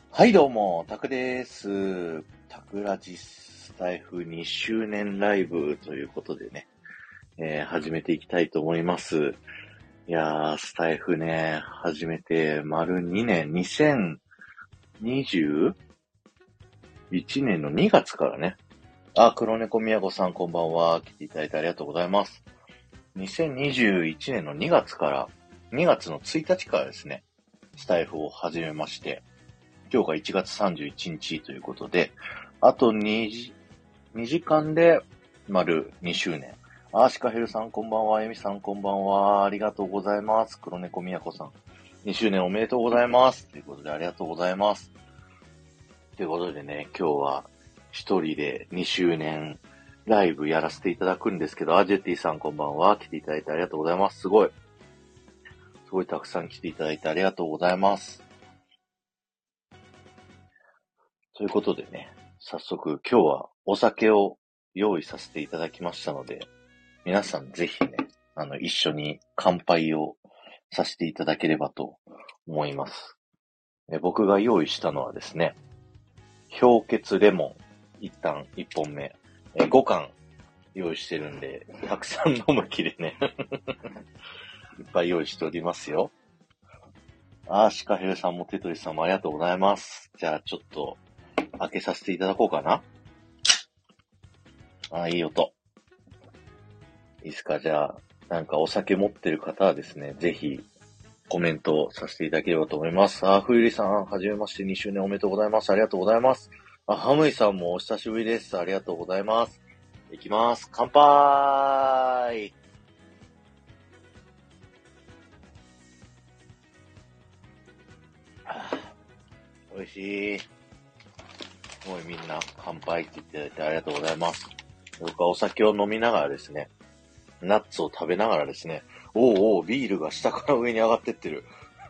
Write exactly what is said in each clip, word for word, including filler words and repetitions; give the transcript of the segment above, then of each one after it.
はい、どうも、タクです。タクラジスタイフにしゅうねんライブということでね、えー、始めていきたいと思います。いやー、スタイフね、始めて丸にねん、にせんにじゅういちねんのにがつからね。あ、黒猫みやこさんこんばんは。来ていただいてありがとうございます。にせんにじゅういちねんのにがつから、にがつのついたちからですね、スタイフを始めまして、今日がいちがつさんじゅういちにちということで、あと2時、にじかんで丸にしゅうねん。あーしかへるさんこんばんは、えみさんこんばんは、ありがとうございます。黒猫みやこさん。にしゅうねんおめでとうございます。ということでありがとうございます。ということでね、今日は一人でにしゅうねんライブやらせていただくんですけど、アジェティさんこんばんは、来ていただいてありがとうございます。すごい。すごいたくさん来ていただいてありがとうございます。ということでね、早速今日はお酒を用意させていただきましたので、皆さんぜひね、あの、一緒に乾杯をさせていただければと思います。え僕が用意したのはですね、氷結レモン、一旦いっぽんめ、えごかん用意してるんで、たくさん飲む気でね、いっぱい用意しておりますよ。あー、シカヘルさんもテトリスさんもありがとうございます。じゃあちょっと開けさせていただこうかな。あー、いい音。いいですか？じゃあ、なんかお酒持ってる方はですね、ぜひコメントさせていただければと思います。あ、ふゆりさん、はじめましてにしゅうねんおめでとうございます。ありがとうございます。あ、ハムイさんもお久しぶりです。ありがとうございます。いきます。乾杯。美味しい。すごいみんな乾杯って言っていただいてありがとうございます。僕はお酒を飲みながらですね、ナッツを食べながらですね、おうおう、ビールが下から上に上がってってる。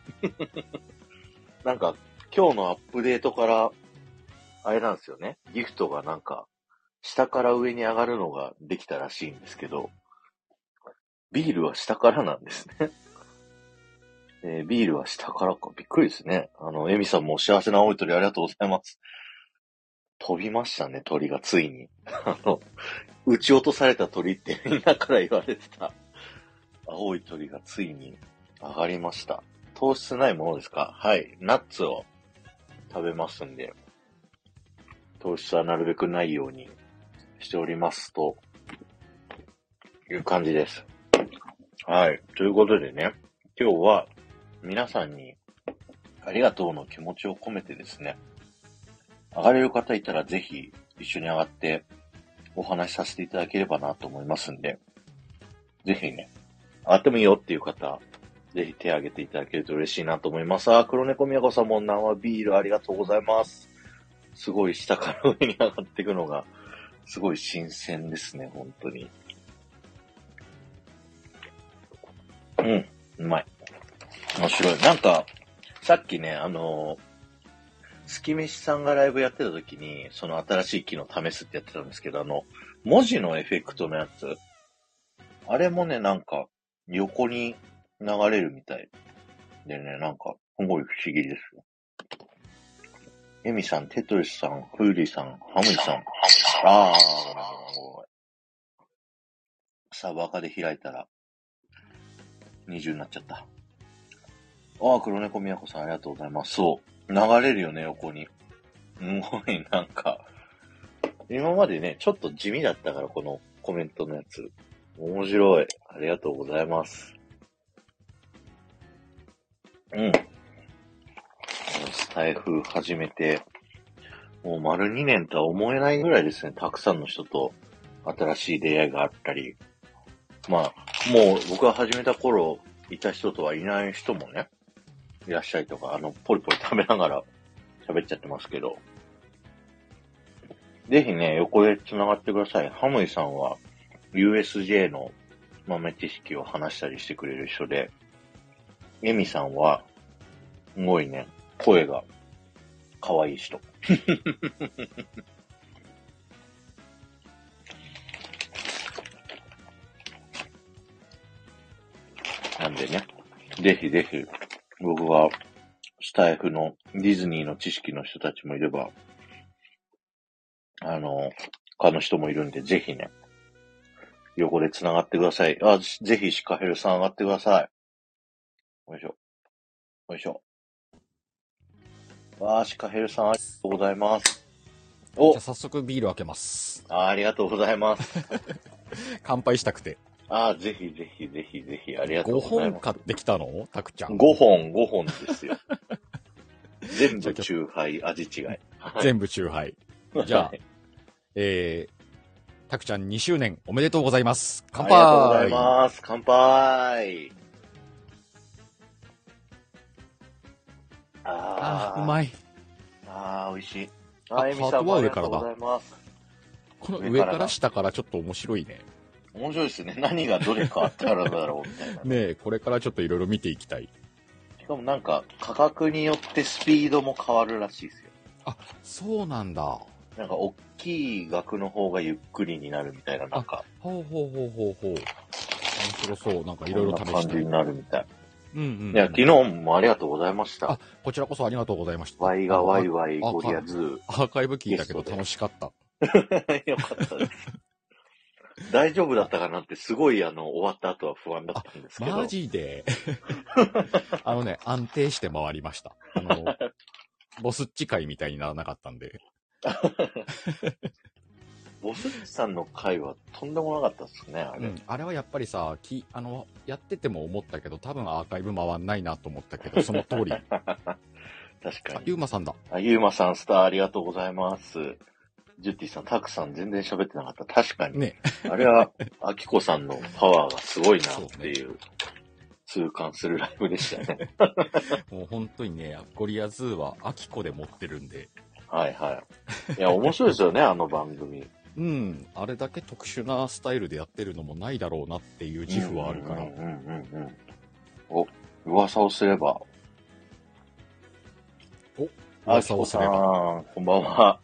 なんか、今日のアップデートから、あれなんですよね。ギフトがなんか、下から上に上がるのができたらしいんですけど、ビールは下からなんですね。えー、ビールは下からか。びっくりですね。あの、エミさんも幸せな青い鳥ありがとうございます。飛びましたね、鳥がついに。あの、撃ち落とされた鳥ってみんなから言われてた青い鳥がついに上がりました。糖質ないものですか？はい。ナッツを食べますんで、糖質はなるべくないようにしておりますという感じです。はい。ということでね、今日は皆さんにありがとうの気持ちを込めてですね、上がれる方いたらぜひ一緒に上がってお話しさせていただければなと思いますんで、ぜひね、上がってもいいよっていう方、ぜひ手を挙げていただけると嬉しいなと思います。あ、黒猫みやこさんも生ビールありがとうございます。すごい下から上に上がっていくのが、すごい新鮮ですね、本当に。うん、うまい。面白い。なんか、さっきね、あのー、スキメシさんがライブやってた時に、その新しい機能試すってやってたんですけど、あの、文字のエフェクトのやつ、あれもね、なんか、横に流れるみたいでね、なんか、すごい不思議ですよ。エミさん、テトリスさん、フーリーさん、ハムイさん。あー、ごめんごめんごめん。サーバー化で開いたら、にじゅうになっちゃった。あー、黒猫みやこさん、ありがとうございます。そう。流れるよね、横に。すごい、なんか、今までね、ちょっと地味だったから、このコメントのやつ。面白い。ありがとうございます。うん。スタイフ始めて、もう丸にねんとは思えないぐらいですね。たくさんの人と新しい出会いがあったり。まあ、もう僕が始めた頃いた人とはいない人もね、いらっしゃいとか、あの、ポリポリ食べながら喋っちゃってますけど。ぜひね、横で繋がってください。ハムイさんは ユーエスジェー の豆知識を話したりしてくれる人で、エミさんは、すごいね、声が可愛い人。なんでね、ぜひぜひ、僕はスタイフのディズニーの知識の人たちもいれば、あの、他の人もいるんで、ぜひね、横で繋がってください。あ、ぜひシカヘルさん上がってください。よいしょ。よいしょ。わー、シカヘルさんありがとうございます。お、 じゃあ早速ビール開けます。 あ、ありがとうございます。 乾杯したくて。 あ、ぜひぜひぜひぜひありがとうございます。 ごほん買ってきたのタクちゃん。 ごほん、ごほんですよ。全部チューハイ、味違い。 全部チューハイ。じゃあ、えー、タクちゃんにしゅうねんおめでとうございます。乾杯。 ありがとうございます。乾杯。ああー、うまい。 あー、美味しい。 あ、 エミさんもありがとうございます。 この上から下からちょっと面白いね。 面白いですね。何がどれ変わったらだろうみたいな。 ねえ、これからちょっといろいろ見ていきたい。 しかもなんか価格によってスピードも変わるらしいですよ。 あ、そうなんだ。 なんか大きい額の方がゆっくりになるみたいな、なんか。 ほうほうほうほうほう。面白そう。なんかいろいろ試して。 こんな感じになるみたい。 うんうん、うん。 いや、昨日もありがとうございました。 あ、こちらこそありがとうございました。 ワイがワイワイゴリアズー。 アーカイブ聞いたけど楽しかった。 よかったです。大丈夫だったかなってすごいあの終わった後は不安だったんですけど。 マジであのね、安定して回りました。あの、ボスッチ会みたいにならなかったんで。 ボスッチさんの回はとんでもなかったですね、あれ。うん、 あれはやっぱりさ、きあの、やってても思ったけど、多分アーカイブ回んないなと思ったけど、その通り。 確かに。 ゆうまさんだ。 あ、ゆうまさんスターありがとうございます。ジュッティさん、タクさん全然喋ってなかった。確かに。ね。あれは、アキコさんのパワーがすごいなっていう、痛感するライブでしたね。 もう本当にね、ゴリアズーはアキコで持ってるんで。 はいはい。いや、面白いですよね、あの番組。 うん。あれだけ特殊なスタイルでやってるのもないだろうなっていう自負はあるから。うんうんうんうん。 お、噂をすれば。 お、噂をすれば。 こんばんは。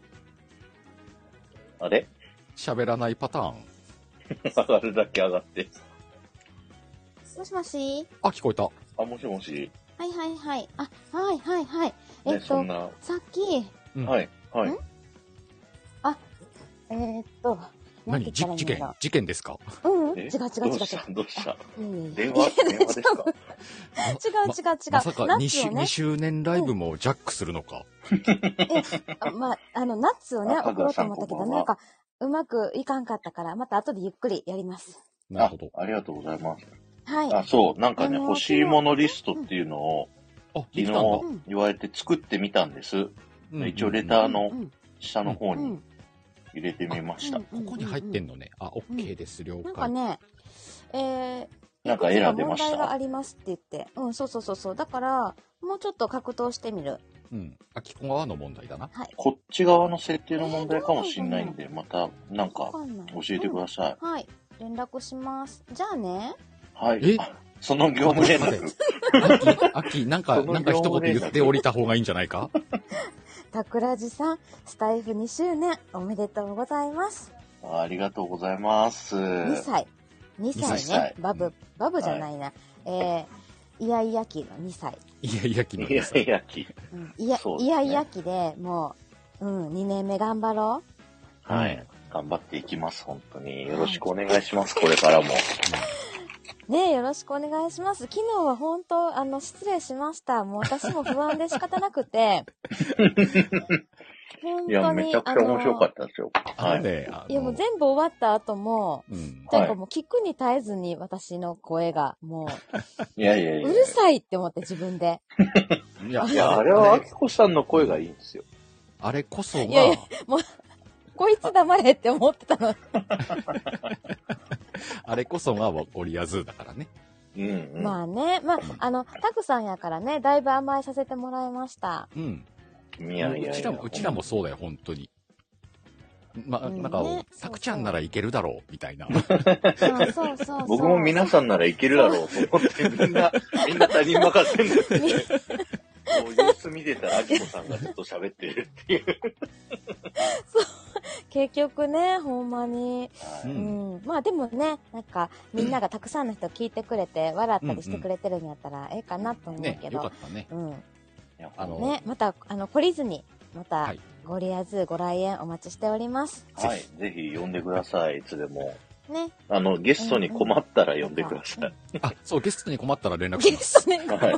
あれ喋らないパターン。 上がるだけ上がって。 もしもしあ、聞こえた。 あ、もしもし。 はいはいはい。あ、はいはいはい。えっと、さっき。 うん、はい、はい。 あ、えー、っと。 何事件事件ですか？ うんうん。違う違う違う違う。 どうしたどうした電話電話ですか？ 違う違う違う。 まさか 2, 周にしゅうねんライブもジャックするのか？ え、まあ、あの、ナッツをね、送ろうと思ったけど、なんか、うまくいかんかったから、また後でゆっくりやります。 なるほど。 ありがとうございます。 はい。 あ、そう、なんかね、欲しいものリストっていうのを、昨日言われて作ってみたんです。一応レターの下の方に入れてみました。ここに入ってんのね。あ、OK です、了解。 なんかね、えー、 なんかエラー出ました。 問題がありますって言って。うん、そうそうそうそう。だから、もうちょっと格闘してみる。 うん。あきこ側の問題だな。 はい。 こっち側の設定の問題かもしれないんで、また、なんか、教えてください、 うん。はい。連絡します。じゃあね。 はい。えその業務連絡。 あき、なんか、なんか一言言っておりた方がいいんじゃないか？ たくらじさん、スタイフにしゅうねんおめでとうございます。 ありがとうございます。 にさい。にさいね。バブ、バブじゃないな。はい、えー、イヤイヤ期のにさい。 イヤイヤ期のにさい。イヤイヤ期。 うん、いや、ね、イヤイヤ期でもう、うん、にねんめ頑張ろう。はい。頑張っていきます、本当に。よろしくお願いします、はい、これからも。 ねえ、よろしくお願いします。昨日は本当、あの、失礼しました。もう私も不安で仕方なくて。 いや、めちゃくちゃ面白かったですよ。 はい。ね、 いや、もう全部終わった後も、うん、なんかもう聞くに絶えずに私の声が、もう、いやいやいや。 うるさいって思って自分で。 いや、いやあれはあきこさんの声がいいんですよ。 あれこそが。 いやいや、もう、こいつ黙れって思ってたの。 あれこそがゴリアズーだからね。 うん、うん。 まあね、まあ、あの、タクさんやからね、だいぶ甘えさせてもらいました。 うん。 いやいやいやうちらも、うちらもそうだよ、本当に。ま、なんか、ね、タクちゃんならいけるだろう、みたいな。 そうそうそう。 僕も皆さんならいけるだろうと思って、みんな、みんな他人任せんですよ。もう様子見てたら、あきこさんがずっと喋ってるっていう。 そう。結局ね、ほんまに。うん。まあでもね、なんか、みんながたくさんの人聞いてくれて、笑ったりしてくれてるんやったら、ええかなと思うけど。 ね、よかったね。 うん。 あの、 ね、また、あの、懲りずに、また、 はいゴリアズご来園お待ちしております。 はい。ぜひ呼んでください。いつでも。 ね。 あの、ゲストに困ったら呼んでください。 あ、そう、ゲストに困ったら連絡しゲます。 ストね。 はい。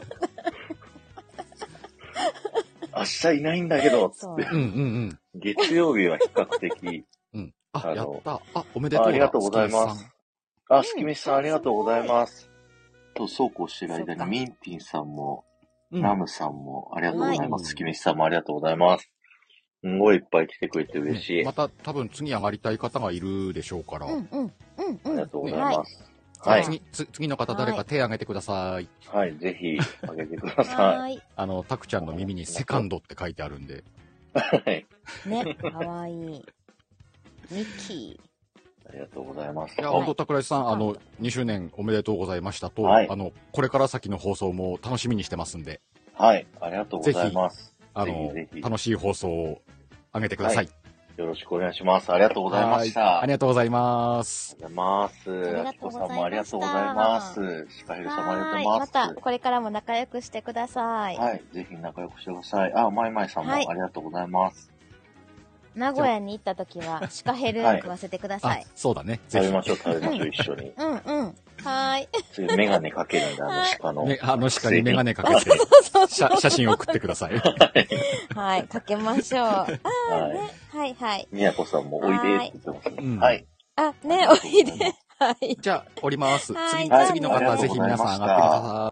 明日いないんだけど、つそうって。 うんうんうん。 月曜日は比較的。 うん。あ、 あのやった。あ、おめでとうだ。 ありがとうございま月す。あ、すきみさんありがとうございます。と、そうこうしてる間に、 そっかミンティンさんも、 見さん。 ラうん。 ムさんもありがとうございます。 はいすきみさんもありがとうございます。すんごいいっぱい来てくれて嬉しい。 ねまた多分次上がりたい方がいるでしょうから。 うんうん。うんうん。 ありがとうございはいます。はい。 次、つ次の方誰か手挙げてください。 はい、ぜひ、あげてくださはーい。 あの、タクちゃんの耳にセカンドって書いてあるんで。 い。はい。 ね、かわいい。ミッキありがとうございます。 いや、 はい本当桜井さん、あの、にしゅうねんおめでとうございましたと、 はいあの、これから先の放送も楽しみにしてますんで、 はい、ありがとうございます。 あのぜひぜひ、 楽しい放送を上げてください。 よろしくお願いします。ありがとうございました。 はいありがとうございます。 ありがとうございます。 ありあきがとうございましたこさんもありがとうございます。シカヘルさんもありがとうございまます。 た、これからも仲良くしてください。 はい、ぜひ仲良くしてください。あ、まいまいさんもあはいりがとうございます。 名古屋に行った時は、シカヘルはい食わせてくださあい。、 そうだね。ぜひ。 食べましょう、食べましょう、一緒に。 うんうん。はーい。 次、メガネかけるんで、あの鹿の。 ね、あの鹿にメガネかけて、 そう写写真送ってください。 はい、かけましょう。あーね。 ははいはい。 みやこさんもおいでって言ってますね。 うんはい。 あ、ね、おいで。はい。 じゃあ、降ります。次、 はいはい次の方、 ありがとぜひ皆うございましたさん上がってくださ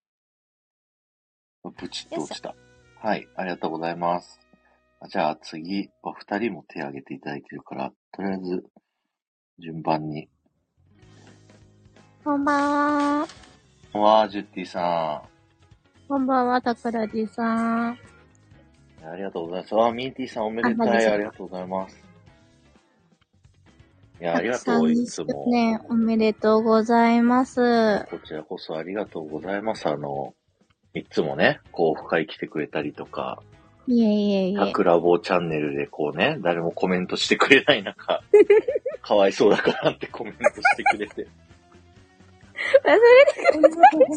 ブチッと落ちた。はい、ありがとうございます。じゃあ次、お二人も手挙げていただいてるから、とりあえず、順番に。 こんばんは。 わー、ジュッティさこんばんは、たくらじさん。 ん。ありがとうございます。わー、ミンティさんおめでたい。 あマジでありがとうございます。いや、ありがとう、いつも。 ね、おめでとうございます。 こちらこそありがとうございます。あの、いつもね、こう、深い来てくれたりとか、 いえいえいえ。 タクラボチャンネルでこうね、誰もコメントしてくれない中、かわいそうだからってコメントしてくれて。 忘れてください。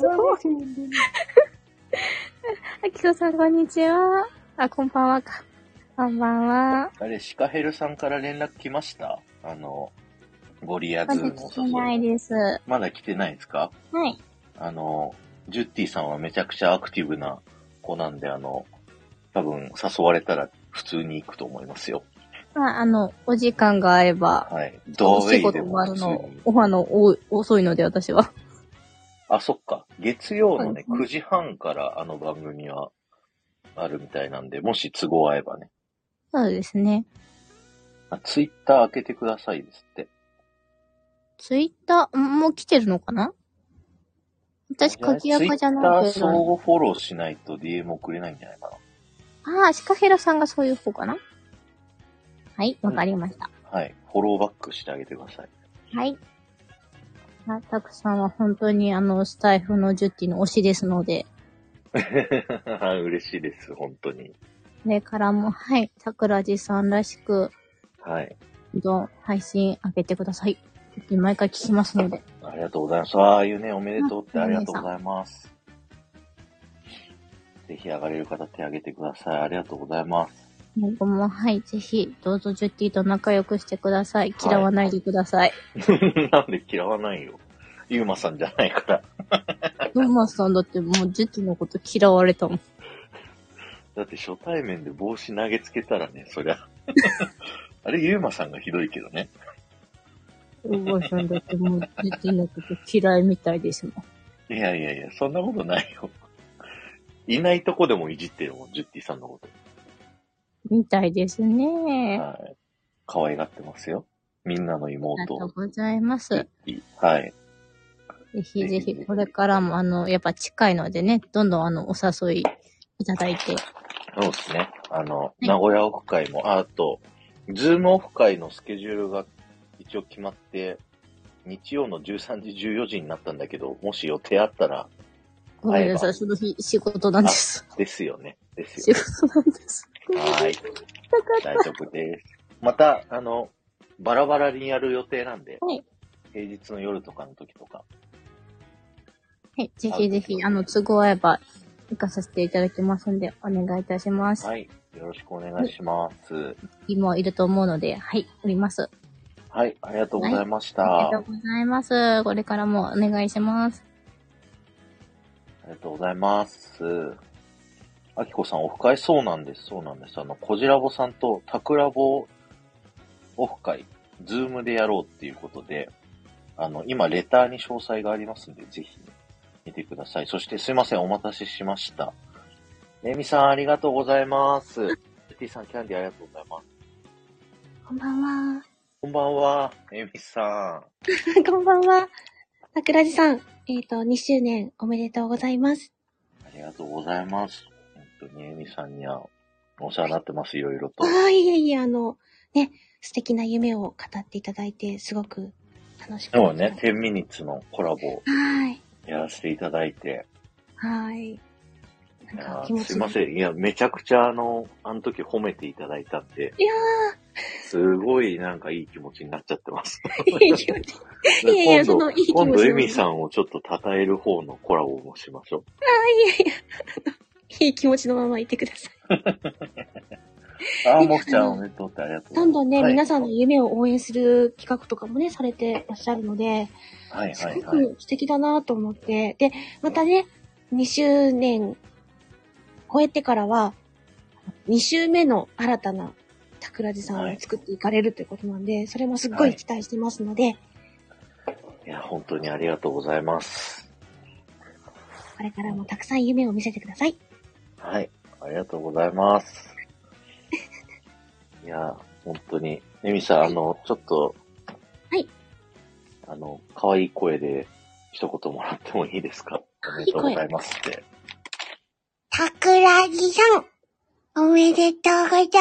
あきこさん、こんにちは。あ、こんばんはか。こんばんは。 あれ、シカヘルさんから連絡来ました？あの、ゴリアまだズのお来てない誘い。 です。はまだ来てないですか？ い。 あの、ジュッティさんはめちゃくちゃアクティブな子なんで、あの、多分誘われたら普通に行くと思いますよ。 まあ、あの、お時間があれば、 はい。ドおアウェイで仕事も普通があるのに。、 オファーのお遅いので、私は。 あ、そっか。月曜のね、 そうくじはんからあの番組はあるみたいなんで、もし都合合えばね。 そうですね。 あ、ツイッター開けてくださいですって。 ツイッター、んもう来てるのかな私、鍵垢じゃないけツイッター相ど。 互フォローしないと ディーエム 送れないんじゃないかああ、シカヘラさんがそういう方かなはい、わかりました。 な。はい。フォローバックしてあげてください。 はい。あたくさんは本当にあの、スタイフのジュッティの推しですので、 嬉しいです、本当に。 これからも、はい、たくらじさんらしく、 はい。 どんどん配信上げてください。毎回聞きますので。 ありがとうございます。ああいうね、おめでとうってありがとうございます。ぜひ上がれる方手挙げてください。ありがとうございます。 今後も、はい、ぜひ、どうぞジュッティと仲良くしてください。嫌わないでください。 なんで嫌わないよ。ゆうまさんじゃないから。 ドンマスさんだってもうジュッティのこと嫌われたもん。 だって初対面で帽子投げつけたらね、そりゃ。あれ、ゆうまさんがひどいけどね。 おばあさんだってもうジュッティのこと嫌いみたいですもん。 いやいやいや、そんなことないよ。いないとこでもいじってるもん、ジュッティさんのこと。 みたいですね。 はい。可愛がってますよ。みんなのあり妹を。 がとうございます。 はい。 ぜひぜひ、これからも、あの、やっぱ近いのでね、どんどんあの、お誘いいただいて。 そうですね。あの、 い名古屋オフ会も、ああと、ズームオフ会のスケジュールが一応決まって、日曜のじゅうさんじ、じゅうよじになったんだけど、もし予定あったら、 ごめんなさい、その日仕事なんです。 ですよね。です仕よね。 事なんです。 はい。大丈夫です。また、あの、バラバラにやる予定なんで、 はい平日の夜とかの時とか。 はい、ぜひぜひ、あの、都合合えば行かさせていただきますんで、お願いいたします。 はい。よろしくお願いします。 今いると思うので、はい、おります。 はい、ありがとうございました。 はい、ありがとうございます。これからもお願いします。 ありがとうございます。あきこさん、オフ会そうなんです。そうなんです。あの、こじらぼさんとタクラボオフ会、ズームでやろうっていうことで、あの、今、レターに詳細がありますんで、ぜひ、見てください。そして、すいません、お待たせしました。ねみさん、ありがとうございます。ティさん、キャンディーありがとうございます。 こんばんは。 こんばんは、ねみさん。こんばんは。桜地さん、えっと、にしゅうねんおめでとうございます。 ありがとうございます。本当にねみさんにはお世話になってます、いろいろと。 ああ、いえいえ、あの、ね、素敵な夢を語っていただいて、すごく楽しかった。 今日ね、じゅうミニッツのコラボ、 はい。 やらせていただいて。 はい。 なんか気持ちすいません。いや、めちゃくちゃあの、あの時褒めていただいたんで。 いやー。すごいなんかいい気持ちになっちゃってます。 いい気持ち。いやいや、そのいい気持ち。 今度、エミさんをちょっと称える方のコラボもしましょう。 ああ、いやいや。いい気持ちのままいてください。 ああ、もふちゃんおめでとうってありがとうございます。 どんどんね、 はい、 皆さんの夢を応援する企画とかもね、されてらっしゃるので、 はいはいはい。 すごく素敵だなと思って、で、またね、にしゅうねん超えてからは、に週目の新たな桜地さんを作っていかれるということなんで、はい、それもすっごい期待してますので、はい。 いや、本当にありがとうございます。 これからもたくさん夢を見せてください。 はい、ありがとうございます。いや、本当に、ねみさん、あの、ちょっと、 はい。 あの、可愛い声で一言もらってもいいですか？おめでとうございますって。 桜地さん、おめでとうございます。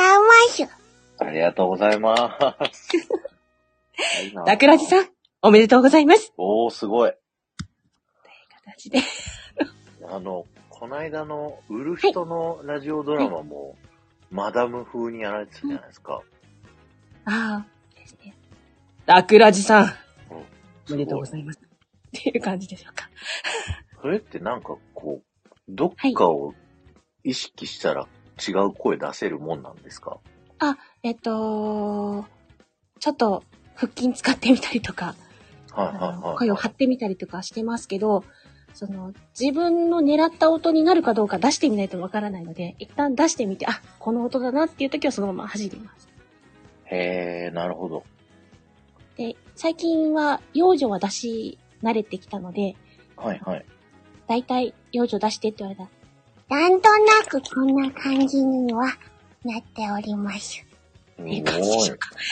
ありがとうございます。 桜地さん、おめでとうございます。 おー、すごい。 という形で。 あの、この間の売る人のラジオドラマも、はい、マダム風にやられてたじゃないですか。 うん、ああ、ですね。桜地さん、うん、おめでとうございます。っていう感じでしょうか。 それってなんかこう、どっかを意識したら違う声出せるもんなんですか？ あ、えっと、ちょっと腹筋使ってみたりとか、 はいはいはいはい、 声を張ってみたりとかしてますけど、その自分の狙った音になるかどうか出してみないとわからないので、一旦出してみて、あ、この音だなっていう時はそのまま走ります。 へー、なるほど。 で、最近は幼女は出し慣れてきたので、 はいはい。 だいたい幼女出してって言われたら、なんとなくこんな感じにはなっております。っていう感じでしょうか。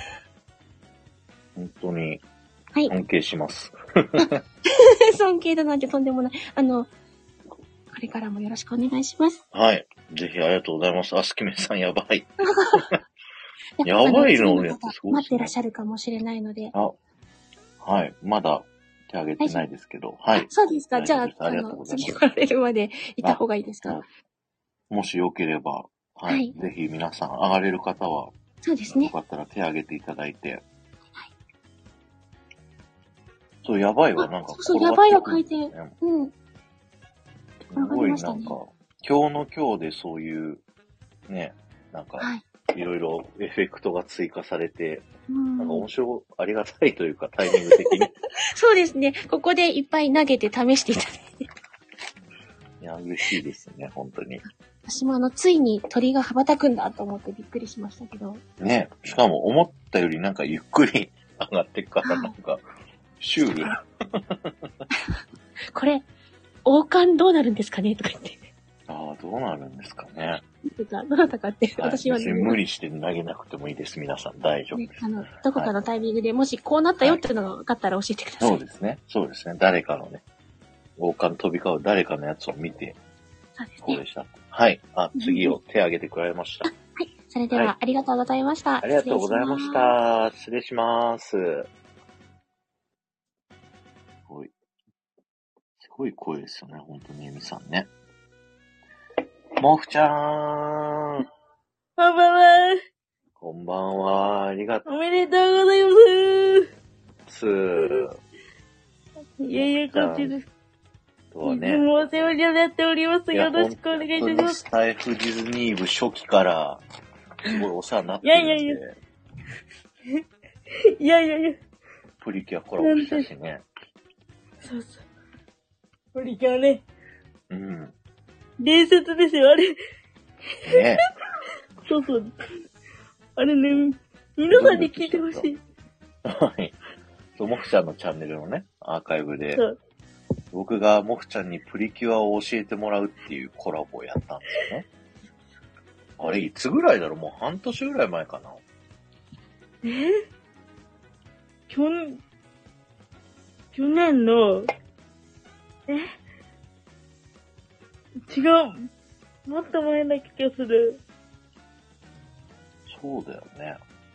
本当に尊敬します。 はい、尊敬だなんてとんでもない。あの、これからもよろしくお願いします。 はい。ぜひありがとうございます。あすきめさんやばい。やばいのやつすごいですね。 待ってらっしゃるかもしれないので。 あ、はい。まだ手挙げてないですけど。はい。 そうですか。じゃあ、あの、次来られるまでいた方がいいですか？ もしよければ、はい。はい、ぜひ皆さん上がれる方は、 そうですね。 よかったら手挙げていただいて。はい。そう、やばいわ、なんか、 そうそう、やばいは書いて、うん。 すごい、なんか、今日の今日でそういう、ね、なんか、はい、いろいろエフェクトが追加されて、うん、なんか面白い、ありがたいというか、タイミング的に。 そうですね。ここでいっぱい投げて試していただいて。 いや、嬉しいですね、本当に。 私もあの、ついに鳥が羽ばたくんだと思ってびっくりしましたけど。 ね、しかも思ったよりなんかゆっくり上がってくから、なんか、シュール。 これ、王冠どうなるんですかねとか言って。 ああ、どうなるんですかね。 どなたかって、はい、私は、 ね、無理して投げなくてもいいです。皆さん大丈夫です。 ね、あの、どこかのタイミングで、はい、もしこうなったよっていうのが分かったら教えてください。 そうですね。そうですね。誰かのね、王冠飛び交う誰かのやつを見て、 そうですね。 こうでした。はい。あ、次を手挙げてくれました。 はい。それでは、はい、ありがとうございました。 ありがとうございました。失礼します。すごい。すごい声ですよね。本当にゆみさんね。もふちゃーん。 こんばんは。 こんばんは。ありがとう。 おめでとうございます。 すー。 いやいや、こっちです。 とはいね、 つもお世話になっております。 いやよろしくお願いいたします。 スタイフディズニー部初期から、すごいお世話になってるんで。 いやいやいやいやいやいや。 プリキュアコラボしたしね。 そうそう。プリキュアね。 うん。 伝説ですよ、あれ。 ねそうそう。あれね、皆さんに聞いてほしい。 はい。そう、もふちゃんのチャンネルのね、アーカイブで、 そう。 僕がもふちゃんにプリキュアを教えてもらうっていうコラボをやったんですよね。あれ、いつぐらいだろう？もう半年ぐらい前かな。 え去年、去年の、え違う。もっと前な気がする。 そうだよね。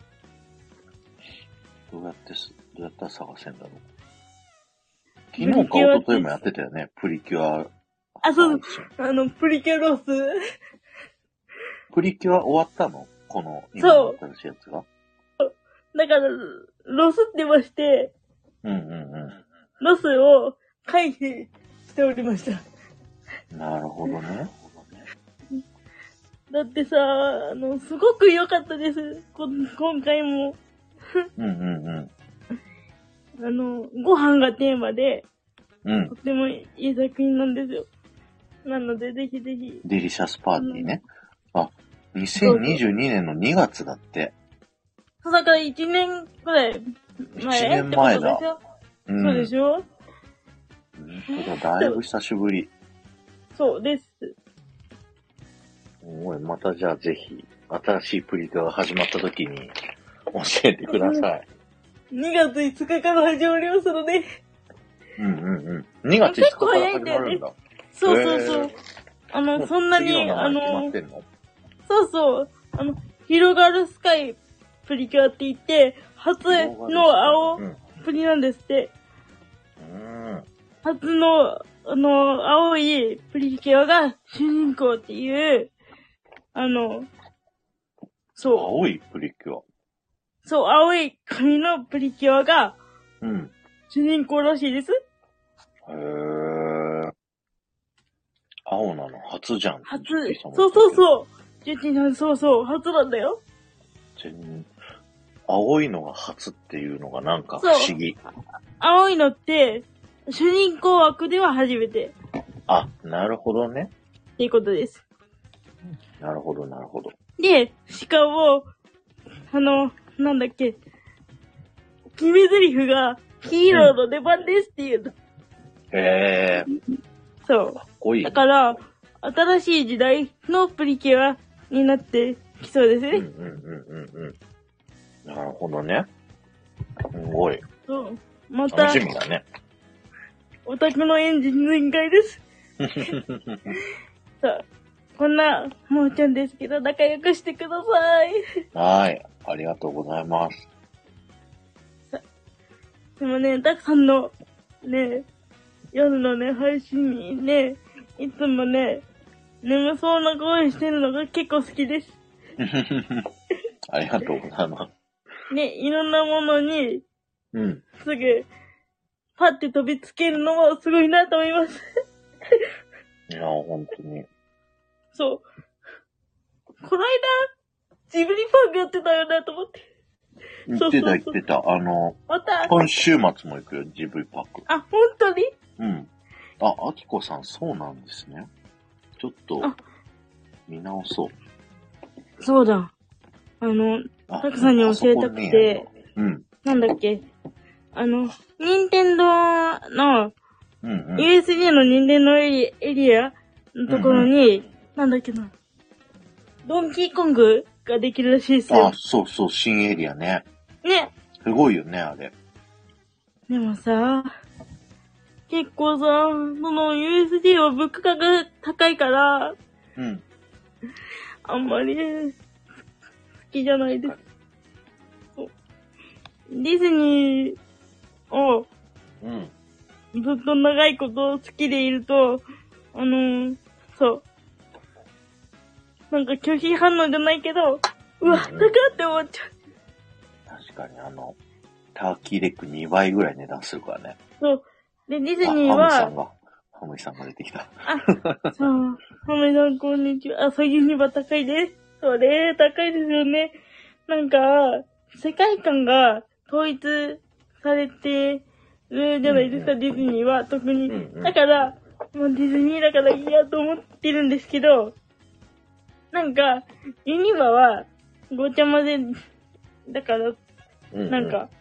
どうやってす、どうやったら探せんだろう。昨日か一昨日もやってたよね、プリキュア。 あ、そう、あの、プリキュアロース。 プリキュア終わったの？この、今の新しいやつが。 だから、ロスってまして、 うんうんうん。 ロスを回避しておりました。 なるほどね。 だってさ、あの、すごく良かったです。こ今回も。 うんうんうん。 あの、ご飯がテーマで、 うん。 とてもいい作品なんですよ。なので、ぜひぜひ。 デリシャスパーティーね。あ、にせんにじゅうにねんのにがつだって。 そうだからいちねんくらい前。 いちねんまえだ。 うん、そうでしょ？ うんとだ、だいぶ久しぶり。 そうです。 おい、またじゃあぜひ、新しいプリキュアが始まった時に教えてください。 にがついつかから始まりますので。 うんうんうん。にがついつかから始まるんだ。 そうそうそう。あの、そんなに、あの、そうそう。あの、広がるスカイプリキュアって言って、初の青プリなんですって。 うん。 初の、あの、青いプリキュアが主人公っていう、あの、そう。 青いプリキュア。 そう、青い髪のプリキュアが、 うん。 主人公らしいです。 へー。青なの初じゃん。 初。そうそうそう。ジュティさん、そうそう、初なんだよ。 全青いのが初っていうのがなんか不思議。 青いのって、主人公枠では初めて。 あ、なるほどね。 っていうことです。 なるほど、なるほど。 で、しかも、あの、なんだっけ、決め台詞が、ヒーローの出番ですっていうの。 うん、へー。 そう。 かっこいい。 だから、新しい時代のプリキュアになってきそうですね。うんうんうんうんうん。なるほどね。すごい。 そう。また、 楽しみだね。 オタクのエンジン全開です。さあ、こんな、もーちゃんですけど、仲良くしてください。 はい。ありがとうございます。 さでもね、たくさんの、ね、夜のね、配信にね、いつもね、眠そうな声してるのが結構好きです。 ありがとうございます。 ね、いろんなものに、 うん。 すぐ、パッて飛びつけるのもすごいなと思います。 いや、ほんとに。 そう。この間、ジブリパークやってたよなと思って。 言ってた言ってた。あの、 また今週末も行くよ、ジブリパーク。 あ、本当に？ うん。あ、あきこさん、そうなんですね。ちょっと、見直そう。 そうだ。あの、たくさんに教えたくて、 うん。 なんだっけ。あの、任天堂の、 うんうん、 ユーエスジェー の任天堂エリエリアのところに、うんうん、なんだっけな。ドンキーコングができるらしいですよ。 あ、そうそう、新エリアね。 ね。 すごいよね、あれ。 でもさ、結構さ、その ユーエスジェー は物価が高いから、 うん。 あんまり、好きじゃないです。ディズニーを、うん。ずっと長いこと好きでいると、あのー、そう。なんか拒否反応じゃないけど、うわ、高って思っちゃう。 確かにあの、ターキーレッグにばいぐらい値段するからね。 そう。で、ディズニーは、 ハムさんが、 ハムイさんが出てきた。 そう。ハムイさん、こんにちは。あ、そうユニバ高いです。それ、高いですよね。なんか、世界観が統一されてるじゃないですか、 うんうん、 ディズニーは、特に。 うんうん、 だから、もうディズニーだからいいやと思ってるんですけど、なんか、ユニバは、ごちゃ混ぜ、だから、 うんうん、 なんか、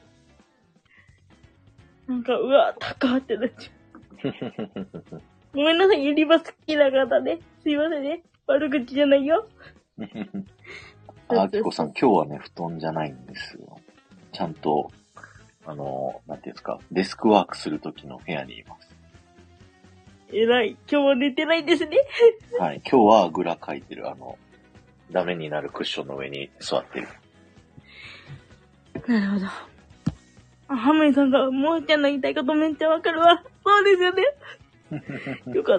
なんか、うわ、高ってなっちゃう。ごめんなさい、ユニバ好きな方ね。すいませんね。悪口じゃないよ。 あ、あきこさん、今日はね、布団じゃないんですよ。ちゃんと、あの、なんていうんですか、デスクワークするときの部屋にいます。 えらい。今日は寝てないんですね。 はい。今日はあぐらかいてる、あの、ダメになるクッションの上に座ってる。 なるほど。あ、ハムイさんが、もーちゃんの言いたいことめっちゃわかるわ。そうですよね。よかった。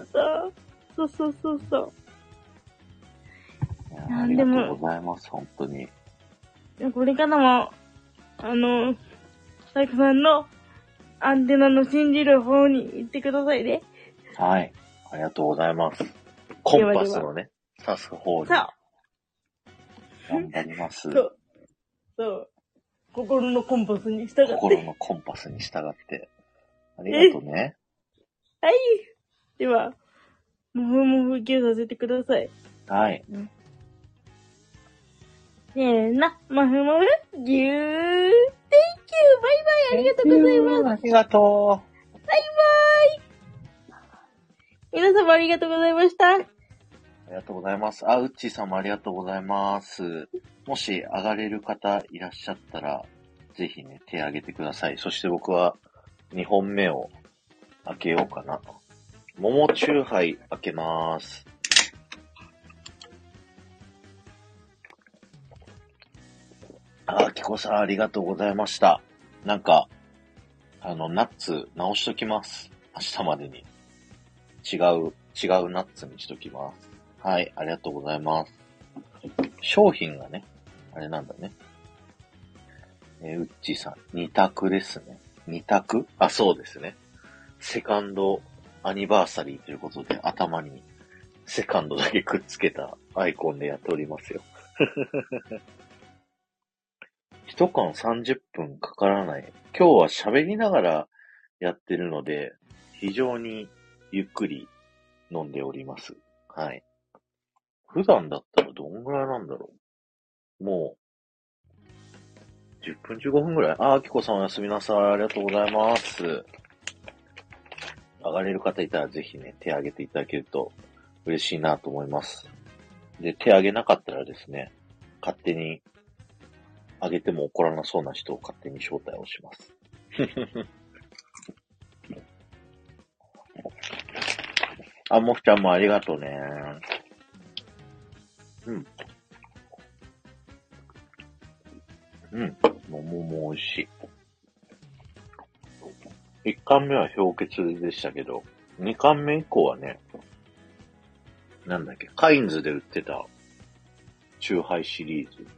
そうそうそうそう。 いや、ありがとうございます、本当に。 これからも、あの、サクさんのアンテナの信じる方に行ってくださいね。 はい。ありがとうございます。コンパスのね、刺す方に。そう。頑張ります。 そう。そう。心のコンパスに従って。 心のコンパスに従って。ありがとうね。 はい。では、もふもふぎゅうさせてください。 はい。 せーの、もふもふぎゅー。Thank you! バイバイありがとうございます。 ありがとう。 バイバイ皆様ありがとうございました。ありがとうございます。あ、うっちーさんもありがとうございます。もし上がれる方いらっしゃったら、ぜひね、手挙げてください。そして僕はにほんめを開けようかな。桃チューハイ開けまーす。あ、きこさんありがとうございました。なんか、あの、ナッツ直しときます。明日までに。違う、違うナッツにしときます。はい、ありがとうございます。商品がね、あれなんだね。えー、うっちーさん、二択ですね。二択？あ、そうですね。セカンドアニバーサリーということで、頭にセカンドだけくっつけたアイコンでやっておりますよ。一缶さんじゅっぷんかからない。今日は喋りながらやってるので、非常にゆっくり飲んでおります。はい。普段だったらどんぐらいなんだろう。もう、じゅっぷんじゅうごふんぐらい。あ、あきこさんおやすみなさい。ありがとうございます。上がれる方いたらぜひね、手挙げていただけると嬉しいなと思います。で、手挙げなかったらですね、勝手に、挙げても怒らなそうな人を勝手に招待をします。あ、もふちゃんもありがとうね。うん。うん。桃も美味しい。一貫目は氷結でしたけど、二貫目以降はね、なんだっけ、カインズで売ってた、チューハイシリーズ。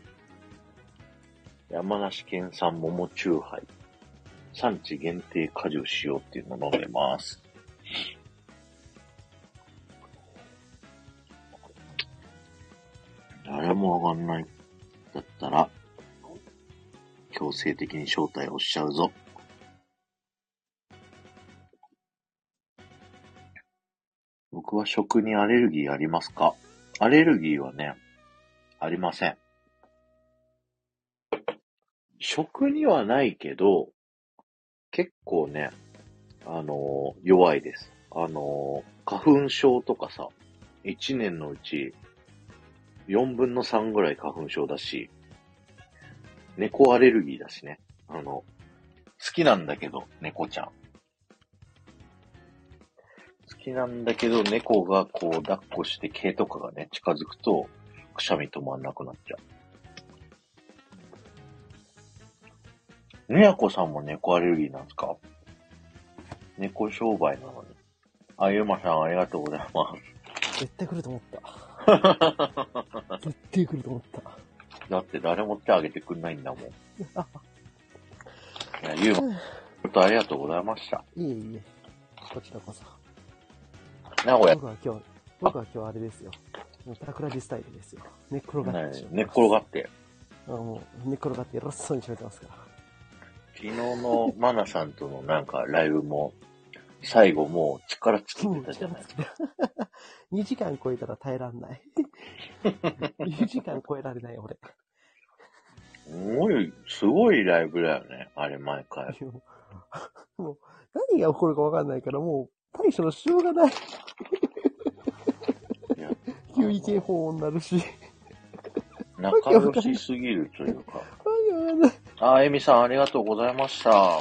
山梨県産桃チューハイ。産地限定果汁使用っていうのを飲んでます。誰もわかんないだったら、強制的に招待をしちゃうぞ。僕は食にアレルギーありますか？アレルギーはね、ありません。食にはないけど、結構ね、あのー、弱いです。あのー、花粉症とかさ、いちねんのうちよんぶんのさんぐらい花粉症だし、猫アレルギーだしね。あの、好きなんだけど、猫ちゃん。好きなんだけど、猫がこう抱っこして毛とかがね、近づくと、くしゃみ止まんなくなっちゃう。ねやこさんも猫アレルギーなんですか？猫商売なのに。あ、ゆうまさんありがとうございます。 絶対来ると思った。絶対来ると思った。 だって誰も手挙げてくんないんだもん。いや、ゆうま、ちょっとありがとうございました。 いえいえ、こちらこそ。 名古屋、 僕は今日、僕は今日あれですよ。もう桜地スタイルですよ。寝っ転がってしまいます。 寝っ転がって。 あもう寝っ転がって偉そうに喋ってますから。 昨日のマナさんとのなんかライブも、最後もう力尽きてたじゃないですか。 にじかん超えたら耐えらんない。にじかん超えられない俺。 すごい、すごいライブだよね。あれ毎回。 もう、何が起こるかわかんないから、もう、対処のしようがない。急に警報音になるし。 仲良しすぎるというか。あ、エミさんありがとうございました。 はい。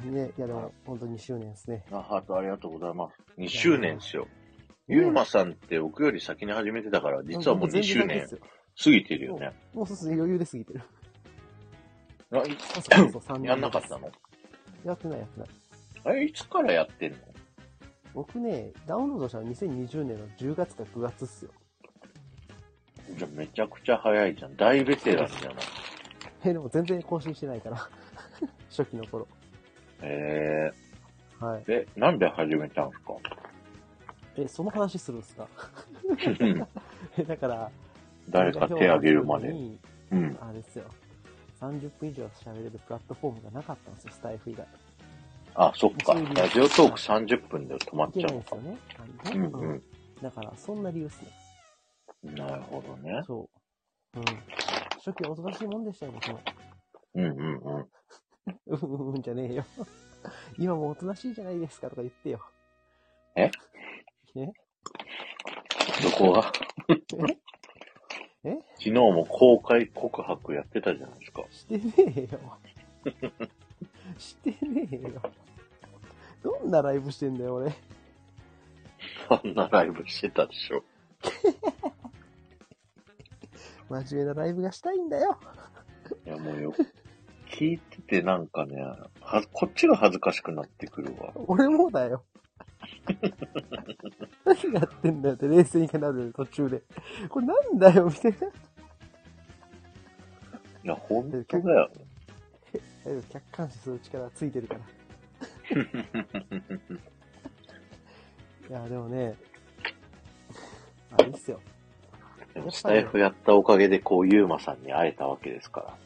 ね、いやでも、本当ににしゅうねんですね。 あ、ハートありがとうございます。にしゅうねんですよ。ゆうまさんって僕より先に始めてたから、実はもうにしゅうねん過ぎてるよね。 もうそうすぐ余裕で過ぎてる。 あ、 あそうそうそうやんなかったの？ やってないやってない。 あれ、いつからやってんの？ 僕ね、ダウンロードしたのにせんにじゅうねんのじゅうがつかくがつっすよ。 じゃあめちゃくちゃ早いじゃん。大ベテランじゃない。 え、でも全然更新してないから。初期の頃。 へえー。はい。 え、なんで始めたんすか？ え、その話するんすか？え、だから、 誰か手挙げるまで。 うん。あれですよ。さんじゅっぷん以上喋れるプラットフォームがなかったんですよ、スタイフ以外。 あ、そっか。ラジオトークさんじゅっぷんで止まっちゃうのか。 いけないですよね。 うんうん。 だから、そんな理由っすね。 なるほどね。 そう。うん。初期はおとなしいもんでしたよ、僕も。 うんうんうん。 うんうんじゃねえよ。今もおとなしいじゃないですかとか言ってよ。 ええどこがええ昨日も公開告白やってたじゃないですか。 してねえよ。してねえよ。どんなライブしてんだよ、俺。 そんなライブしてたでしょ。 真面目なライブがしたいんだよ。 いやもうよ、聞いててなんかね、はこっちが恥ずかしくなってくるわ。 俺もだよ。何やってんだよって冷静になる途中で。これなんだよみたいな。いや、ほんとだよ。 客観視する力ついてるから。いや、でもね、あれっすよ。 でもスタイフやったおかげでこう、ゆうまさんに会えたわけですから。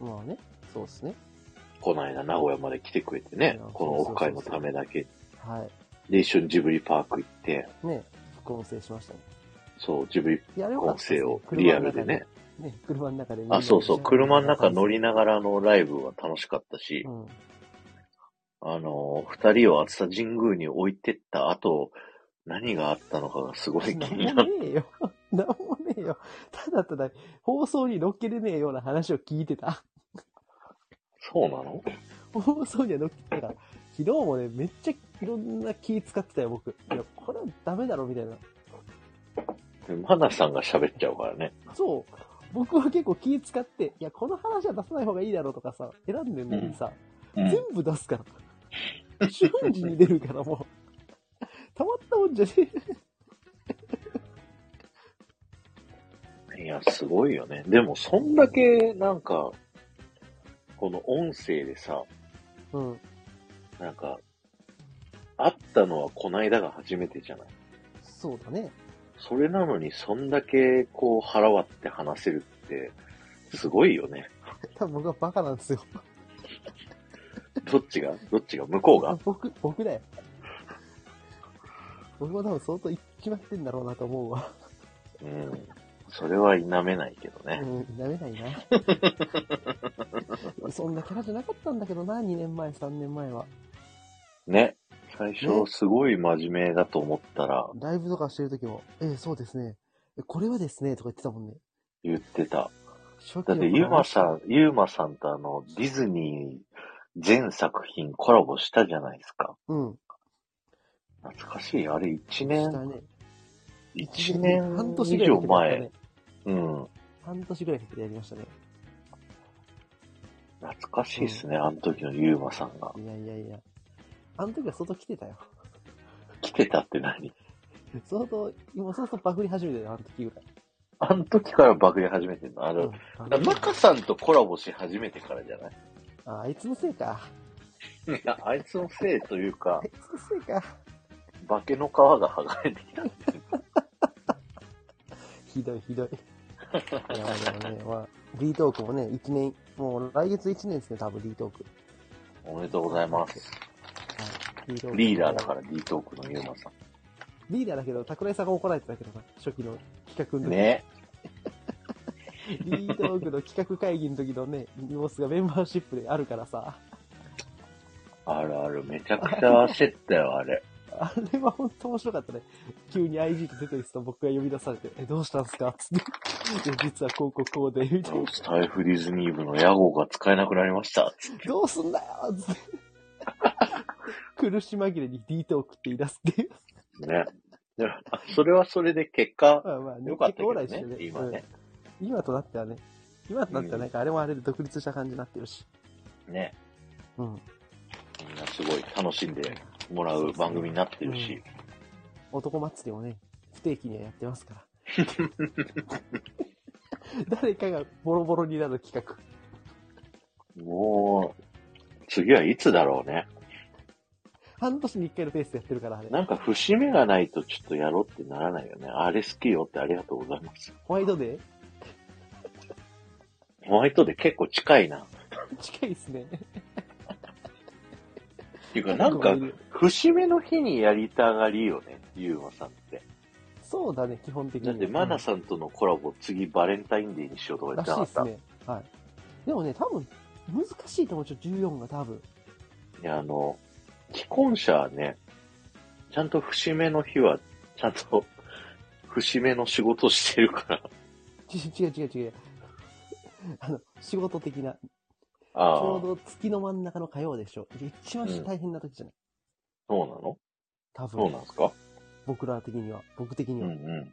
まあね、そうっすね。 この間名古屋まで来てくれてね、このオフ会のためだけ。 はい。 で、一緒にジブリパーク行って。 ね、副音声しましたね。 そう、ジブリ音声をリアルでね。 ね、車の中で。 あ、そうそう、車の中乗りながらのライブは楽しかったし、うん、あの、二人を熱田神宮に置いてった後、何があったのかがすごい気になる。 なんもねえよ。なんもねえよ。ただただ放送に乗っけれねえような話を聞いてた。 そうなの？ 放送には乗っけてたから、昨日もね、めっちゃいろんな気使ってたよ、僕。いや、これはダメだろ、みたいな。 マナさんが喋っちゃうからね。 そう。僕は結構気使って、いや、この話は出さない方がいいだろうとかさ、選んでるのにさ、うん、全部出すから。瞬時に出るからもう。たまったもんじゃねえ。いや、すごいよね。でも、そんだけ、なんか、この音声でさ、 うん。 なんか、会ったのはこないだが初めてじゃない？ そうだね。 それなのに、そんだけ、こう、腹割って話せるって、すごいよね。 多分僕はバカなんですよ。 どっちがどっちが向こうが僕、僕だよ。僕も多分相当決まってんだろうなと思うわ。 うん。それは否めないけどね。 うん、否めないな。そんなキャラじゃなかったんだけどな、にねんまえ、さんねんまえは。 ね。最初、すごい真面目だと思ったら、 ね。ライブとかしてるときも、ええ、そうですね。これはですね、とか言ってたもんね。 言ってた。だって、ゆうまさん、ゆうまさんとあの、ディズニー全作品コラボしたじゃないですか。 うん。 懐かしい。あれいちねん。 したね。 いちねん以上前。うん。 半年ぐらいかけてやりましたね。 懐かしいっすね、うん、あの時のゆうまさんが。 いやいやいや。あの時は外来てたよ。 来てたって何？ 相当、今相当バグり始めてるよ、あの時ぐらい。 あの時からバグり始めてるのあの、うん、マカさんとコラボし始めてからじゃない？ あ、あいつのせいか。 いや、あいつのせいというか、 あいつのせいか。 化けの皮が剥がれてきた。 ひどいひどい。いや、でもね、まあ、D トークもね、一年、もう来月一年ですね、多分 D トーク。 おめでとうございます。 はい、D トークリーダーだから D トークのゆうまさん。 リーダーだけど、桜井さんが怒られてたけどな、初期の企画の時。 ね。 D トークの企画会議の時のね、様子がメンバーシップであるからさ。 あるある、めちゃくちゃ焦ったよ、あれ。 あれは本当面白かったね。急に アイジー とテトリスと僕が呼び出されて、え、どうしたんすかつって。実はこうこうこうで、みたいな。 スタイフディズニー部の屋号が使えなくなりました。つってどうすんだよつって。苦し紛れに D トークって言い出すっていう。 ね。でもそれはそれで結果、 まあまあね、 よかったけどね、 結果オーライしてね今ね、 うん。今となってはね。今となってはなんかあれもあれで独立した感じになってるし。 ね。 うん。 みんなすごい楽しんでもらう番組になってるし。 うん、男祭りもね、不定期にはやってますから。誰かがボロボロになる企画。 もう、次はいつだろうね。 半年に一回のペースでやってるから、あれ。 なんか節目がないとちょっとやろうってならないよね。あれ好きよってありがとうございます。 ホワイトデーホワイトデー結構近いな。 近いですね。 っていうかなんか、節目の日にやりたがりよね、ゆうまさんって。 そうだね、基本的に。 だってマナさんとのコラボ、次バレンタインデーにしようとか言ってなかった。 らしいですね。はい。でもね、多分、難しいと思う、ちょ、じゅうよんが多分。 いや、あの、既婚者はね、ちゃんと節目の日は、ちゃんと、節目の仕事してるから。 違う違う違う。あの、仕事的な。 ああ。 ちょうど月の真ん中の火曜でしょ。一番大変な時じゃない、 うん、そうなの多分。 そうなんですか僕ら的には。僕的には。 うんうん。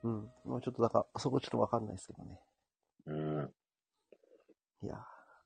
うん。もうちょっとだから、そこちょっとわかんないですけどね。 うん。 いや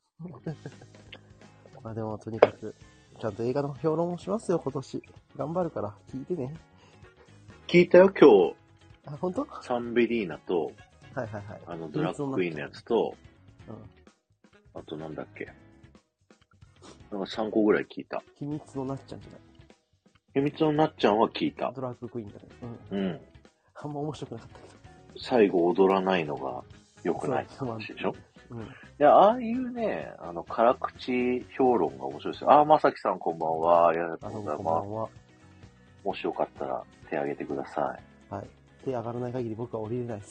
まあでも、とにかく、ちゃんと映画の評論もしますよ、今年。頑張るから、聞いてね。 聞いたよ、今日。 あ、本当？ サンベリーナと、 はいはいはい。 あの、ドラッグクイーンのやつと、 うん。 あとなんだっけ。なんかさんこぐらい聞いた。 秘密のなっちゃんじゃない。 秘密のなっちゃんは聞いた。 ドラッグクイーンだね。 うん。うん。 あんま面白くなかったけど。 最後踊らないのが良くないって話でしょ？うん。いや、ああいうね、あの、辛口評論が面白いですよ。ああ、まさきさんこんばんは。ありがとうございます。こんばんは。もしよかったら手挙げてください。 はい。手上がらない限り僕は降りれないです。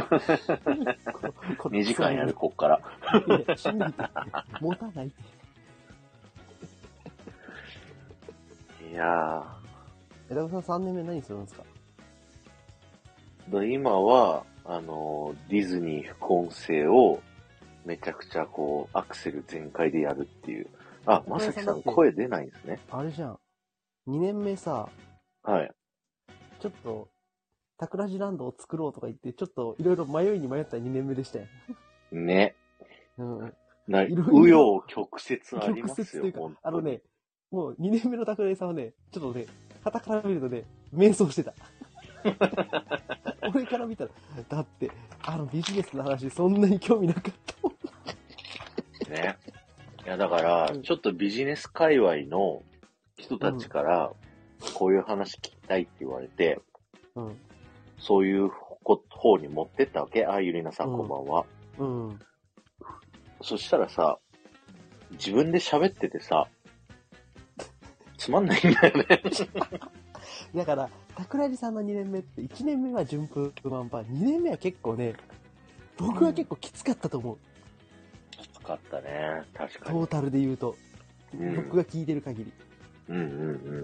にじかんやる、こっから。 いや、しんどいって。持たないって。 いやー。 枝子さんさんねんめ何するんですか？ 今は、あの、ディズニー副音声をめちゃくちゃこう、アクセル全開でやるっていう。あ、まさきさん声出ないんですね。 あれじゃん。にねんめさ、 はい。 ちょっと、タクラジランドを作ろうとか言って、ちょっといろいろ迷いに迷ったにねんめでしたよ。 ね。 うん。 な、うよ曲折ありますよ。曲折というか、 あのね、もうにねんめのタクラジさんはね、ちょっとね、傍から見るとね、迷走してた。俺から見たら、だって、あのビジネスの話そんなに興味なかったもん。 ね。いや、だから、ちょっとビジネス界隈の人たちから、こういう話聞きたいって言われて、 うん、 そういう方に持ってったわけ。あ、ゆりなさんこんばんは。 うん。うん、 そしたらさ、自分で喋っててさ、つまんないんだよね。 だから、桜地さんのにねんめって、いちねんめは順風満帆、にねんめは結構ね、僕は結構きつかったと思う。 きつかったね。確かに。 トータルで言うと。うん、僕が聞いてる限り。 うんうんうん。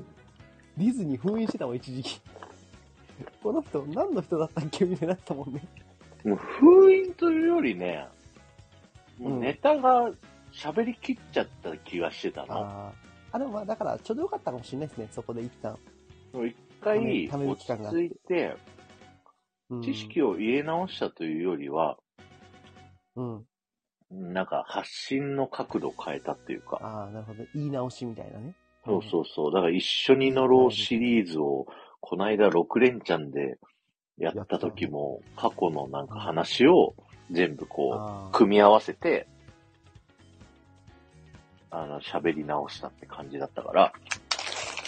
ディズニー封印してたもん、一時期。この人、何の人だったっけみたいになったもんね。 もう封印というよりね、もうネタが喋り切っちゃった気がしてたの。うん、 ああ。でもまあ、だから、ちょうどよかったかもしれないですね、そこで一旦。 一回、落ち着いて、知識を入れ直したというよりは、 うん。 なんか発信の角度を変えたっていうか。 ああ、なるほど。言い直しみたいなね。 そうそうそう。だから一緒に乗ろうシリーズを、この間ろく連チャンでやった時も、過去のなんか話を全部こう、組み合わせて、あの、喋り直したって感じだったから、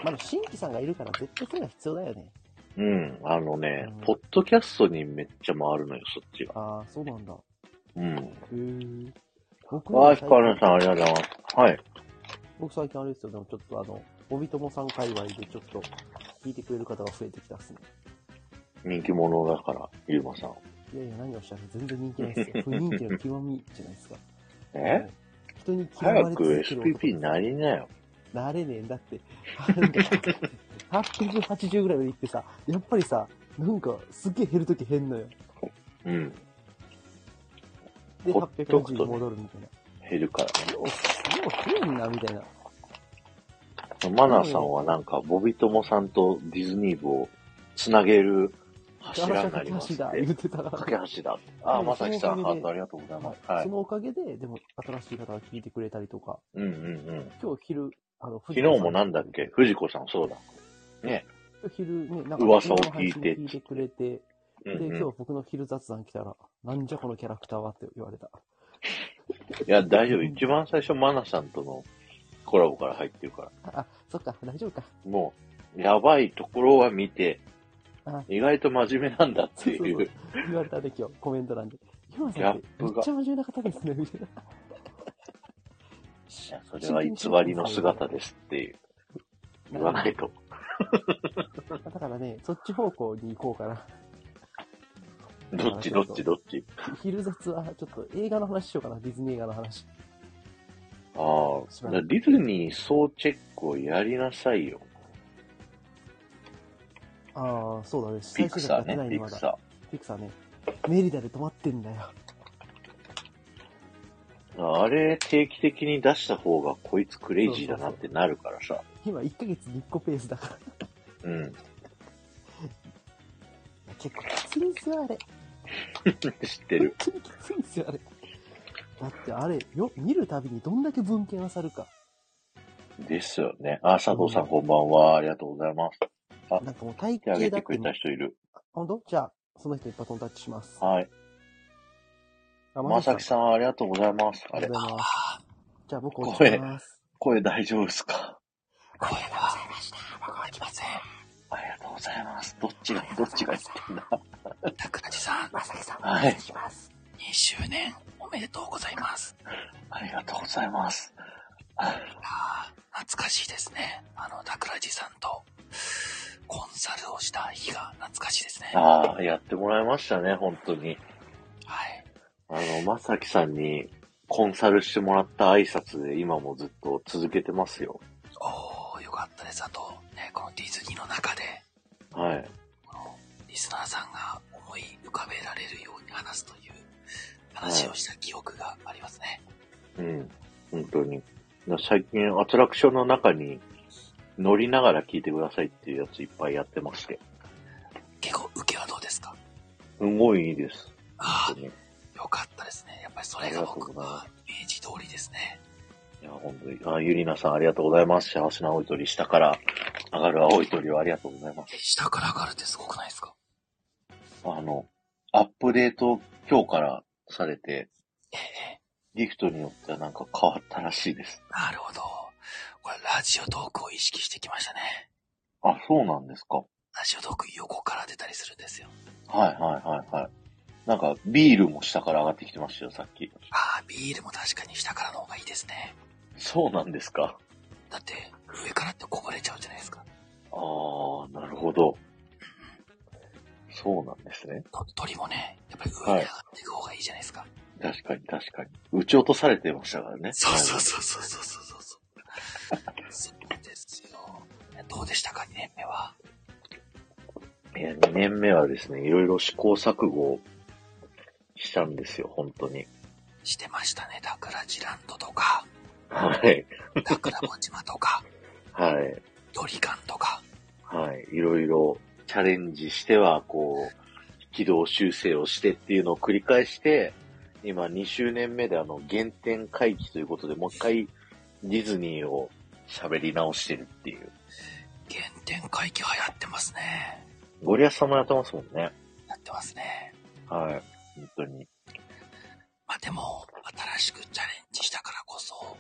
まだ新規さんがいるから絶対そういうのは必要だよね。 うん。あのね、 うんポッドキャストにめっちゃ回るのよ、そっちが。 ああ、そうなんだ。 うん。 へえ。僕わー、 はヒカルさんありがとうございます。はい。 僕最近あれですよ、でもちょっとあの、おびともさん界隈でちょっと聞いてくれる方が増えてきたっすね。 人気者だから、ゆうまさん。 いやいや、何をおっしゃる全然人気ないですよ。不人気の極みじゃないですか。 え人に嫌われ早く続けエスるピー男ピー になりなよ。 なれねえんだって。なんかはっぴゃくはちじゅうぐらいまで行ってさ、やっぱりさ、なんかすっげえ減るとき減んのよ。 うん。 で、 ほっ 870 とくとねに戻るみたいな。 減るからね。 よう、よう増えんな、みたいな。 マナさんはなんか、ボビトモさんとディズニー部をつなげる柱になりますって。 だ、言ってたら。 架け橋だ。ああ、まさきさん、 そのおかげでハートありがとうございます。はいそ。のおかげで、でも、新しい方が聞いてくれたりとか、 うんうんうん。 今日昼、あの、 昨日もなんだっけ藤子さん、そうだ。ね。 昼ね、なんか、 噂を聞いて昨日の配信聞いてくれて、で、 うんうん、 今日僕の昼雑談来たら、なんじゃこのキャラクターはって言われた。 いや、大丈夫。一番最初、マナさんとのコラボから入ってるから。 あ、そっか、大丈夫か。 もう、やばいところは見てあ、 意外と真面目なんだっていう。 そうそうそう言われたね、今日、コメント欄で。今さんって、 ギャップがめっちゃ真面目な方ですね、みたいな。 いや、それは偽りの姿ですっていう。言わないと。 だからね、そっち方向に行こうかな。 どっちどっちどっち昼雑はちょっと映画の話しようかな、ディズニー映画の話。 ああ、ディズニー総チェックをやりなさいよ。 ああ、そうだね。 ピクサーね、 最終回やってないまだピクサピクサーね。メリダで止まってんだよ。 ー。あれ、定期的に出した方がこいつクレイジーだなってなるからさ。 今いっかげつにいっこペースだから。 うん。 結構きついんすよ、あれ。 知ってる。 本当にきついんすよ、あれ。だってあれ、よ、見るたびにどんだけ文献漁るか。 ですよね。あ、佐藤さんこんばんは。ありがとうございます。あ、 なんかもう体手挙げ型だってもてくれた人いる。 ほんとじゃあ、その人にバトンタッチします。 はい。 あまさきさん、ありがとうございます。あれありがとうございます。じゃあ僕落ちます。 声大丈夫ですか？ 声がございました。僕は来ません。 ありがとうございます。どっちが、どっちが言ってんだ。 桜地さん、まさきさん、 はい。 します。にしゅうねんおめでとうございます。 ありがとうございます。 ああ、懐かしいですね。あの、桜地さんとコンサルをした日が懐かしいですね。 ああ、やってもらいましたね、本当に。 はい。 あの、まさきさんにコンサルしてもらった挨拶で今もずっと続けてますよ。 おー、よかったです。あと、ね、このディズニーの中で、 はい。 このリスナーさんが思い浮かべられるように話すという話をした記憶がありますね。 うん。本当に。最近アトラクションの中に乗りながら聞いてくださいっていうやついっぱいやってまして。 結構受けはどうですか？ すごいいいです。 あ本当に。いあ、よかったですね。やっぱりそれが僕はイメージ通りですね。 や、本当に。あ、ゆりなさんありがとうございます。幸せな青い鳥、下から上がる青い鳥をありがとうございます。 え、下から上がるってすごくないですか？ あの、アップデート今日からされて、 ええ、 ギフトによってはなんか変わったらしいです。 なるほど。これラジオトークを意識してきましたね。 あ、そうなんですか。 ラジオトーク横から出たりするんですよ。 はいはいはいはい。なんかビールも下から上がってきてましたよ、さっき。 ああ、ビールも確かに下からの方がいいですね。 そうなんですか。 だって上からってこぼれちゃうじゃないですか。 あー、なるほど。そうなんですね。 と鳥もね、やっぱり上に上がっていく方がいいじゃないですか。 確かに確かに。撃ち落とされてましたからね。 そうそうそうそうそうそうそう。そうですよ。どうでしたか、にねんめは。 いや、にねんめはですね、いろいろ試行錯誤したんですよ、本当に。 してましたね。桜ジランドとか、 はい。 桜ぼ島とか、 はい。 ドリカンとか。 はい。いろいろチャレンジしては、こう、軌道修正をしてっていうのを繰り返して、今にしゅうねんめであの、原点回帰ということで、もう一回ディズニーを喋り直してるっていう。 原点回帰流行ってますね。 ゴリアスさんもやってますもんね。 やってますね。 はい。本当に。 まあでも、新しくチャレンジしたからこそ、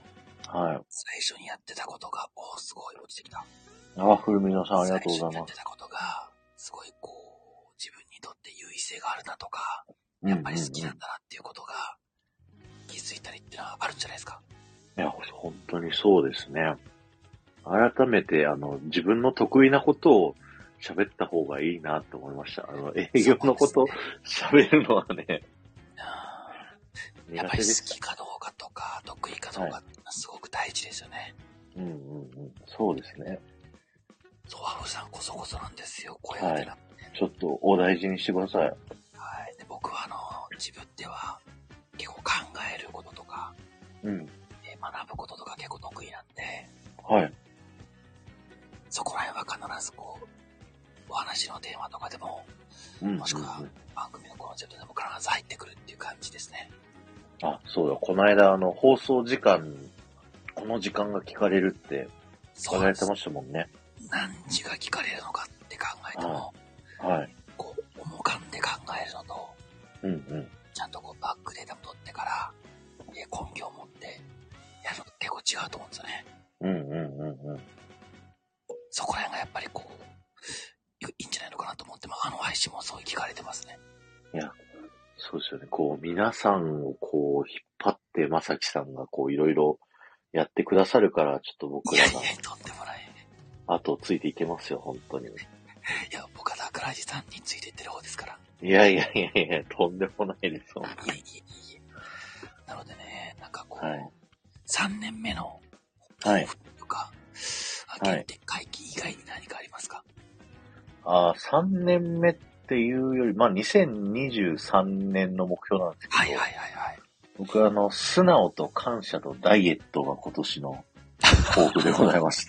はい。 最初にやってたことが、おー、すごい落ちてきた。 あ、古見野さんありがとうございます。 最初にやってたことが、すごいこう、自分にとって優位性があるなとか、 うんうんうん、 やっぱり好きなんだなっていうことが気づいたりっていうのはあるんじゃないですか。 いや、本当にそうですね。改めて、あの、自分の得意なことを喋った方がいいなと思いました。あの、営業のこと喋るのはね、 うん、やっぱり好きかどうかとか、得意かどうかってすごく大事ですよね。 はい、うんうんうん。そうですね。 そう、アフさんこそこそなんですよ、声が出なくて、 はい。ちょっとお大事にしてください。 はい。で、僕はあの、自分では結構考えることとか、 うん。 学ぶこととか結構得意なんで、 はい。 そこら辺は必ずこう、お話のテーマとかでも、 うんうんうん、 もしくは番組のコンセプトでも必ず入ってくるっていう感じですね。 あ、そうだ。この間、あの、放送時間、この時間が聞かれるって聞かれてましたもんね。 何時が聞かれるのかって考えても、 はい。 こう、思かんで考えるのと、 うんうん。 ちゃんとこう、バックデータも取ってから、根拠を持ってやるのと結構違うと思うんですよね。 うんうんうんうん。 そこら辺がやっぱりこう、いいんじゃないのかなと思って、まあ、あの配信もそう聞かれてますね。 いや、そうですよね。こう、皆さんをこう、引っ張って、まさきさんがこう、いろいろやってくださるから、ちょっと僕らが。いやいや、とんでもない。 あと、ついていけますよ、本当に。いや、僕は桜地さんについていってる方ですから。 いやいやいやいや、とんでもないです、 いえいえいえ。なのでね、なんかこう、 はい、 さんねんめの、 はい。 とか、原点回帰以外に何かありますか？ ああ、さんねんめっていうより、まあ、にせんにじゅうさんねんの目標なんですけど、 はいはいはいはい。 僕はあの、素直と感謝とダイエットが今年の抱負でございまして。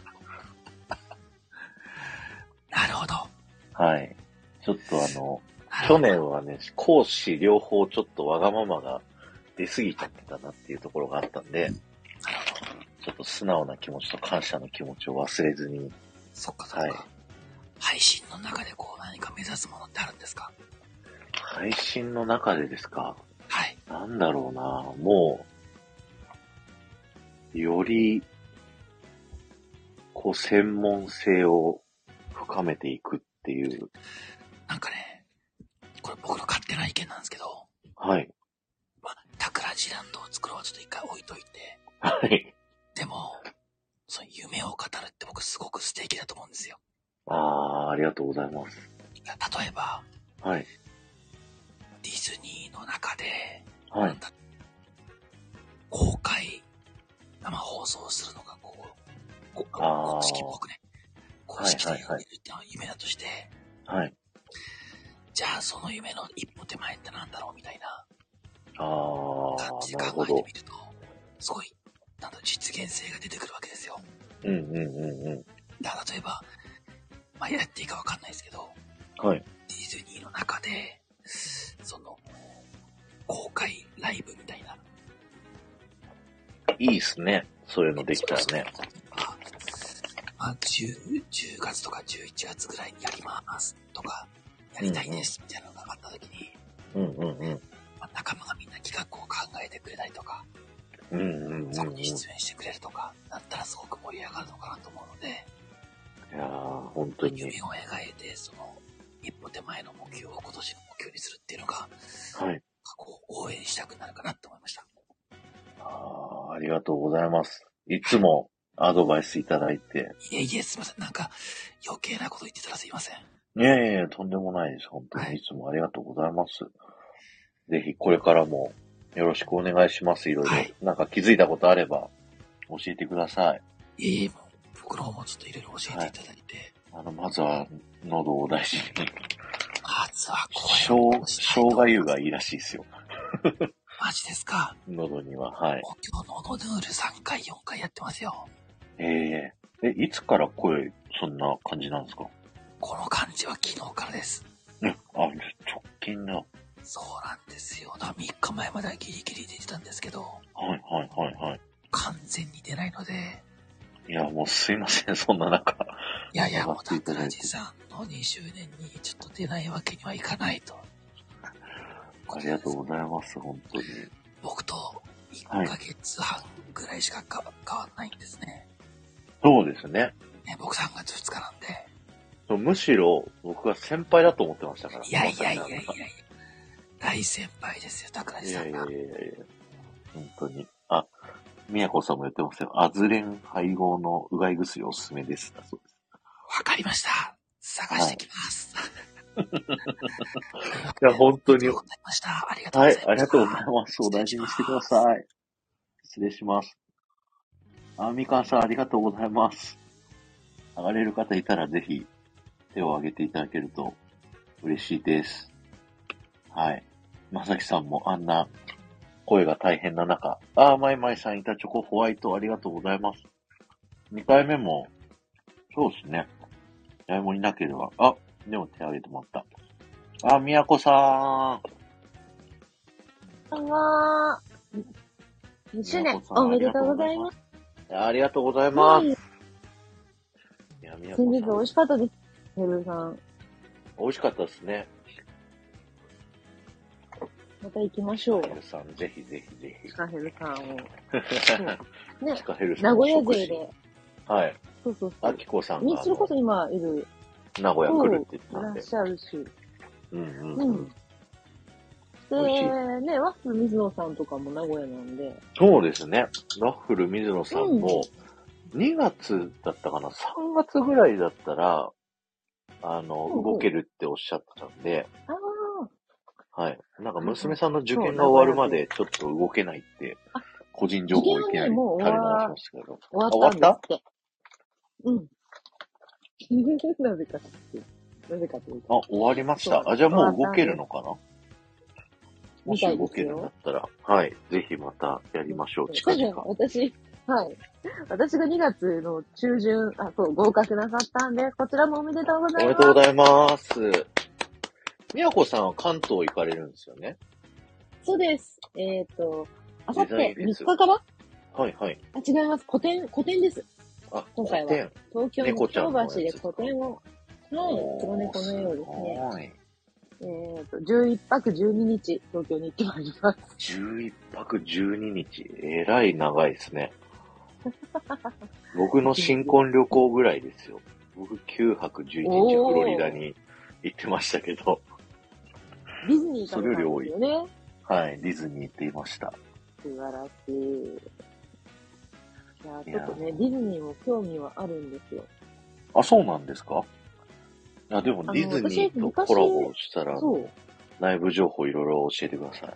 なるほど。 はい。ちょっとあの、去年はね、講師両方ちょっとわがままが出過ぎちゃってたなっていうところがあったんで、ちょっと素直な気持ちと感謝の気持ちを忘れずに。 そっかそっか。はい。配信の中でこう何か目指すものってあるんですか？ 配信の中でですか？ はい。 なんだろうな、もう、より、こう、専門性を深めていくっていう。 なんかね、これ僕の勝手な意見なんですけど。 はい。 まあ、桜ジランドを作ろうはちょっと一回置いといて。 はい。 でも、その夢を語るって僕すごく素敵だと思うんですよ。 ああ、ありがとうございます。 例えば、 はい。 ディズニーの中で、 はい。 公開生放送するのがこう、公式っぽくね、公式でやるっていうのは夢だとして、 はい。 じゃあその夢の一歩手前ってなんだろうみたいな感じで考えてみると、すごい、なんだ実現性が出てくるわけですよ。 うんうんうんうん。 だから例えば、まあやっていいかわかんないですけど、 はい。 ディズニーの中で、その、公開ライブみたいな。 いいっすね。そういうのできたらね。 そうそうまあ、じゅう、じゅうがつとかじゅういちがつぐらいにやりますとか、やりたいですみたいなのがあったときに、 うんうんうん。 まあ、仲間がみんな企画を考えてくれたりとか、 うんうんうんうん、 そこに出演してくれるとか、だったらすごく盛り上がるのかなと思うので、 いやー、本当に。 夢を描いて、その、一歩手前の目標を今年の目標にするっていうのが、 はい。 こう応援したくなるかなと思いました。 ああ、ありがとうございます。いつもアドバイスいただいて。 いえいえ、すいません。なんか、余計なこと言ってたらすいません。 いやいやいや、とんでもないです。本当にいつもありがとうございます。はい、ぜひ、これからもよろしくお願いします。いろいろ。はい、なんか気づいたことあれば、教えてください。 いえいえ、もう僕の方もちょっといろいろ教えていただいて。 はい、あの、まずは、喉を大事に。 まずは声を。 生姜湯がいいらしいですよ。 マジですか？ 喉には、はい。 今日喉ヌールさんかい、よんかいやってますよ。 ええー、え、いつから声、そんな感じなんですか？ この感じは昨日からです。 うん、あ、直近だ。 そうなんですよ。みっかまえまではギリギリ出てたんですけど。 はいはいはいはい。 完全に出ないので。 いや、もうすいません、そんな中。 いやいや、もう桜地さんのにしゅうねんにちょっと出ないわけにはいかないと。 ありがとうございます、本当に。 僕といっかげつはんぐらいしかか変わんないんですね。 そうですね。 ね、僕さんがつふつかなんで。 そうむしろ、僕は先輩だと思ってましたから。 いやいやいやいやいや。大先輩ですよ、桜地さんが。 いやいやいやいや。本当に。あ、宮子さんも言ってますよ。アズレン配合のうがい薬おすすめです。だそうです。 わかりました。探してきます。 はい、いや、本当に。ありがとうございました。ありがとうございます。 はい、ありがとうございます。お大事にしてください。失礼します。あ、みかんさんありがとうございます。上がれる方いたらぜひ手を挙げていただけると嬉しいです。はい。まさきさんもあんな声が大変な中、あー、まいまいさんいたチョコホワイトありがとうございます。にかいめも、そうですね。誰もいなければ、あ、でも手挙げてもらった。あ、みやこさん。 こんばんは。にしゅうねんおめでとうございます。 ありがとうございます。いや、みやこさん。先日美味しかったです。ヘルさん。 美味しかったですね。 また行きましょう。 シカヘルさん、ぜひぜひぜひ。 シカヘルさんを。 ね。シカヘルさん。 名古屋勢で。 はい。 そうそうそう。 あきこさんが。 それこそ今いる。 名古屋来るって言ってたんで。 いらっしゃるし。 うんうんうん。 で、ね、ワッフル水野さんとかも名古屋なんで。 そうですね。ワッフル水野さんも、にがつだったかな、さんがつぐらいだったら、あの、動けるっておっしゃってたんで、はい。なんか娘さんの受験が終わるまでちょっと動けないって、個人情報いきなり垂れ流しましたけど。 終わったんですって。うん。なぜかって。なぜかというと。 あ、終わりました。あ、じゃあもう動けるのかなもし動けるんだったら、はい。ぜひまたやりましょう。近々。 私、はい。私がにがつの中旬、あ、そう、合格なさったんで、こちらもおめでとうございます。 おめでとうございます。みやこさんは関東行かれるんですよね。 そうです。えっ、ー、と、あさってみっかからはいはい。 あ、違います。個展、個展です。 あ、 今回は。東京の京橋で個展を、はい、黒猫のようですね。はい。えっ、ー、と、じゅういっぱくじゅうににち、東京に行ってまいります。 じゅういっぱくじゅうににち。えらい長いですね。僕の新婚旅行ぐらいですよ。僕きゅうはくじゅういちにちフロリダに行ってましたけど。 ディズニー行ったんですよね。 はい、ディズニー行っていました。 素晴らしい。いや、ちょっとね、ディズニーも興味はあるんですよ。 あ、そうなんですか？いや、でもディズニーとコラボしたら、内部情報いろいろ教えてください。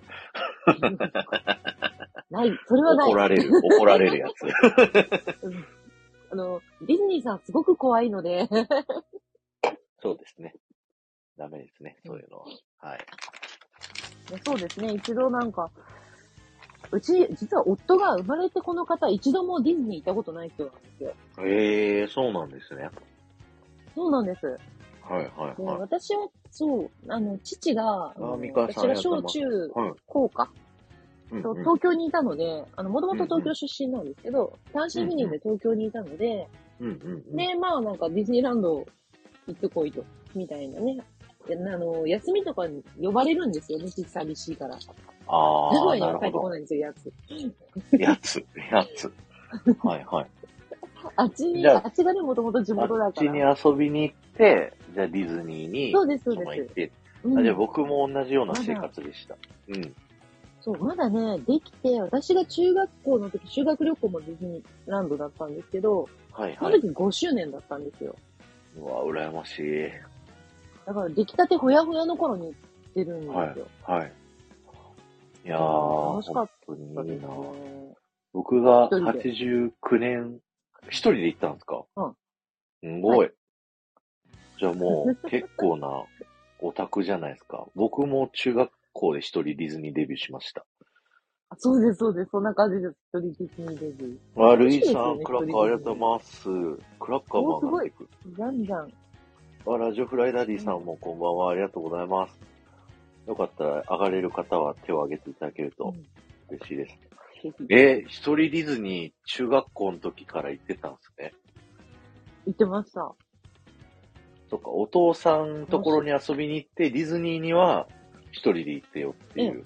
ない、それはない。 怒られる、怒られるやつ。 あの、ディズニーさんすごく怖いので。 そうですね。ダメですね、そういうのは。はい。 そうですね、一度なんか、うち、実は夫が生まれてこの方、一度もディズニー行ったことない人なんですよ。 へえー、そうなんですね。 そうなんです。 はいはいはい。 私は、そう、あの、父が、あ私が小中高か、うんうん、東京にいたので、あの、もともと東京出身なんですけど、単身赴任で東京にいたので、うんうんうん、で、まあなんかディズニーランド行ってこいと、みたいなね。あの、休みとかに呼ばれるんですよね、父寂しいから。 ああ。 名古屋には帰ってこないんですよ、やつ。 やつ、やつ。はいはい。 あっちに、あっちがね、もともと地元だから。あっちに遊びに行って、じゃあディズニーに。 そうです、そうです。 行って、うん、あじゃあ僕も同じような生活でした。うん。 そう、まだね、できて、私が中学校の時、修学旅行もディズニーランドだったんですけど、はいはい。その時ごしゅうねんだったんですよ。 うわ、羨ましい。 だから、出来たてほやほやの頃に行ってるんですよ。 はい。はい。いやー、 楽しかったですね。いいな僕がはちじゅうきゅうねん、一人で行ったんですか？うん。すごい。はい、じゃあもう、結構なオタクじゃないですか。僕も中学校で一人ディズニーデビューしました。 あ、そうです、そうです。そんな感じです。一人ディズニーデビュー。あ、ルイさん、クラッカーありがとうございます。クラッカーも上がっていく。じゃんじゃん。 あ、ラジオフライダディさんもこんばんは。ありがとうございます。よかったら上がれる方は手を挙げていただけると嬉しいです。うん、えー、一人ディズニー中学校の時から行ってたんですね。 行ってました。 そっか、お父さんのところに遊びに行って、ディズニーには一人で行ってよっていう。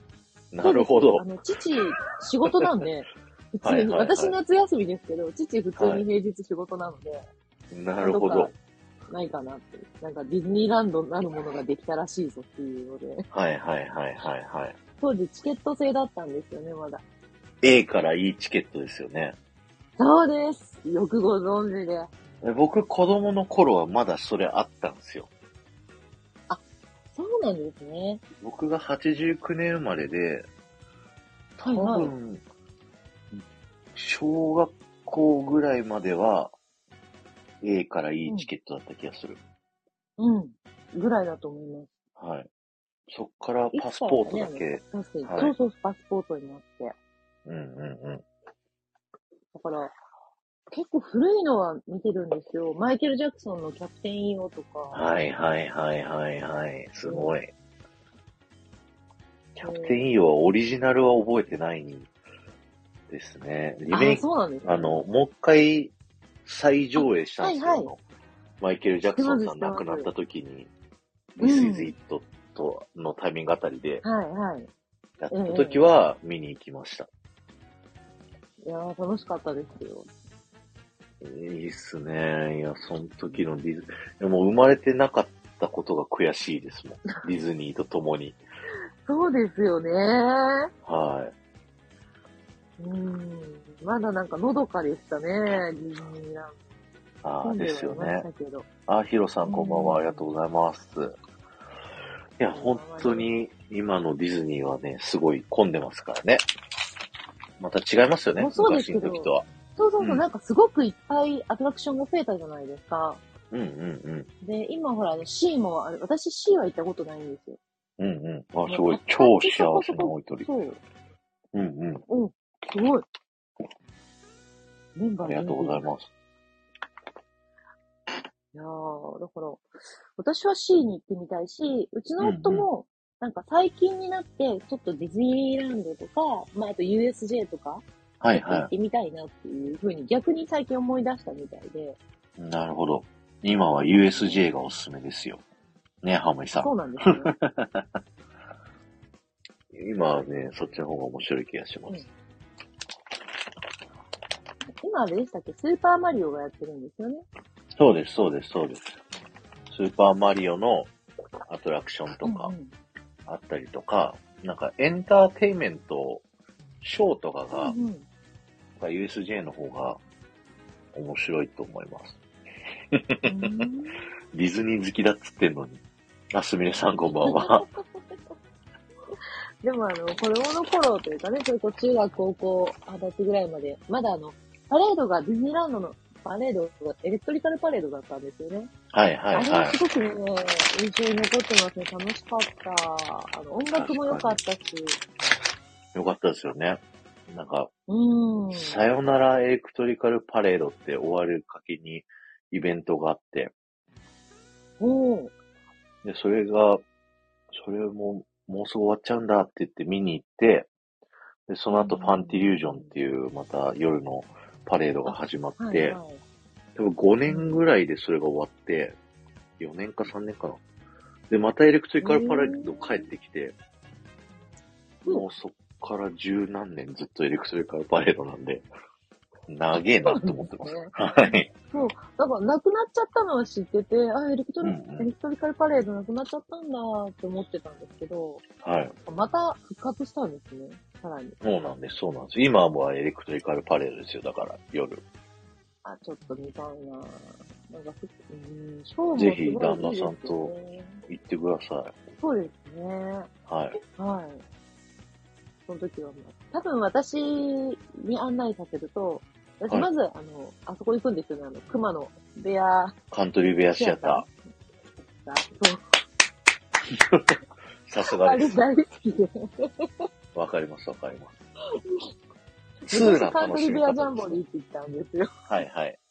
なるほどあ。の、父、仕事なんで、普通に、 はいはいはい私夏休みですけど、父普通に平日仕事なので、 なるほど。 なんとかないかなって。なんかディズニーランドなるものができたらしいぞっていうので、 はいはいはいはいはい。 当時チケット制だったんですよね、まだ。 A から E チケットですよね。 そうです。よくご存知で。 え僕、子供の頃はまだそれあったんですよ。 そうなんですね。 僕がはちじゅうきゅうねん生まれで、多分、 はいはい小学校ぐらいまでは A から E チケットだった気がする。 うん。ぐらいだと思います。 はい。そっからパスポートだけ。 確かに。 はいそうそう、パスポートになって。 うんうんうん。 だから、結構古いのは見てるんですよ。マイケル・ジャクソンのキャプテン イーオー とか。 はいはいはいはいはい。すごい。キャプテン E はオリジナルは覚えてないですね。リメイあ、 ク、 そうなんですね。 あの、もう一回再上映したんですよ。 はいはいマイケル・ジャクソンさん知ってます亡くなった時に、 うん This is It とのタイミングあたりではいはい。 やった時は見に行きました。 いやー、楽しかったですよ。 いいっすね。いや、その時のディズ、でも生まれてなかったことが悔しいですもん。ディズニーと共に。 そうですよね。 はうん。まだなんかのどかでしたね、ディズニーランい。ああ、 ド。 ですよね混んではいま。したけど。 あ、ヒロさんこんばんは。ありがとうございます。いや、本当に今のディズニーはね、すごい混んでますからね。また違いますよね、 もうそうです昔けどの時とは。 そうそうそう、 うんなんかすごくいっぱいアトラクションが増えたじゃないですか。 うんうんで、今ほら、あの C もある、私 C は行ったことないんですよ。 うん。うんうん。あ、すごい。超幸せなお一人。 そう。 うんうん。 うん、すごい。メンバーありがとうございます。 いやー、だから、私は C に行ってみたいし、うちの夫も、なんか最近になって、ちょっとディズニーランドとか、まああと ユーエスジェー とか、 はいはちょっと行ってみたいなっていうふうに逆に最近思い出したみたいで。 い。なるほど。今は ユーエスジェー がおすすめですよ。ね、ハムイさん。 そうなんですね。 今はね、そっちの方が面白い気がします。 うん今あれでしたっけ、スーパーマリオがやってるんですよね。 そうです、そうです、そうです。スーパーマリオのアトラクションとかうんうんあったりとか、なんかエンターテイメント、ショーとかが、 うんうん、 ユーエスジェー の方が面白いと思います。 うんディズニー好きだっつってんのに。あ、すみれさんこんばんは。 でもあの、子供の頃というかね、それこそ中学、高校、二十歳ぐらいまで、まだあの、パレードがディズニーランドのパレードがエレクトリカルパレードだったんですよね。 はいはいあれは。 はいすごくね、印象に残ってますね。楽しかった。あの、音楽も良かったし。 よかったですよね。なんか、 うん。 さよならエレクトリカルパレードって終わるかけにイベントがあって、 おー。 で、それが、それももうすぐ終わっちゃうんだって言って見に行って、で、その後ファンティリュージョンっていうまた夜のパレードが始まって、 はいはい。 多分ごねんぐらいでそれが終わって、よねんかさんねんかな。で、またエレクトリカルパレード帰ってきて、 うんもうそっから十何年ずっとエレクトリカルパレードなんで、長えなと思ってます。 そうなんはい。 そう。だから、なくなっちゃったのは知ってて、あ、エレクトリ、 うんうんエレクトリカルパレードなくなっちゃったんだって思ってたんですけど、 はい。 また復活したんですね。さらに。 そうなんです、そうなんです。今はもうエレクトリカルパレードですよ、だから、夜。 あ、ちょっと見たいななんかふ、うん、ショーもすごいぜひいいですよね旦那さんと行ってくださそうですね。 い。はい。 はい。その時はもう、多分私に案内させると、私はいまず、あの、あそこ行くんですよね、あの、熊のベアカントリーベアシアタが、そう。 ー。さすがあれです。 大好きで。 わかります、わかります。ツーな昔カントリーベア楽しみ方ジャンボです。 リーって言ったんですよ。 はいはい。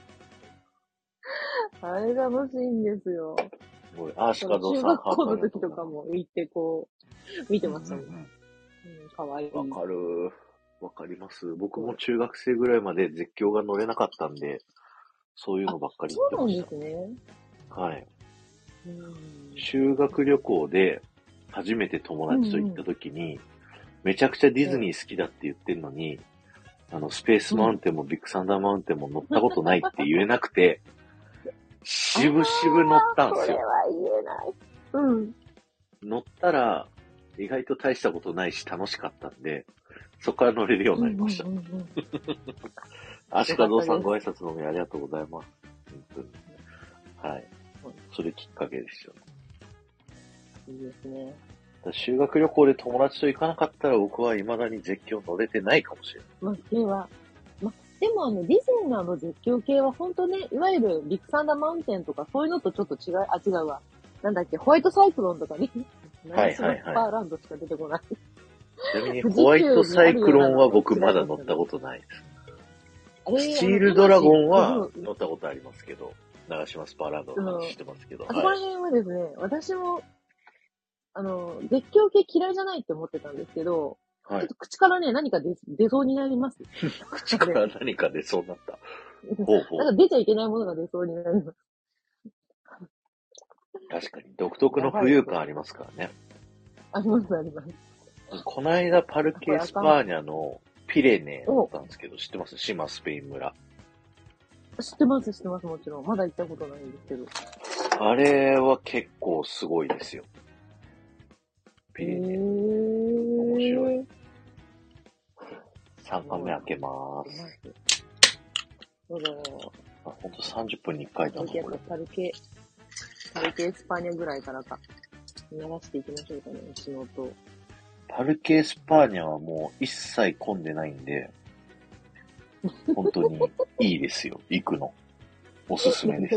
あれ楽しいんですよ。 すごい。アーシカド中さん、 学校の時とかも行ってこう、見てましたもん。 うんうんうん、かわいい。 わかる。わかります。僕も中学生ぐらいまで絶叫が乗れなかったんで、そういうのばっかりそうなん言ってました。 ですね。 はい。 うん。 修学旅行で初めて友達と行った時に、 めちゃくちゃディズニー好きだって言ってるのに、あの、スペースマウンテンもビッグサンダーマウンテンも乗ったことないって言えなくて、しぶしぶ乗ったんですよ。 それは言えない。うん。 乗ったら、意外と大したことないし楽しかったんで、そこから乗れるようになりました。アシカドウさんご挨拶のみありがとうございます。本当に。はい。それきっかけですよね。 いいですね。 修学旅行で友達と行かなかったら僕は未だに絶叫乗れてないかもしれない。 まあ、では、まあ、でもあの、ディズニーのあの絶叫系は本当ね、いわゆるビッグサンダーマウンテンとかそういうのとちょっと違い、あ、違うわ。なんだっけ、ホワイトサイクロンとかね。 はいはいはい。 スーパーランドしか出てこない。 ちなみにホワイトサイクロンは僕まだ乗ったことないです。スチールドラゴンは乗ったことありますけど、長島スパーランドの話してますけど。 あそこら辺はですね、はい、私も、あの、絶叫系嫌いじゃないって思ってたんですけど、はい、ちょっと口からね、何か出出そうになります。 口から何か出そうになった。ほうほう。 なんか出ちゃいけないものが出そうになります。 確かに、独特の浮遊感ありますからね。 あります、あります。 この間、パルケ・スパーニャのピレネーだったんですけど、知ってます？島スペイン村。 知ってます、知ってます、もちろん。まだ行ったことないんですけど。 あれは結構すごいですよ。ピレネー。面白い。さんかんめ開けまーす。 どうぞ。 あ、ほんとさんじゅっぷんにいっかいだな、これ。 パルケ、パルケ・スパーニャぐらいからか。鳴らしていきましょうかね、うちの音。 パルケ・スパーニャはもう一切混んでないんで、本当にいいですよ。行くの。おすすめです。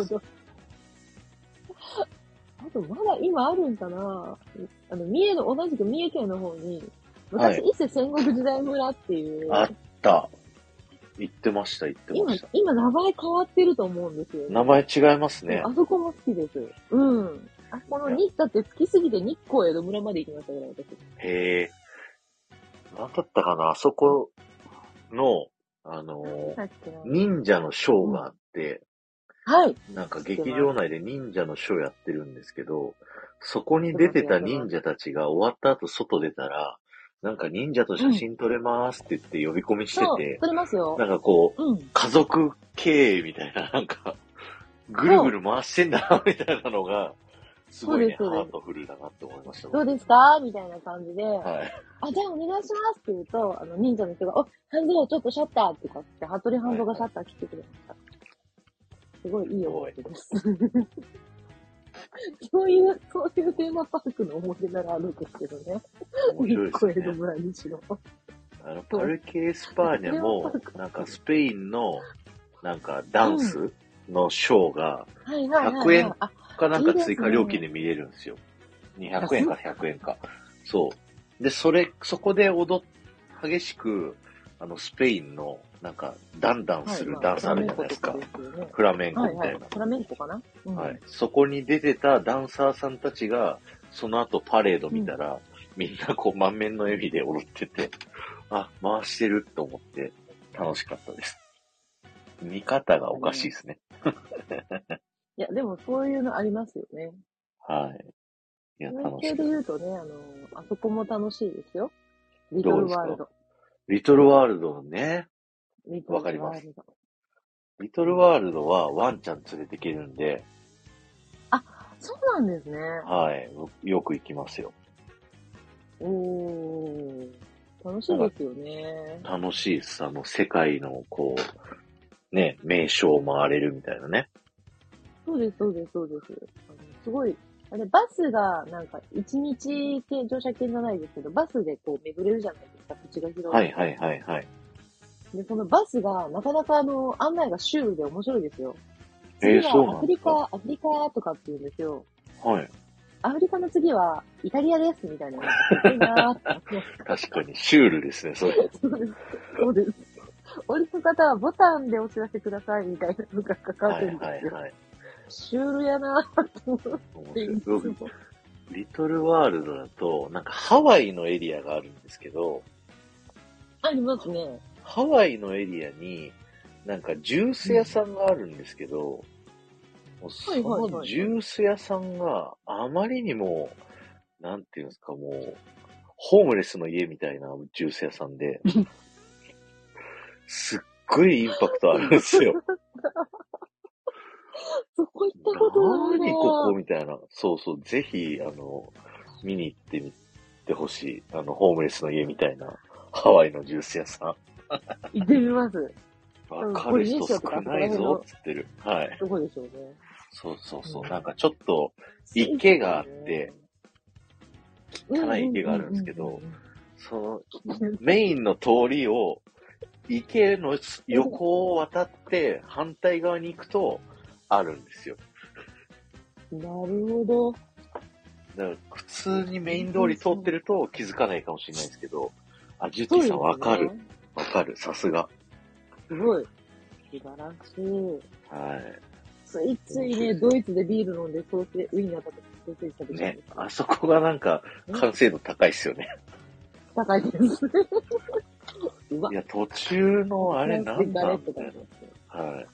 あと、まだ今あるんかなあの、三重の、同じく三重県の方に、昔、伊勢戦国時代村っていう。 あった。行ってました、行ってました。 今、今名前変わってると思うんですよ、ね。 名前違いますね。 あそこも好きです。うん。あ、この日だって好きすぎて日光江戸村まで行きましたから、私。 へえ。なんだったかな、あそこの、あのー、忍者のショーがあって、 うん、はい。 なんか劇場内で忍者のショーやってるんですけど、そこに出てた忍者たちが終わった後外出たら、なんか忍者と写真撮れますって言って呼び込みしてて、 撮れますよ。 なんかこう、うん、家族経営みたいな、なんか、ぐるぐる回してんだな、みたいなのが、すごいね、ハートフルだなって思いました。 どうですかみたいな感じで、 はい、 あ、じゃあお願いしますって言うと、あの、忍者の人が、お、ハンドをちょっとシャッターってかって、ハトリハンドがシャッター切ってくれました。はい、すごいいい思い出です。そういう、そういうテーマパークの思い出ならあるんですけどね。 面白いですね。 日光江戸村にしろ。 あの、パルケ・スパーニャも、なんかスペインの、なんかダンスのショーが、ひゃくえんかなんか追加料金で見れるんですよ。にひゃくえんかひゃくえんか。そう。で、それ、そこで踊っ、激しく、あの、スペインの、なんか、ダンダンするダンスあるじゃないですか。フラメンコみたいな。はいはい、 フラメンコかな、 うん、はい。そこに出てたダンサーさんたちが、その後パレード見たら、うん、みんなこう満面の笑みで踊ってて、あ、回してると思って楽しかったです。見方がおかしいですね。 いや、でもそういうのありますよね。 はい。いや、楽しい。 で言うとね、あの、あそこも楽しいですよ。リトルワールド。 リトルワールドね。わかります。リトルワールドはワンちゃん連れてけるんで。 あ、そうなんですね。 はい。よく行きますよ。 おー。楽しいですよね。 楽しいです。あの、世界の、こう、ね、名所を回れるみたいなね。 そうです、そうです、そうです。あのすごい、あれ、バスが、なんか、一日系、乗車券じゃないですけど、バスでこう、巡れるじゃないですか、土地が広い。 はい、はい、はい、はい。 で、そのバスが、なかなかあの、案内がシュールで面白いですよ。 えー、そうなんアフリカ、アフリカとかって言うんですよ。 はい。 アフリカの次は、イタリアです、みたいな。すごいなーって。 確かに、シュールですね、それ。 そうです。そうです。降りの方はボタンでお知らせください、みたいなのが書かれてるんですよ。はい、はい、はい。シュールやなーって思って。 リトルワールドだと、なんかハワイのエリアがあるんですけど。 ありますね。 ハワイのエリアに、なんかジュース屋さんがあるんですけど、うん、そのジュース屋さんがあまりにも、なんていうんですか、もう、 ホームレスの家みたいなジュース屋さんで、すっごいインパクトあるんですよ。 そこ行ったことないな何ここみたいな。そうそう、ぜひ、あの、見に行ってみてほしい。あの、ホームレスの家みたいなハワイのジュース屋さん。 行ってみます。 わかる人少ないぞ、つってる。はい。 どこでしょうね。 そうそうそう。なんかちょっと、池があって、汚い池があるんですけど、その、メインの通りを、池の横を渡って反対側に行くとあるんですよ。 なるほど。 だから普通にメイン通り通ってると気づかないかもしれないですけど、あ、ジュティさんわかる。わかる。さすが。 すごい。素晴らしい。 はい。 ついついね、ドイツでビール飲んでソーセウインナー食べてソーセージ食べちゃう。 ね、あそこがなんか完成度高いっすよね。 高いです。うわ。 いや、途中のあれなんだろうね。はい。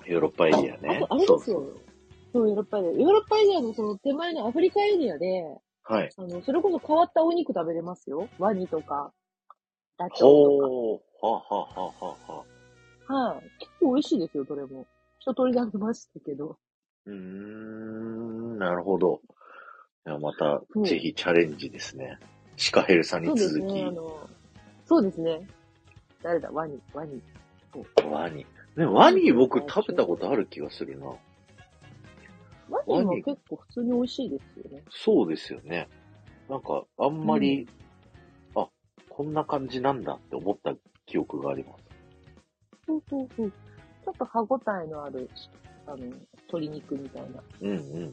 ヨーロッパエリアね。 あれですよ。そう、ヨーロッパエリア。ヨーロッパエリアのその手前のアフリカエリアで、 はい。 あの、それこそ変わったお肉食べれますよ。ワニとか、ダチョウとか。 ほー。ははははは。 はい。結構美味しいですよ、どれも。一通り食べましたけど。 うーん、なるほど。いや、また、ぜひチャレンジですね。シカヘルさんに続き。そうですね、あの、 そうですね。誰だ、ワニ、ワニ。 ワニ。ね、ワニ僕食べたことある気がするな。 ワニは結構普通に美味しいですよね。 そうですよね。なんか、あんまり、うん、あ、こんな感じなんだって思った記憶があります。 そうそうそう。ちょっと歯ごたえのある、あの、鶏肉みたいな。 うんうんうんうんうん。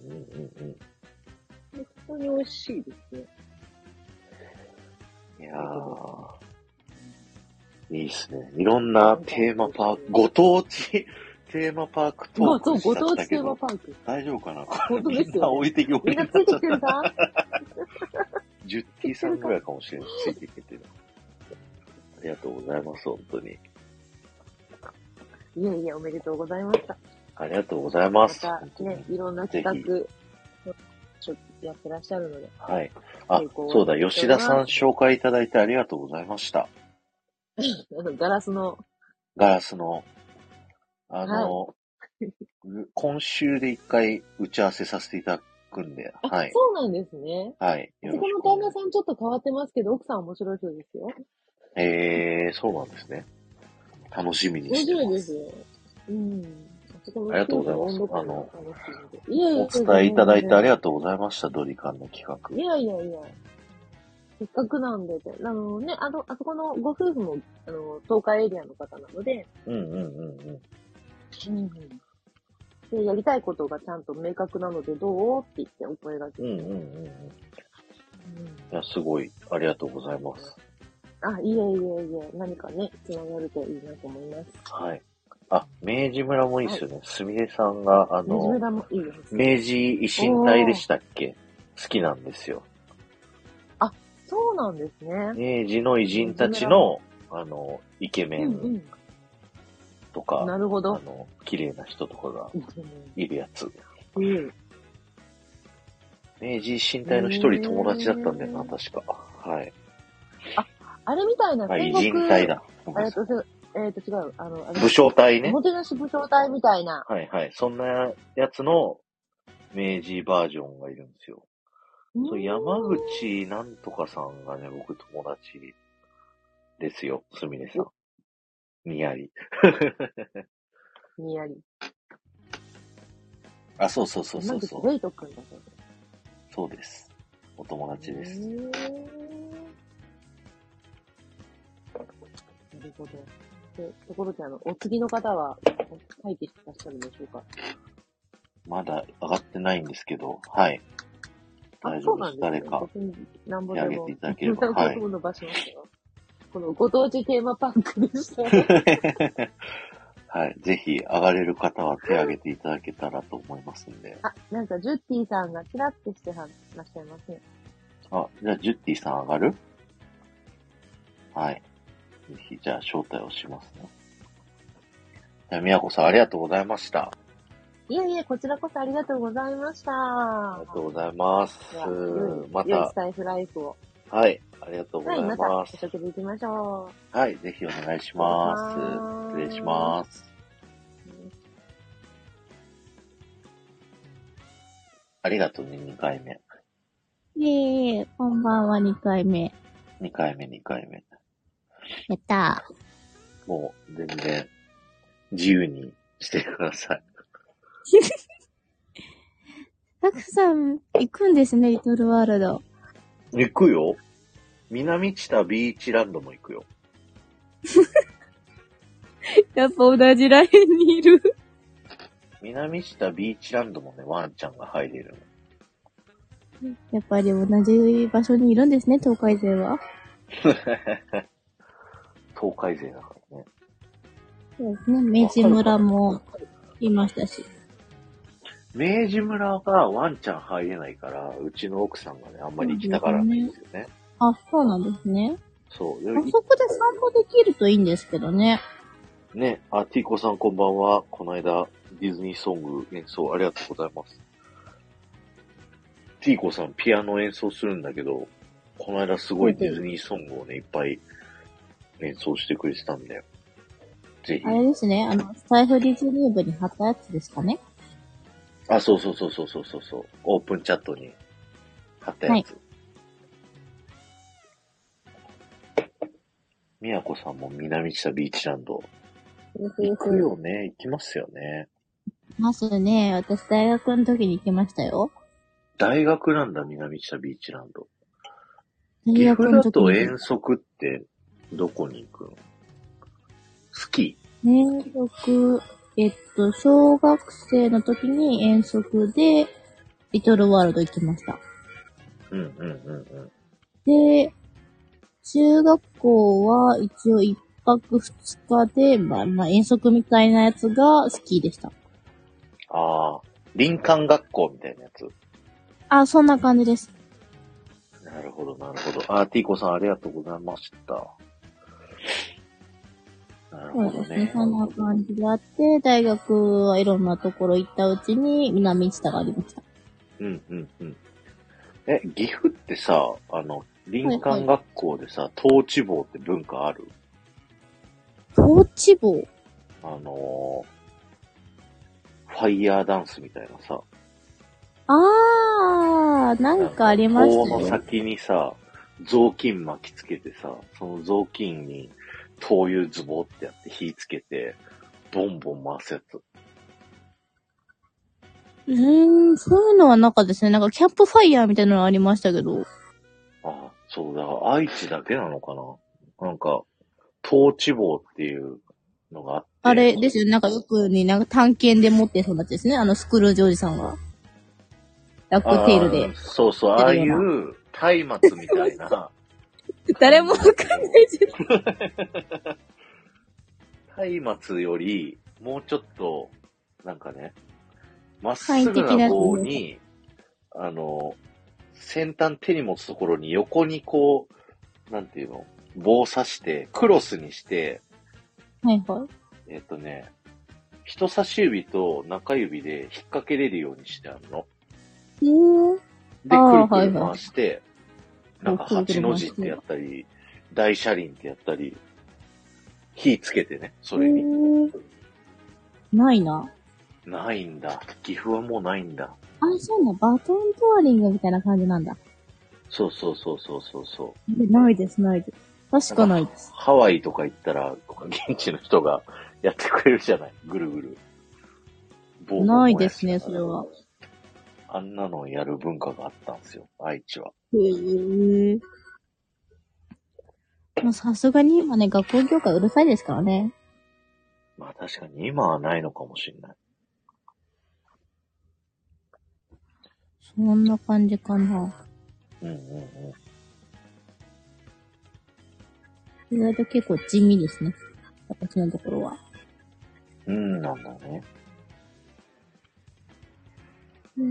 普通に美味しいですね。 いやー、いいっすね。いろんなテーマパーク、ご当地テーマパークトークそう、ご当地テーマパーク。 大丈夫かな本当ですよ、ね。 みんな置いてきぼりになっちゃった。 みんなついてきてるかジュッティさんぐらいかもしれない。ついてきてる。ありがとうございます、本当に。 いやいや、おめでとうございました。 ありがとうございます。 またね、いろんな企画、ちょっとやってらっしゃるので。 はい。あ、そうだ、吉田さん紹介いただいてありがとうございました。 ガラスの。 ガラスの。あの、はい、今週で一回打ち合わせさせていただくんで、はい。 そうなんですね。 はい。 そこの旦那さんちょっと変わってますけど、奥さん面白い人ですよ。 へえー、そうなんですね。楽しみにしてます。 面白いですよ。うん。 ありがとうございます。あの、いやいやお伝えいただいてありがとうございました、ドリカンの企画。 いやいやいや。せっかくなんで、あのね、あの、あそこのご夫婦も、あの、東海エリアの方なので、 うんうんうんうん。 うんで、やりたいことがちゃんと明確なので、どうって言ってお声がけて。 うんうんうんうん。いや、すごい、ありがとうございます。 あ、いえいえいえ、何かね、つながるといいなと思います。 はい。あ、明治村もいいですよね。すみれさんが、あの、 明治村もいいです。 明治維新隊でしたっけ？好きなんですよ。 あ、そうなんですね。 明治の偉人たちの、あの、イケメンとか、 うんうん、なるほど。 あの、綺麗な人とかがいるやつ。 うん、 明治維新隊の一人友達だったんだよな、確か。はい。 あ、あれみたいな戦国、偉人隊だ。 えっと、えっと違う、あの、あ武将隊ね。 おもてなし武将隊みたいな。 はいはい。そんなやつの明治バージョンがいるんですよ。そう山口なんとかさんがね、僕友達ですよ、すみれさん。にやり。 にやり。 あ、そうそうそうそうそう。 レイト君だそうです。 そうです。お友達です。 なるほど。で、ところであの、お次の方は、待機してらっしゃるんでしょうか？ まだ上がってないんですけど、はい。大丈夫です。誰か、手挙げていただければ。はい。 伸ばしましたよ。このご当地テーマパークでした。 はい。ぜひ、上がれる方は手挙げていただけたらと思いますんで。 あ、なんか、ジュッティさんがチラッとしてはらっしゃいますね。 あ、じゃあ、ジュッティさん上がる？はい。ぜひ、じゃあ、招待をしますね。じゃあ、みやこさん、ありがとうございました。 いいえいえ、こちらこそありがとうございました。 ありがとうございます。また。 良いスタイフライフを。 はい。ありがとうございます。 はい、また、お食事行きましょう。はい。ぜひお願いします。失礼します。ありがとうね、にかいめ。 いえいえ、こんばんは、にかいめ。 にかいめ、にかいめ。 やったー。もう、全然、自由にしてください。 たくさん行くんですね、リトルワールド。 行くよ。南知多ビーチランドも行くよ。 やっぱ同じラインにいる。 南知多ビーチランドもね、ワンちゃんが入れるの。やっぱり同じ場所にいるんですね、東海勢は。 東海勢だからね。 そうですね、明治村もいましたし。 明治村がワンちゃん入れないから、うちの奥さんがね、あんまり行きたがらないんですよね。 あ、そうなんですね。 そう。 あそこで散歩できるといいんですけどね。 ね、あ、ティーコさんこんばんは。この間、ディズニーソング演奏ありがとうございます。ティーコさんピアノ演奏するんだけど、この間すごいディズニーソングをね、いっぱい演奏してくれてたんだよ。ぜひ。 あれですね、あの、スタイフディズニー部に貼ったやつですかね。 あ、そうそうそうそうそうそう。オープンチャットに貼ったやつ。はい、みやこさんも南知多ビーチランド。行くよね。行きますよね。 行きますね。私大学の時に行きましたよ。 大学なんだ、南知多ビーチランド。岐阜だと遠足ってどこに行くの？スキー？遠足、えっと、小学生の時に遠足で、リトルワールド行きました。 うんうんうんうん。 で、中学校は一応一泊二日で、まあまあ遠足みたいなやつがスキーでした。 ああ、林間学校みたいなやつ。 あ、そんな感じです。 なるほど、なるほど。あ、ティーコさんありがとうございました。なるほどね。 そうですね。そんな感じであって、大学はいろんなところ行ったうちに南知多がありました。 うんうんうん。え、岐阜ってさ、あの、林間学校でさ、トーチ棒って文化ある？ トーチ棒？ あのー、ファイヤーダンスみたいなさ。 あー、なんかありましたね。 棒の先にさ、雑巾巻きつけてさ、その雑巾に灯油ズボってやって火つけて、ボンボン回すやつ。 うーん、そういうのはなかったですね。なんかキャンプファイヤーみたいなのありましたけど。 あ、そうだ、愛知だけなのかな？なんか、トーチ棒っていうのがあって。 あれですよ、なんかよくになんか探検で持ってそうなやつですね。あのスクルージおじさんが。ラックテールで。 そうそう、ああいう松明みたいな。 誰もわかんないじゃん。松明より、もうちょっと、なんかね、まっすぐな棒に、あの、先端手に持つところに横にこう、なんていうの、棒刺して、クロスにして、 はいはい。 えっとね、人差し指と中指で引っ掛けれるようにしてあるの。 へー。 で、くるくる回して、なんか八の字ってやったり、大車輪ってやったり、火つけてね、それに。 ないな。 ないんだ。岐阜はもうないんだ。 あ、そうな、バトントワリングみたいな感じなんだ。 そうそうそうそうそうそう。 ないです、ないです。確かないです。 ハワイとか行ったら、現地の人がやってくれるじゃない。ぐるぐる。 ないですね、それは。 あんなのをやる文化があったんですよ、愛知は。 へぇー。さすがに今ね、学校業界うるさいですからね。 まあ確かに今はないのかもしれない。 そんな感じかな。 うんうんうん。 意外と結構地味ですね。私のところは。 うん、なんだね。 うん。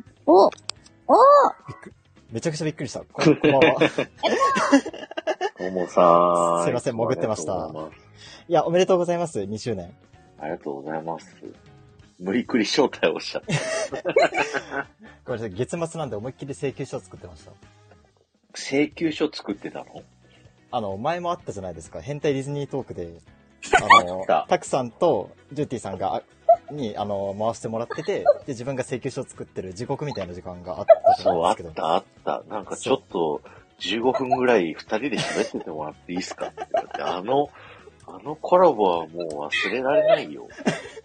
おおめちゃくちゃびっくりした。こんばんは。 ともさん。 すいません、潜ってました。いや、おめでとうございます。にしゅうねん。 ありがとうございます。 無理くり招待をしちゃった。 これ月末なんで思いっきり請求書作ってました。 請求書作ってたの？ あの、前もあったじゃないですか。変態ディズニートークで、あの、タクさんとジューティーさんが、に、あの、回してもらってて、で、自分が請求書を作ってる地獄みたいな時間があったじゃないですけど。 そう、あった、あった。なんかちょっと、じゅうごふんぐらい二人で喋っててもらっていいですかって言われて、あの、あのコラボはもう忘れられないよ。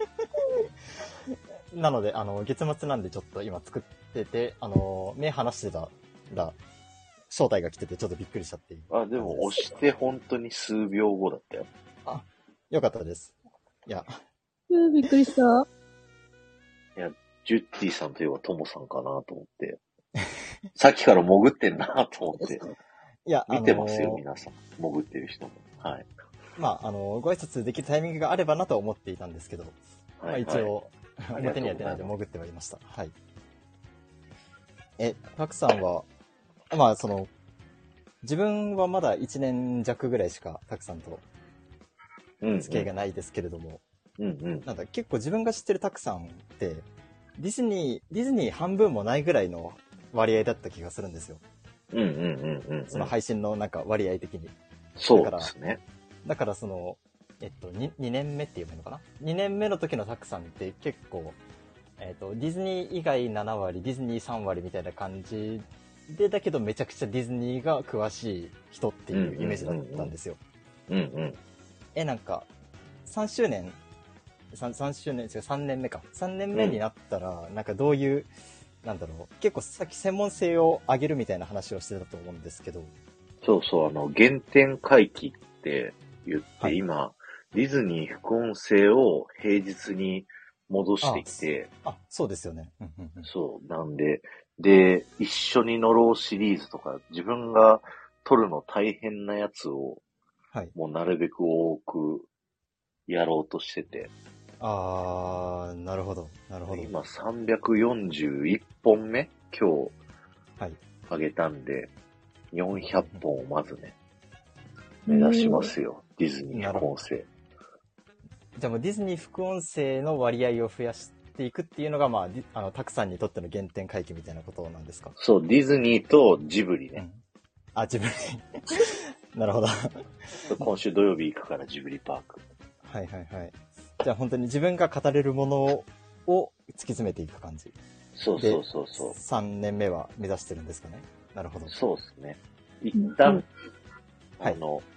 なので、あの、月末なんでちょっと今作ってて、あの、目離してたら、招待が来ててちょっとびっくりしちゃって。 あ、でも押して本当に数秒後だったよ。 あ、よかったです。いや。 うん、びっくりした。 いや、ジュッティさんといえばトモさんかなと思って。さっきから潜ってんなと思って。 いや、 見てますよ、あのー、皆さん。潜ってる人も。はい。 まあ、あの、ご挨拶できるタイミングがあればなと思っていたんですけど、はいはい、まあ一応、表には出ないで潜ってはいました。はい。え、タクさんは、まあ、その、自分はまだいちねん弱ぐらいしかタクさんと付き合いがないですけれども、 うんうん、 なんだ、結構自分が知ってるタクさんって、ディズニー、ディズニー半分もないぐらいの割合だった気がするんですよ。 うんうんうんうん、うん。 その配信のなんか割合的に。 そうですね。 だからその、えっと、に, にねんめって言えばいいのかな ?に 年目の時のタクさんって結構、えっと、ディズニー以外なな割、ディズニーさん割みたいな感じで、だけどめちゃくちゃディズニーが詳しい人っていうイメージだったんですよ。 うんうん。 え、なんか、さんしゅうねん、3, 3周年、さんねんめか。さんねんめになったら、うん、なんかどういう、なんだろう、結構さっき専門性を上げるみたいな話をしてたと思うんですけど。 そうそう、あの、原点回帰って言って、はい、今、ディズニー副音声を平日に戻してきて。 あ、あそうですよね。 そう、なんで、で、一緒に乗ろうシリーズとか、自分が撮るの大変なやつを、はい、もうなるべく多くやろうとしてて。 あー、なるほど、なるほど。 今さんびゃくよんじゅういっぽんめ今日、はい、あげたんで、よんひゃっぽんをまずね、目指しますよ、ディズニー副音声。 じゃあもうディズニー副音声の割合を増やしていくっていうのが、まあ、あの、タクさんにとっての原点回帰みたいなことなんですか？ そう、ディズニーとジブリね。うん、 あ、ジブリ。なるほど。 今週土曜日行くからジブリパーク。 はいはいはい。じゃあ本当に自分が語れるものを突き詰めていく感じ。 そうそうそうそう。 さんねんめは目指してるんですかね。なるほど。 そうですね。一旦、うん、あの、はい、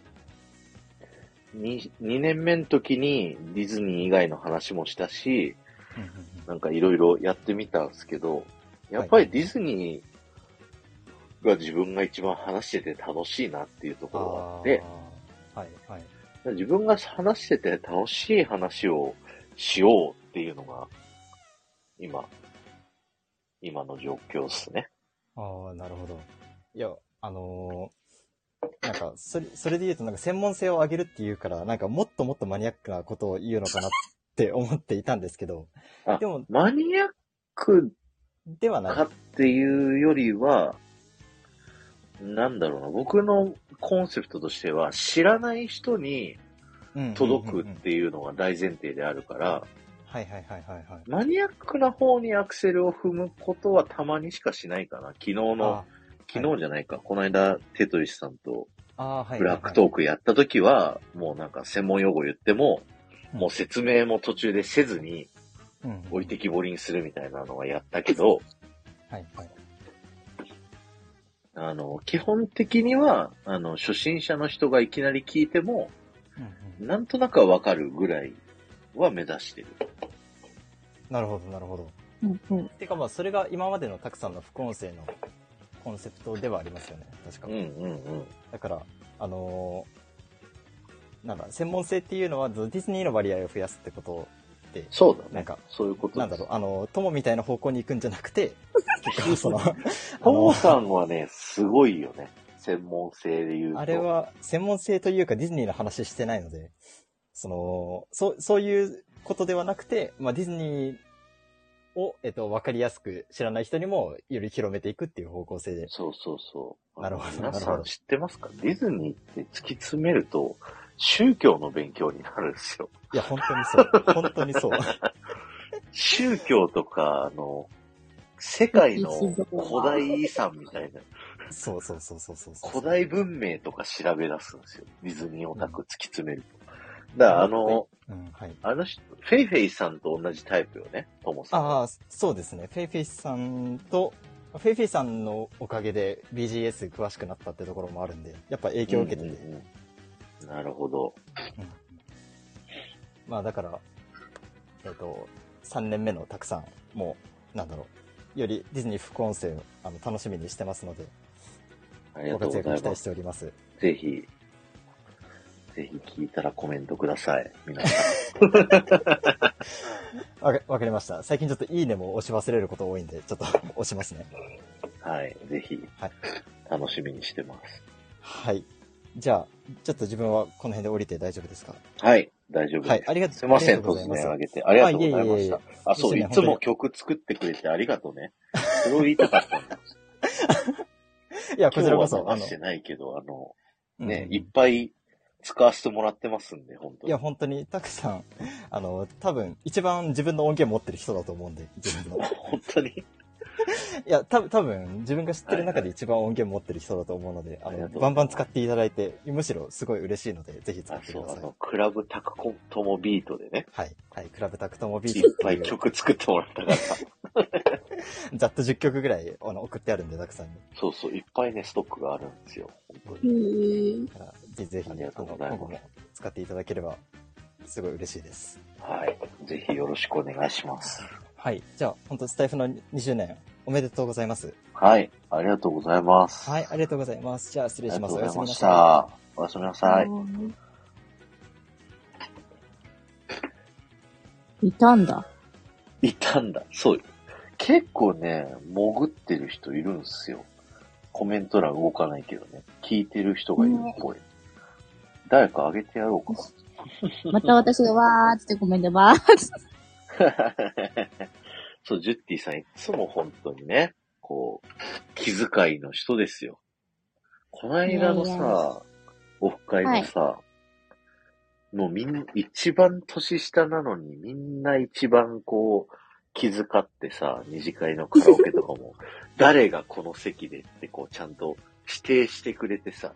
にねんめの時にディズニー以外の話もしたし、なんかいろいろやってみたんですけど、やっぱりディズニーが自分が一番話してて楽しいなっていうところがあって、 はいはい、 自分が話してて楽しい話をしようっていうのが、今、今の状況ですね。 ああ、なるほど。いや、あのー、なんか、それ、それで言うとなんか専門性を上げるっていうから、なんかもっともっとマニアックなことを言うのかなって思っていたんですけど、 でも、マニアックではないかっていうよりは、なんだろうな、僕のコンセプトとしては、知らない人に届くっていうのが大前提であるから、 はいはいはいはいはい。 マニアックな方にアクセルを踏むことはたまにしかしないかな。昨日の、昨日じゃないか、はい、この間、テトリスさんと、ブラックトークやった時は、もうなんか専門用語言っても、うん、もう説明も途中でせずに、置いてきぼりにするみたいなのはやったけど、 はいはい。 あの、基本的には、あの、初心者の人がいきなり聞いても、うんうん、なんとなくはわかるぐらいは目指してる。 なるほど、なるほど。 うんうん。 てかまあ、それが今までのたくさんの副音声のコンセプトではありますよね。確か。 うんうんうん。 だから、あのー、なんだ、専門性っていうのはディズニーの割合を増やすってことで。 そうだね。 なんか、 そういうことなんだろう、あの、友みたいな方向に行くんじゃなくて、結構その、 友さんはね、すごいよね。専門性で言うと。 あれは、専門性というかディズニーの話してないので、その、そう、そういうことではなくて、まあ、ディズニーを、えっと、わかりやすく知らない人にもより広めていくっていう方向性で。 そうそうそう。 なるほど。 皆さん知ってますか？ディズニーって突き詰めると、宗教の勉強になるんですよ。 いや、本当にそう。本当にそう。 宗教とか、あの、世界の古代遺産みたいな。 そうそうそうそうそうそう。 古代文明とか調べ出すんですよ。ディズニーオタク突き詰めると。だからあの、 うんはい、 あの人、フェイフェイさんと同じタイプよね、トモさん。 ああ、そうですね。フェイフェイさんと、フェイフェイさんのおかげで ビージーエス 詳しくなったってところもあるんで、やっぱ影響を受けてて。 うんうんうん、なるほど。 うん、まあだから、えっと、さんねんめのたくさん、もう、なんだろう、よりディズニー副音声をあの楽しみにしてますので、ご活躍期待しております。 ぜひ、ぜひ聞いたらコメントください。皆さん。わか、わかりました。最近ちょっといいねも押し忘れること多いんで、ちょっと押しますね。 はい、ぜひ、はい、楽しみにしてます。 はい。じゃあ、ちょっと自分はこの辺で降りて大丈夫ですか？ はい、大丈夫です。はい、 ありがとうすいません、突然あげて。ありがとうございました。あ、いえいえいえあ、そう、いつも曲作ってくれてありがとうね。それを言いたかったんだ。 いや、こちらこそ。 あの、してないけど、あの、ね、うん、いっぱい使わせてもらってますんで、本当に。 いや、本当に、たくさん、あの、多分、一番自分の音源持ってる人だと思うんで、自分の。 本当にいや、た多分自分が知ってる中で一番音源持ってる人だと思うので、はいはい、あの、バンバン使っていただいて、むしろすごい嬉しいので、ぜひ使ってください。 あ、そう、あの、クラブタクトモビートでね。 はい。はい、クラブタクトモビート。 いっぱい曲作ってもらったから。 ざっとじゅっきょくぐらいあの送ってあるんで、たくさんに。 そうそう、いっぱいね、ストックがあるんですよ。本当に。 だからぜひぜひ、ありがとうございます。今後も使っていただければ、すごい嬉しいです。 はい。ぜひよろしくお願いします。 はい。じゃあ、本当スタイフのにじゅうねん、おめでとうございます。 はい。ありがとうございます。 はい。ありがとうございます。じゃあ、失礼します。 おやすみなさい。おやすみなさい。 いたんだ。 いたんだ。そう。結構ね、潜ってる人いるんすよ。コメント欄動かないけどね。聞いてる人がいるっぽい。誰かあげてやろうか。 また私がわーってコメントばーって。 そう、ジュッティさんいつも本当にね、こう、気遣いの人ですよ。この間のさ、いやいやオフ会のさ、はい、もうみんな、一番年下なのにみんな一番こう、気遣ってさ、二次会のカラオケとかも、誰がこの席でってこう、ちゃんと指定してくれてさ。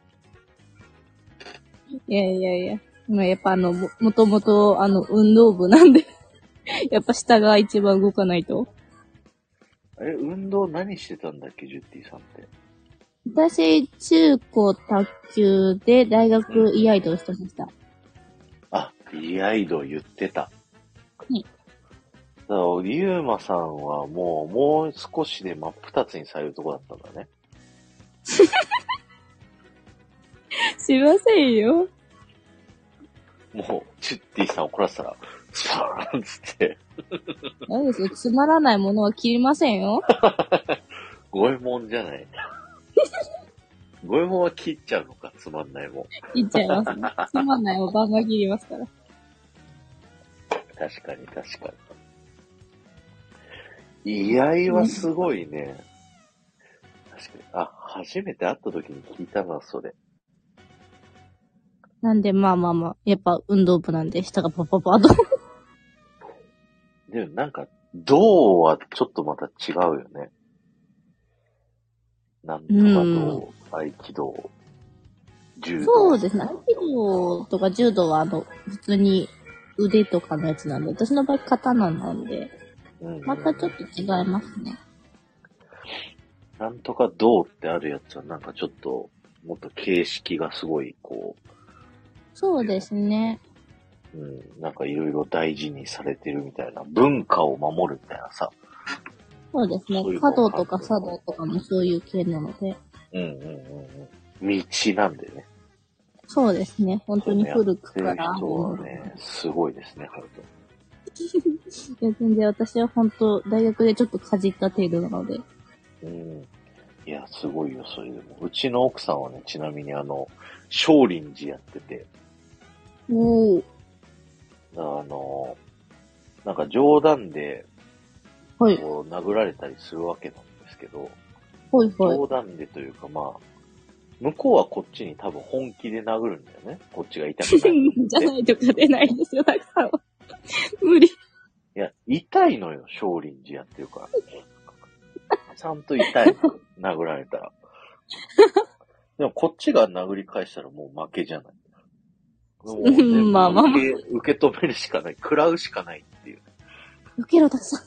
いやいやいや、まあ、やっぱあの、も、もともとあの、運動部なんで。やっぱ下が一番動かないと。 え、運動何してたんだっけ、ジュッティさんって。 私、中高卓球で大学イアイドルしてました。 あ、イアイドル言ってた。 はい。 だから、ゆうまさんはもう、もう少しで真っ二つにされるとこだったんだね。 しませんよ。 もう、ジュッティさん怒らせたら、スパーンつって。 何ですよ、つまらないものは切りませんよ。 五右衛門じゃない。五右衛門は切っちゃうのか、つまんないもん。 切っちゃいますね。つまんないもんバンバン切りますから。 確かに確かに。居合はすごいね。確かに。あ、初めて会った時に聞いたな、それ。 なんで、まあまあまあ、やっぱ運動部なんで、下がパパパと。 でもなんか、銅はちょっとまた違うよね。なんとか銅、合気道、柔道。 そうですね。合気道とか柔道はあの、普通に腕とかのやつなんで、私の場合刀なんで、またちょっと違いますね。 なんとか銅ってあるやつはなんかちょっと、もっと形式がすごい、こう。 そうですね。 うん、なんかいろいろ大事にされてるみたいな、文化を守るみたいなさ。 そうですね。華道とか茶道とかもそういう系なので。 うんうんうんうん。道なんでね。 そうですね。本当に古くから。 人はね、すごいですね、本当に。いや、全然私は本当、大学でちょっとかじった程度なので。 うん。いや、すごいよ、それでも。うちの奥さんはね、ちなみにあの、少林寺やってて。 おー。 あの、なんか冗談で、 はい。 こう殴られたりするわけなんですけど、 はいはい。 冗談でというかまあ、向こうはこっちに多分本気で殴るんだよね。こっちが痛くない。 じゃないと勝てないんですよ、たくさんは。無理。 いや、痛いのよ、少林寺やってるから。ちゃんと痛いの、殴られたら。でもこっちが殴り返したらもう負けじゃない。もう全部まあまあまあ受け、受け止めるしかない。食らうしかないっていう。 受けろ、たくさん。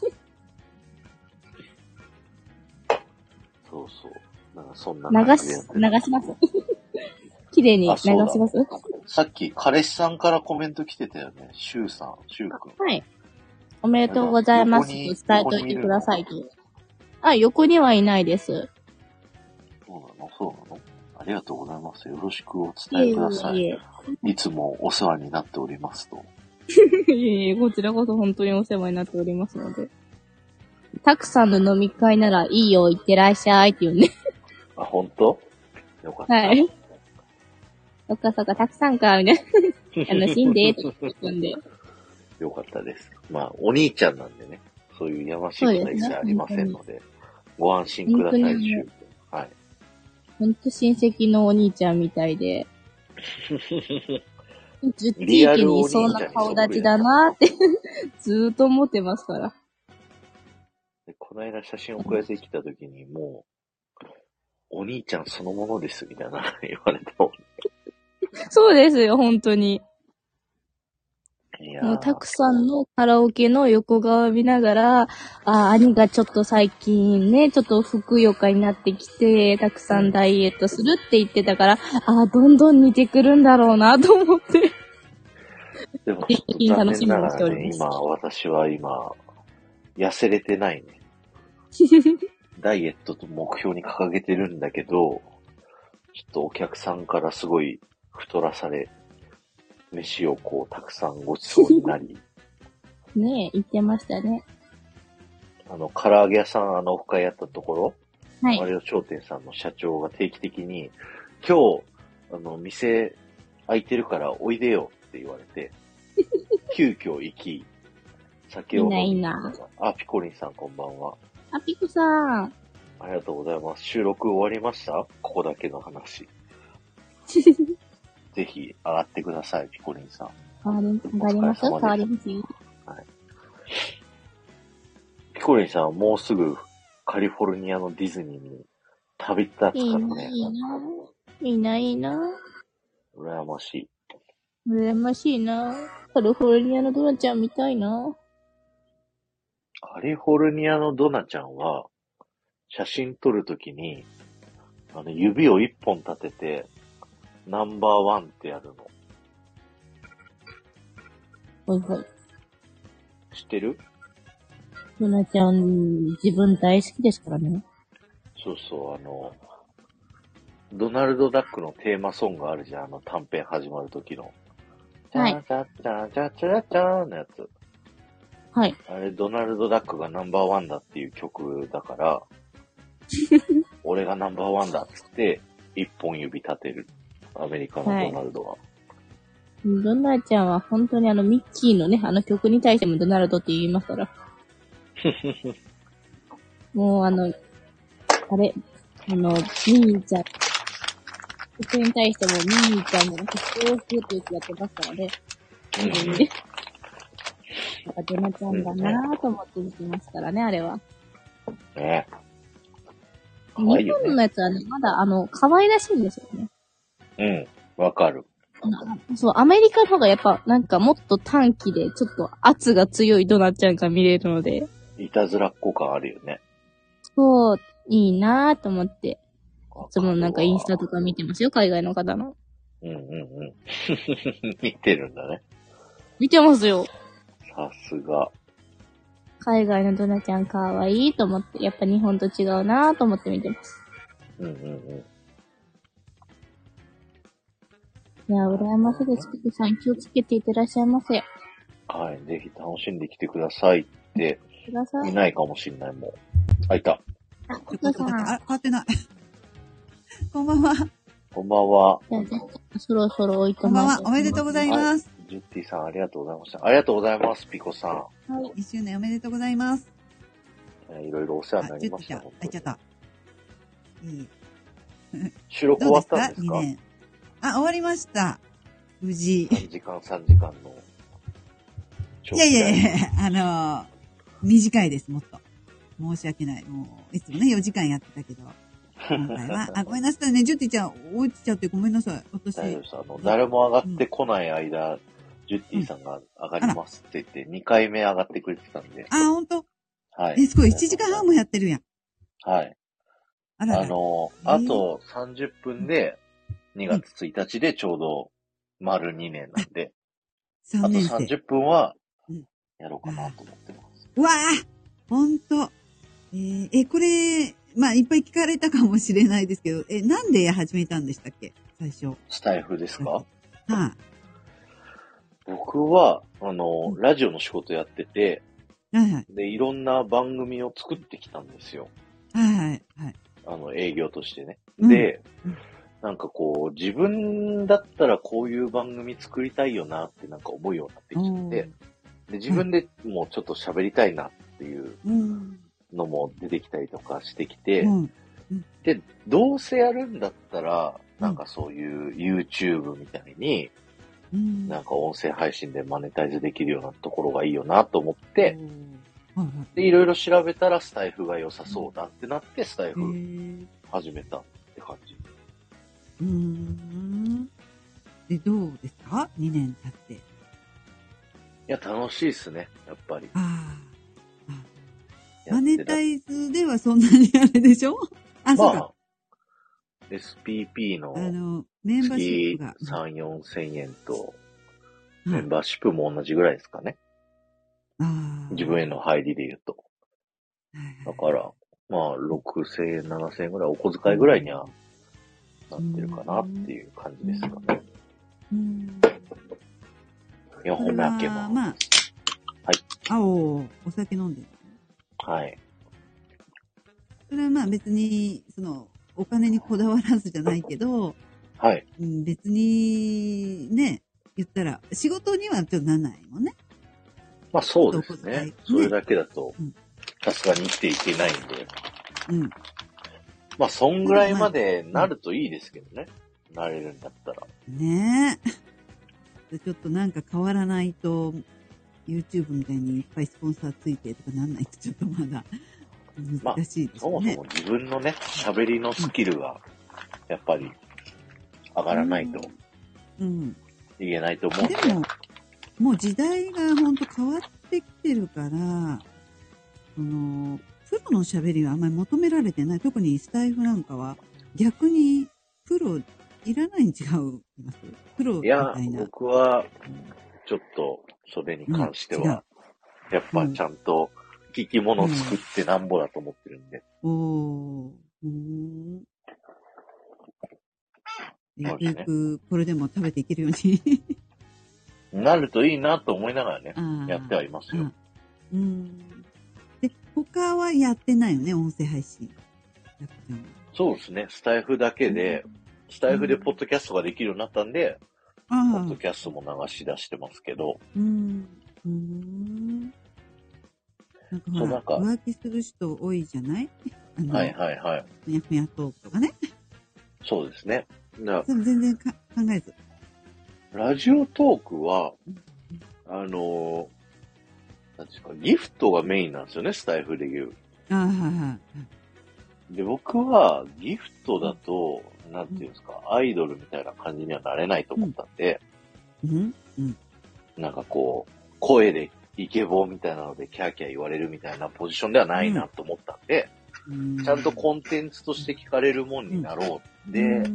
そうそう。なんかそんな流し、 感じでやってる流します。綺麗に流します。 さっき彼氏さんからコメント来てたよね。シュウさん、シュウくん。 はい。おめでとうございますと伝えといてくださいと。あ、横にはいないです。 そうなのそうなのありがとうございます。よろしくお伝えください。いえいえいつもお世話になっておりますと。 いえいえ、こちらこそ本当にお世話になっておりますので。たくさんの飲み会ならいいよ、行ってらっしゃいっていうね。 あ、本当？よかった。 はい。そっかそっか、たくさんか、みたいな。楽しんで、って言ってんで。 よかったです。まあ、お兄ちゃんなんでね、そういうやましいことは一切ありませんので、でね、ご安心ください、シュウ。はい。 ほんと親戚のお兄ちゃんみたいで。地域にいそうな顔立ちだなってずーっと思ってますから。 でこの間写真送られてきたときに、もう、お兄ちゃんそのものです、みたいな言われたもん。 そうですよ、本当に。 いやもうたくさんのカラオケの横顔を見ながら、ああ、兄がちょっと最近ね、ちょっとふくよかになってきて、たくさんダイエットするって言ってたから、ああ、どんどん似てくるんだろうなと思って。 でも、楽しみにしております。今、私は今、痩せれてないね。ダイエットと目標に掲げてるんだけど、ちょっとお客さんからすごい太らされ、飯をこうたくさんごちそうになり。 ねえ、言ってましたね。 あの、唐揚げ屋さん、あの、オフ会やったところ、 はい。 あれを商店さんの社長が定期的に、今日、あの、店空いてるからおいでよって言われて、急遽行き、酒を飲み。いいな、いいな。あ、ピコリンさんこんばんは。 あ、ピコさん。 ありがとうございます。収録終わりました？ここだけの話。ぜひ、上がってください、ピコリンさん。 上がり、上がります上がりますよ。 はい。ピコリンさんはもうすぐカリフォルニアのディズニーに旅立つからね。いいな、 いいな。いいな、いいな。 羨ましい。 羨ましいな。カリフォルニアのドナちゃんみたいな。 カリフォルニアのドナちゃんは、写真撮るときに、あの、指を一本立てて、ナンバーワンってやるの。 はいはい。 知ってる？ ドナちゃん、自分大好きですからね。 そうそう、あの、ドナルド・ダックのテーマソングあるじゃん、あの短編始まるときの。 はい。 チャチャチャチャチャーのやつ。 はい。 あれ、ドナルド・ダックがナンバーワンだっていう曲だから、俺がナンバーワンだっつって、一本指立てる。アメリカのドナルドは。はい、 ドナちゃんは本当にあのミッキーのね、あの曲に対してもドナルドって言いますから。もうあの、あれ、あの、ミーちゃん。曲に対してもミーちゃんじゃなくて、そうするってやってますからね。うん、やっぱドナちゃんだなぁと思って見てますからね、あれは。 ねえ。ね、日本のやつはね、まだあの、可愛らしいんですよね。 うん、わかる。 そう、アメリカの方がやっぱなんかもっと短期でちょっと圧が強いドナちゃんが見れるので。 いたずらっ子感あるよね。 そう、いいなぁと思って。いつもなんかインスタとか見てますよ、海外の方の。 うんうんうん。見てるんだね。 見てますよ。 さすが。 海外のドナちゃんかわいいと思って、やっぱ日本と違うなぁと思って見てます。 うんうんうん。 いや、羨ましいです。ピコさん気をつけていってらっしゃいませ。 はい、ぜひ楽しんできてくださいって、いないかもしんないもん。あ、いた。 あ、ピコさん。あ、変わってない。こんばんは。 こんばんは。 そろそろ置いてこんばんは。おめでとうございます。 ジュッティさんありがとうございました。ありがとうございます、ピコさん。はい。いっしゅうねんおめでとうございます。 いろいろお世話になりました。 あ、入っちゃった。いい。 収録終わったんですか？ に 年。あ、終わりました。無事。 さんじかんさんじかんのいやいやいや、あのー、短いです、もっと。申し訳ない。もう、いつもね、よじかんやってたけど。今回は、あ、ごめんなさいね。ジュッティちゃん、落ちちゃってごめんなさい。私。 大丈夫です。あの、誰も上がってこない間、うん、ジュッティさんが上がりますって言って、にかいめ上がってくれてたんで。 あ、ほんと？ はい。 え、すごい。いちじかんはんもやってるやん。 はい。あららあの、あとさんじゅっぷんで、にがつついたちでちょうど丸にねんなんで、うん、あとさんじゅっぷんは、やろうかなと思ってます。 うわぁほんと。えー、え、これ、まあ、いっぱい聞かれたかもしれないですけど、え、なんで始めたんでしたっけ最初。 スタイフですか？はい、 あ。 僕は、あの、うん、ラジオの仕事やってて、 はいはい。 で、いろんな番組を作ってきたんですよ。 はいはい。はい。 あの、営業としてね。で、うん、なんかこう、自分だったらこういう番組作りたいよなってなんか思うようになってきちゃって、で、自分でもうちょっと喋りたいなっていうのも出てきたりとかしてきて、うんうん、で、どうせやるんだったら、なんかそういう YouTube みたいに、うん、なんか音声配信でマネタイズできるようなところがいいよなと思って、うん、で、いろいろ調べたらスタイフが良さそうだってなって、スタイフ始めたって感じ。 うーん。で、どうですか ?に 年経って。 いや、楽しいっすね、やっぱり。 ああ。マネタイズではそんなにあれでしょあ、まあ、そうか。 エスピーピー のあの、メンバーシップが。 さん、よんせんえんと、メンバーシップも同じぐらいですかね。 ああ。 自分への入りで言うと。だから、まあ、ろくせんえん、ななせんえんぐらい、お小遣いぐらいにはなってるかなっていう感じですかね。 うん。 よんほんめ開けます。 まあ、 はい。 あお、お酒飲んでる。 はい。 それはまあ別に、その、お金にこだわらずじゃないけど、 はい。 うん、別に、ね、言ったら、仕事にはちょっとならないもんね。 まあそうですね。ね、それだけだと、さすがに生きていけないんで。 うん。 まあ、そんぐらいまでなるといいですけどね。うん、なれるんだったら。 ねえ。ちょっとなんか変わらないと、YouTube みたいにいっぱいスポンサーついてとかなんないとちょっとまだ難しいですね。まあ、 そもそも自分のね、喋りのスキルが、やっぱり上がらないと、 うん。 いけないと思うんで。 でも、もう時代がほんと変わってきてるから、その、プロの喋りはあんまり求められてない。特にスタイフなんかは、逆にプロいらないに違うますプロみたいな。 いや、僕は、ちょっと、それに関しては、うん、やっぱちゃんと、聞き物作ってなんぼだと思ってるんで。 うん、おー。うーん。ゆくゆく、これでも食べていけるように。 なるといいなと思いながらね、やってはいますよ。 うん。で、他はやってないよね、音声配信。 そうですね、スタイフだけで、うん、スタイフでポッドキャストができるようになったんで、ポッドキャストも流し出してますけど。 うん。うん。なんかほら、なんか浮気する人多いじゃない？あのはいはいはい。 ふにゃふにゃトークとかね。 そうですね。 だでも全然か考えず。 ラジオトークは、あの、なんですか、ギフトがメインなんですよね、スタイフで言う。 ああ、はいはい。 で、僕はギフトだと、なんていうんですか、アイドルみたいな感じにはなれないと思ったんで、 うん。うん。 なんかこう、声でイケボみたいなのでキャーキャー言われるみたいなポジションではないなと思ったんで、うん、ちゃんとコンテンツとして聞かれるもんになろう。で、うん、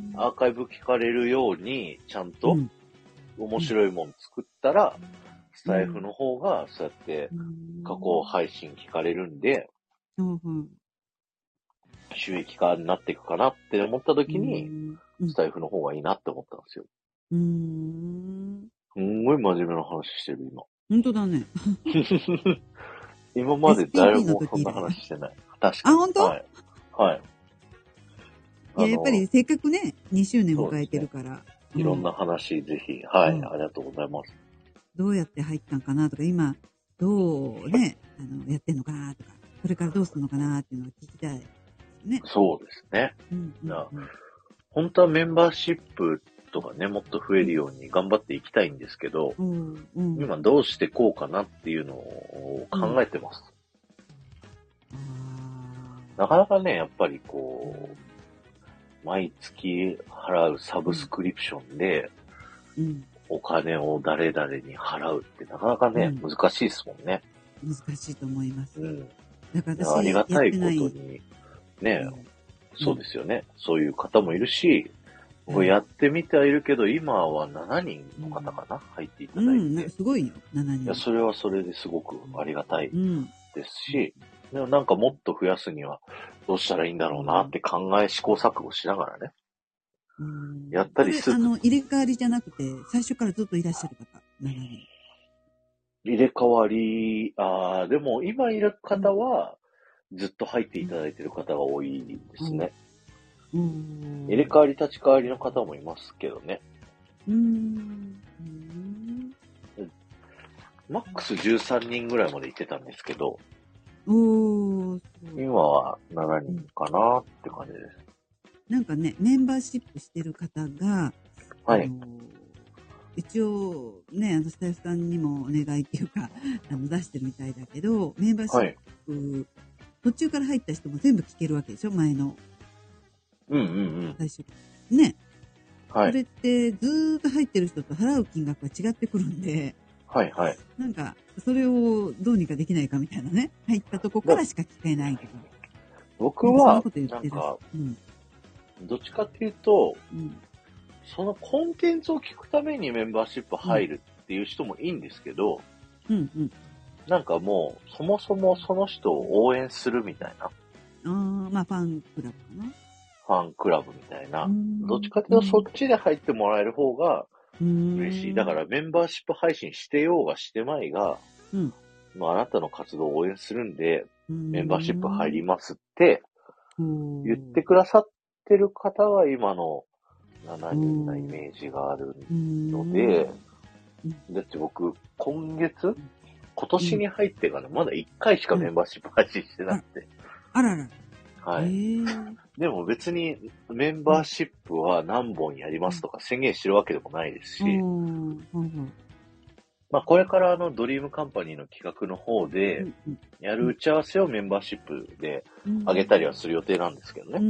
アーカイブ聞かれるように、ちゃんと面白いもん作ったら、スタイフの方がそうやって加工配信聞かれるんで、 うんうん、 収益化になっていくかなって思った時に、スタイフの方がいいなって思ったんですよ。 うーん。 すんごい真面目な話してる、今。 本当だね。 今まで誰もそんな話してない。確かに。 あ、本当？ はい。はい。 いや、やっぱりせっかくね、にしゅうねん迎えてるから。ねうん、いろんな話、ぜひ、はい、うん、ありがとうございます。 どうやって入ったんかなとか、今、どうね、あの、やってんのかなとか、これからどうするのかなっていうのを聞きたいですね。 そうですね。 うんうんうん、 本当はメンバーシップトがね、もっと増えるように頑張っていきたいんですけど、 うんうん、 今どうしてこうかなっていうのを考えてます。 うん、 なかなかね、やっぱりこう、毎月払うサブスクリプションで、 うん、 お金を誰々に払うってなかなかね、うん、難しいですもんね。 難しいと思います。 うん。 だから私ありがたいことに、ね、うん、そうですよね、うん。そういう方もいるし、僕やってみてはいるけど、今はしちにんの方かな、うん、入っていただいて。 うん、すごいよ、しちにん。 いや、それはそれですごくありがたいですし、うん、でもなんかもっと増やすにはどうしたらいいんだろうなって考え、試行錯誤しながらね。 うん、 やったりする。 あの、入れ替わりじゃなくて、最初からずっといらっしゃる方、しちにん。 入れ替わり、ああ、でも今いる方は、ずっと入っていただいている方が多いですね。 うん、 入れ替わり立ち替わりの方もいますけどね。 うん。 マックスじゅうさんにんぐらいまで行ってたんですけど、 お今はしちにんかなって感じです。 なんかね、メンバーシップしてる方が、 はい。 あの一応ね、あのスタイフさんにもお願いっていうか、あの出してるみたいだけど、メンバーシップ、はい、途中から入った人も全部聞けるわけでしょ、前の。 うんうんうん。 最初。ね。 はい。 それってずーっと入ってる人と払う金額が違ってくるんで、 はいはい。 なんか、それをどうにかできないかみたいなね。入ったとこからしか聞けないとか。 僕は、 なんなんか、 うん、 どっちかっていうと、 うん、 そのコンテンツを聞くためにメンバーシップ入るっていう人もいいんですけど、 うんうん、 なんかもう、そもそもその人を応援するみたいな。 ああ、まあファンクラブかな。 ファンクラブみたいな。どっちかっていうとそっちで入ってもらえる方が嬉しい。だからメンバーシップ配信してようがしてまいが、 うん、 まあ、あなたの活動を応援するんで、メンバーシップ入りますって言ってくださってる方が今のしちにんなイメージがあるので、だって僕、今月今年に入ってからまだいっかいしかメンバーシップ配信してなくて。 あらら。 はい。でも別にメンバーシップは何本やりますとか宣言してるわけでもないですし、まあこれからあのドリームカンパニーの企画の方でやる打ち合わせをメンバーシップで上げたりはする予定なんですけどね。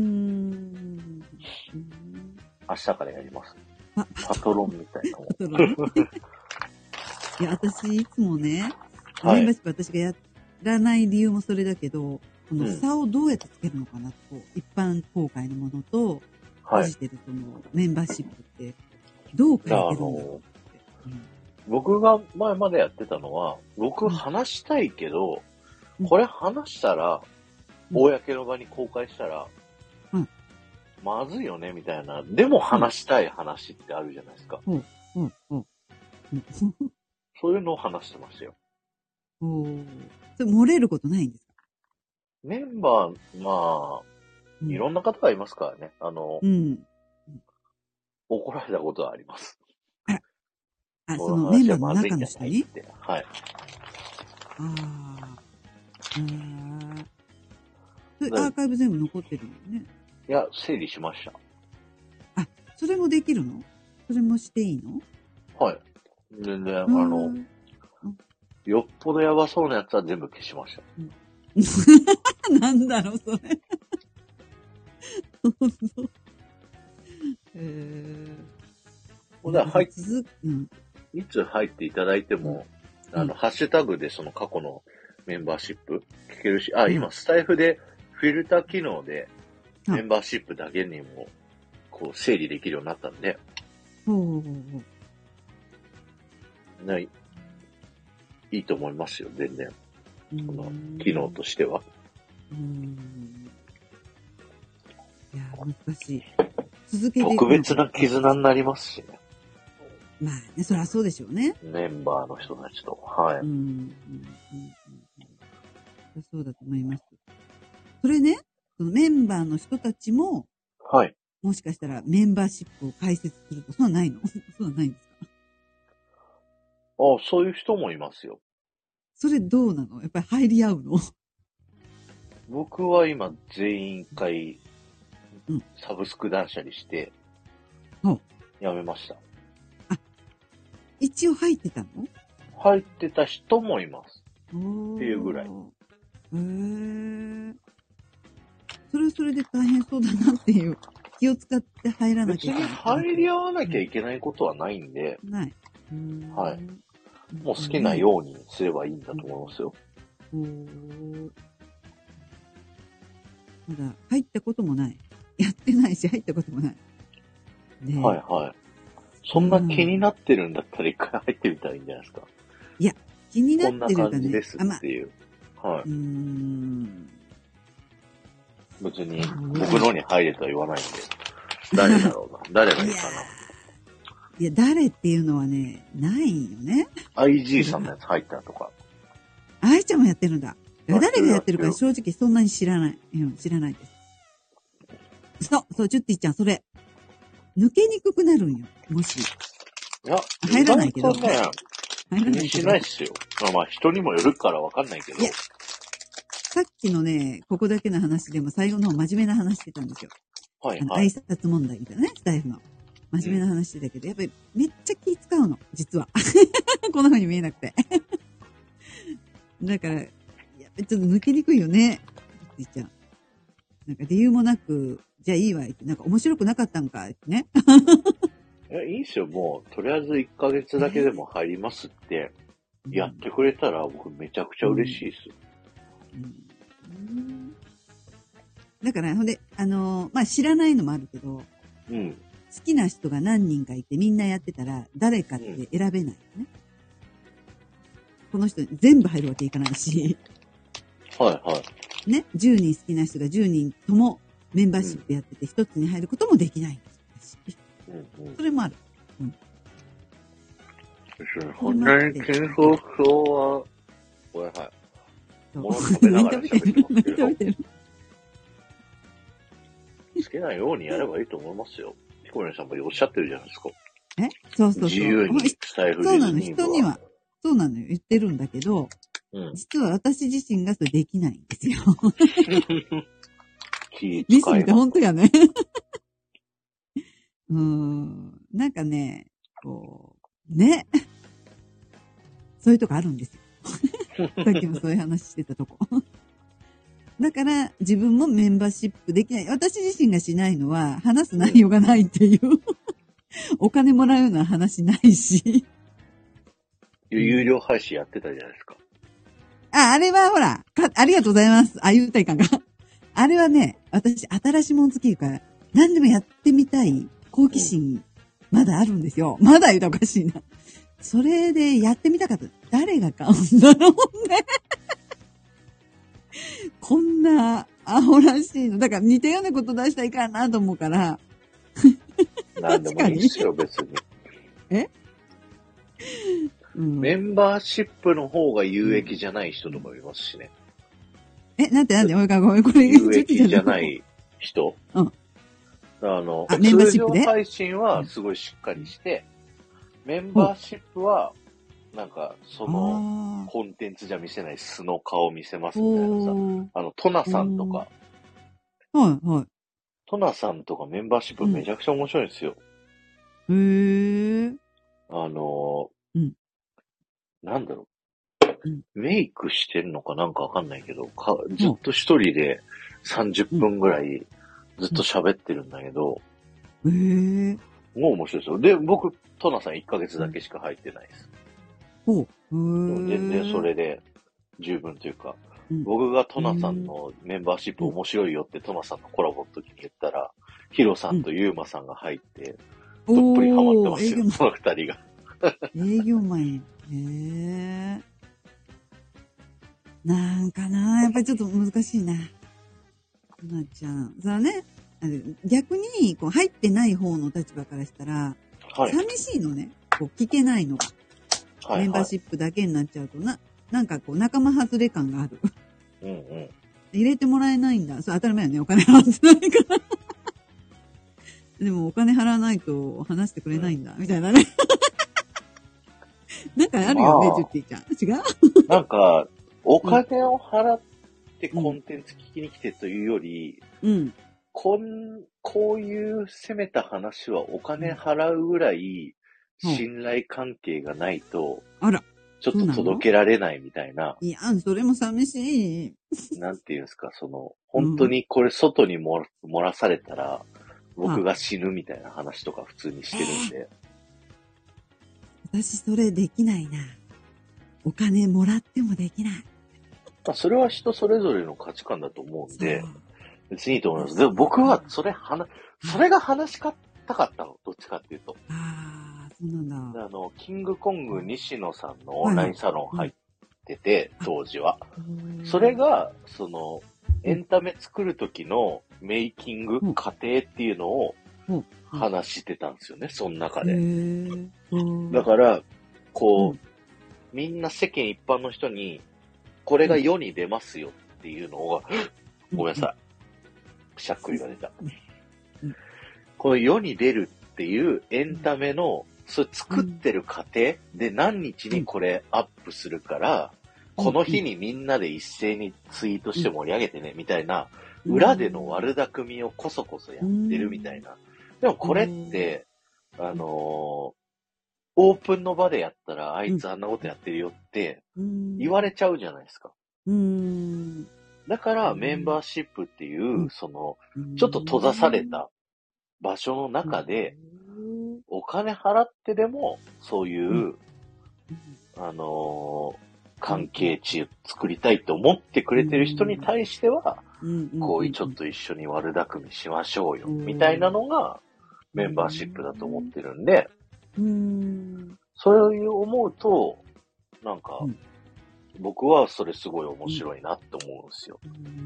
明日からやります。パトロンみたいな。パトロンいや、私いつもね、メンバーシップ私がやらない理由もそれだけど、この差をどうやってつけるのかなと、うん、一般公開のものと、はい、閉じてるそのメンバーシップってどう変えてるんだろうって、うん、 僕が前までやってたのは、僕話したいけど、うん、これ話したら、うん、公の場に公開したら、うん、まずいよねみたいな、でも話したい話ってあるじゃないですか。 うんうんうん、 そういうのを話してましたよ。 おー、それ漏れることないんですか？ メンバー、まあ、うん、いろんな方がいますからね。あの、うん、怒られたことはあります。 あ、あ、そのメンバーの中の人に？ はい。 ああ。それアーカイブ全部残ってるのね。 いや、整理しました。 あ、それもできるの？それもしていいの？ はい。全然、あの、よっぽどやばそうなやつは全部消しました。うんなんだろう、それ。そうそう。えー。ほんで、入っ、うん、いつ入っていただいても、うん、あの、ハッシュタグでその過去のメンバーシップ聞けるし、あ、うん、今、スタイフでフィルター機能でメンバーシップだけにも、こう、整理できるようになったんで、 うんない、いいと思いますよ、全然。この機能としては。 うーん。いや、難しい。続けていく。 特別な絆になりますしね。 まあね、そりゃそうでしょうね。 メンバーの人たちと。はい。うん。うん。 うん。そうだと思います。それね、そのメンバーの人たちも、 はい。 もしかしたらメンバーシップを開設すると、そうはないの？そうはないんですか？ ああ、そういう人もいますよ。 それどうなの？やっぱり入り合うの？ 僕は今全員一回、うん、サブスク断捨離して、 うん、 やめました。 一応入ってたの？ 入ってた人もいます。 おー。 っていうぐらい。 へー。それはそれで大変そうだなっていう。気を使って入らな別にきゃいけない。 入り合わなきゃいけないことはないんで、 ない。うーんはい。もう好きなようにすればいいんだと思いますよ。 おー。まだ入ったこともない。やってないし入ったこともない。ね、 はいはい。そんな気になってるんだったら一回入ってみたらいいんじゃないですか。 いや、気になってるかね。 こんな感じですっていう。あ、まあ、はい。 うーん。 別に僕のに入れとは言わないんで。誰だろうな。誰がいいかな。 いや、誰っていうのはね、ないよね。 アイジー さんのやつ入ったとか。 愛ちゃんもやってるんだ。誰がやってるか正直そんなに知らない。うん、知らないです。そう、そう、チュッティちゃん、それ。抜けにくくなるんよ。もし。 いや、 入らないけど。 ね、入らないけど。気にしないっすよ。まあまあ、人にもよるからわかんないけど。 さっきのね、ここだけの話でも最後の方真面目な話してたんですよ。 はいはい。 挨拶問題みたいなね、スタイフの。真面目な話してたけど、うん、やっぱりめっちゃ気使うの、実は。こんな風に見えなくて。だから、やっぱりちょっと抜けにくいよね、じいちゃん。なんか理由もなく、じゃあいいわ、なんか面白くなかったんか、ね。 いや、いいっすよ、もう、とりあえずいっかげつだけでも入りますって、やってくれたら僕めちゃくちゃ嬉しいっす。うんうんだから、ほんで、あのー、まあ、知らないのもあるけど、 うん、 好きな人が何人かいてみんなやってたら、誰かって選べないよね。うん、この人全部入るわけいかないし。 はいはい。 ね、じゅうにん好きな人がじゅうにんともメンバーシップやってて一つに入ることもできないんですし。うんうん、それもある。うん。 こんなに健康そうは、これはい。物食べながら喋ってますけど。好きなようにやればいいと思いますよ。ヒコレンさんもおっしゃってるじゃないですか。 えそうそうそう。 自由にスタイフで。 そうなの、人には。そうなのよ。言ってるんだけど、うん、実は私自身がそれできないんですよ。 気見せて本当やね。うーん。なんかね、こう、ね。そういうとこあるんですよ。さっきもそういう話してたとこ。だから、自分もメンバーシップできない。私自身がしないのは、話す内容がないっていう。お金もらうような話ないし。 有料配信やってたじゃないですか。 あ、あれはほら、かありがとうございます。あ、優待感が。あれはね、私、新しいもん好きから、何でもやってみたい好奇心、まだあるんですよ。まだ言うとおかしいな。それでやってみたかった。誰が買うんだろうね。こんな、アホらしいの。だから似たようなこと出したらいいかなと思うから。 なんでもいいっすよ、別に。 え、 うん、メンバーシップの方が有益じゃない人とかいますしね。 え、なんてなんでおいかごめん、これ有益じゃない人。 うん。 あの、 あメンバーシップで通常配信はすごいしっかりして、うん、メンバーシップは、なんか、その、コンテンツじゃ見せない素の顔を見せますみたいなさ。あの、トナさんとか。 はいはい。 トナさんとかメンバーシップめちゃくちゃ面白いんですよ。 へ、うん、ー。 あの、 うん、 なんだろう、うん。メイクしてるのかなんかわかんないけど、かずっと一人でさんじゅっぷんぐらいずっと喋ってるんだけど。 へ、うん、えー。 もう面白いですよ。で、僕、トナさんいっかげつだけしか入ってないです。 ほう。全然それで十分というか、うん、僕がトナさんのメンバーシップ面白いよってトナさんのコラボの時に言ったら、ヒロさんとユーマさんが入って、どっぷりハマってますよ、その二人が。 営業マン。へえ。なんかな、やっぱりちょっと難しいな。トナちゃん。それね、逆にこう入ってない方の立場からしたら、はい、寂しいのね。こう聞けないのが。はいはい、メンバーシップだけになっちゃうとな、なんかこう仲間外れ感がある。 うんうん。 入れてもらえないんだ。そう当たり前よね。お金払ってないから。でもお金払わないと話してくれないんだ。うん、みたいなね。なんかあるよね、ジュッティちゃん。違うなんか、お金を払ってコンテンツ聞きに来てというより、 うん。 こん、こういう攻めた話はお金払うぐらい信頼関係がないと、 あら。 ちょっと届けられないみたいな。 いや、それも寂しい。 なんていうんですか、その、本当にこれ外に漏ら、漏らされたら、僕が死ぬみたいな話とか普通にしてるんで。 えー、私それできないな。お金もらってもできない。 まあ、それは人それぞれの価値観だと思うんで、別にいいと思います。でも僕はそれ話、それが話したかったの。どっちかっていうと。 ああ、そうなんだ。 あの、キングコング西野さんのオンラインサロン入ってて、はい、当時は。それが、その、エンタメ作る時のメイキング、うん、過程っていうのを話してたんですよね、その中で。だから、こう、うん、みんな世間一般の人に、これが世に出ますよっていうのを、うん、ごめんなさい。しゃっくりが出た。この世に出るっていうエンタメの、それ作ってる過程で何日にこれアップするから、この日にみんなで一斉にツイートして盛り上げてね、みたいな、裏での悪巧みをこそこそやってるみたいな。でもこれって、あのー、オープンの場でやったら、あいつあんなことやってるよって言われちゃうじゃないですか。だからメンバーシップっていう、その、ちょっと閉ざされた場所の中で、お金払ってでも、そういう、あのー、関係値を作りたいと思ってくれてる人に対しては、こういうちょっと一緒に悪巧みしましょうよ、みたいなのがメンバーシップだと思ってるんで、それを思うと、なんか、僕はそれすごい面白いなって思うんですよ。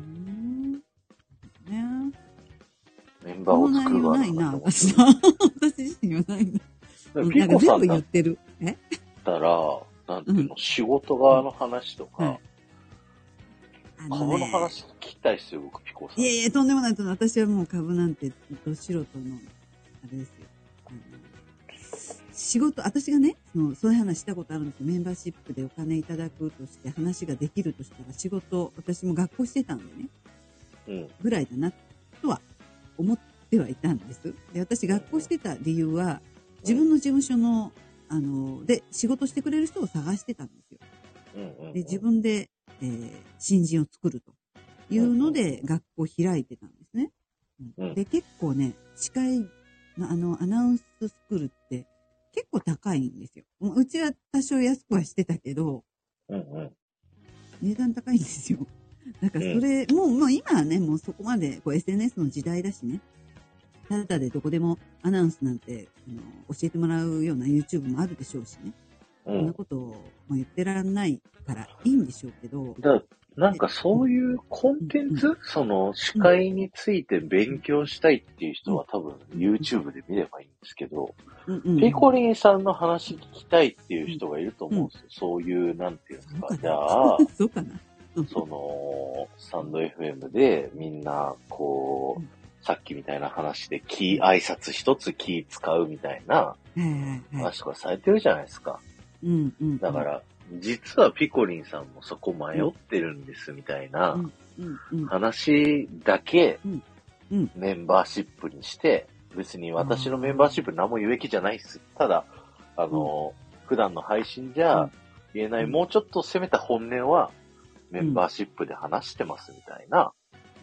メンバーを作る側ないな、私は。私自身はないな。 ピコさんだっ言ってる。えたら、なんていうの、うん、仕事側の話とか、はいあのね、株の話聞きたいっすよ、僕、ピコさん。 いやいや、とんでもないと私はもう株なんて、ど素人の、あれですよ。あの仕事、私がね、その、そういう話したことあるんですよ。メンバーシップでお金いただくとして話ができるとしたら仕事、私も学校してたんでね。うん。ぐらいだな、とは思ってはいたんです。で、私学校してた理由は、自分の事務所の、あの、で、仕事してくれる人を探してたんですよ。うんうん、で、自分で、えー、新人を作るというので、学校開いてたんですね。うん、で、結構ね、司会の、あの、アナウンススクールって結構高いんですよ。うちは多少安くはしてたけど、うんうん、値段高いんですよ。だからそれ、うん、もう、もう今はね、もうそこまで、こう エスエヌエス の時代だしね。ただでどこでもアナウンスなんてあの教えてもらうような YouTube もあるでしょうしね。うん、そんなことを言ってらんないからいいんでしょうけど。 だなんかそういうコンテンツ、うん、その司会について勉強したいっていう人は多分 YouTube で見ればいいんですけど、うんうん、ピコリンさんの話聞きたいっていう人がいると思うんですよ。うん、そういう、なんていうんですか。じゃあ、 そうかなその、スタンド エフエム でみんな、こう、うんさっきみたいな話で気、挨拶一つ気使うみたいな話とかされてるじゃないですか。 うんうん、 だから、実はピコリンさんもそこ迷ってるんですみたいな話だけメンバーシップにして、別に私のメンバーシップ何も有益じゃないっす。ただ、あの、普段の配信じゃ言えないもうちょっと攻めた本音はメンバーシップで話してますみたいな。 うん。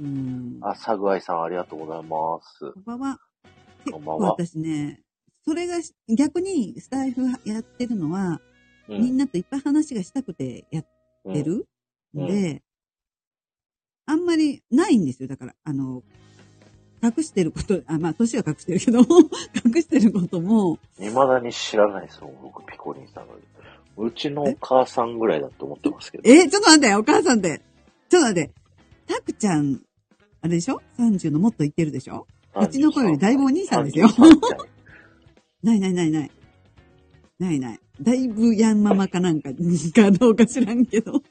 あ、サグアイさんありがとうございます。 こんばんは。こんばんは。私ね、それが逆にスタイフやってるのは、うん、みんなといっぱい話がしたくてやってるので、うんうん、あんまりないんですよ。だから、あの、隠してること、あ、まあ、年は隠してるけど、隠してることも。 未だに知らないですもん、僕、ピコリンさんが。うちのお母さんぐらいだと思ってますけど。 え、ちょっと待って、お母さんって。ちょっと待って。たくちゃん、あれでしょ ?さんじゅう のもっといってるでしょうちの子よりだいぶお兄さんですよ。ないないないない。ないない。だいぶヤンママかなんかかどうか知らんけど。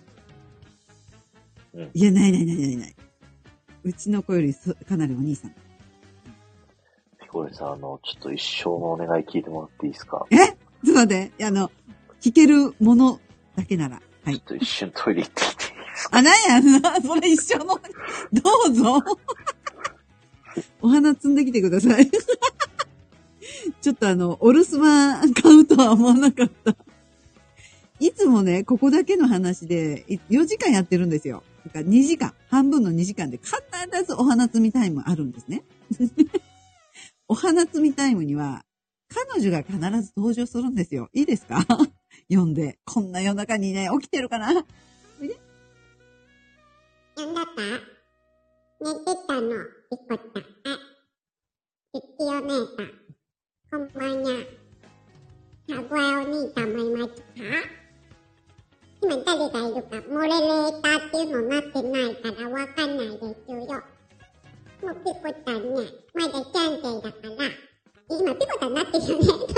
うん、いや、ないないないないない。うちの子よりかなりお兄さん。 ピコリンさん、あの、ちょっと一生のお願い聞いてもらっていいですか？ えちょっと待って。あの、聞けるものだけなら。はい。 ちょっと一瞬トイレ行ってきていいですか？ あ、なんや、それ一生の、どうぞ。 お花摘んできてください。ちょっとあの、お留守番買うとは思わなかった。いつもね、ここだけの話で、よじかんやってるんですよ。だからにじかん、半分のにじかんで必ずお花摘みタイムあるんですね。お花摘みタイムには、彼女が必ず登場するんですよ。いいですか？読んで。こんな夜中にね、起きてるかな？おいで。 読んだか？寝てたの、ピコタ。あ、月曜姉さん。こんばんや。かぐわお兄さんもいますか？今誰がいるか、モレレーターっていうのなってないからわかんないですよ。もうピコタンね、まだキャンセルだから、今ピコタンなってるよね。時々、時々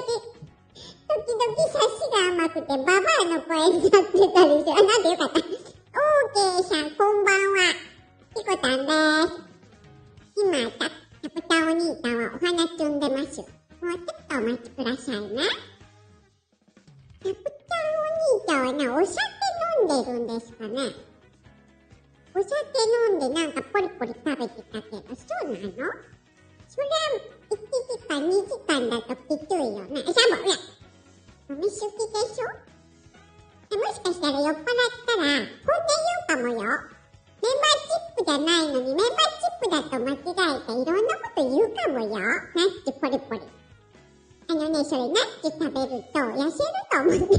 差しが甘くて、ババアの声になってたりして、あ、なんでよかった。オーケーさん、こんばんは。ピコタンでーす。今、た、タプタお兄さんはお花摘んでます。もうちょっとお待ちくださいね。タプタお兄ちゃんはね、お酒飲んでるんですかね。お酒飲んでなんかポリポリ食べてたけど、そうなの？それは、いちじかん、にじかんだときついよね。サボ、いや、飲みすぎでしょ？え、もしかしたら酔っ払ったら、本音言うかもよ。メンバーチップじゃないのに、メンバーチップだと間違えていろんなこと言うかもよ。ナッチポリポリ。あのね、それナッチ食べると痩せると思ってるのかも。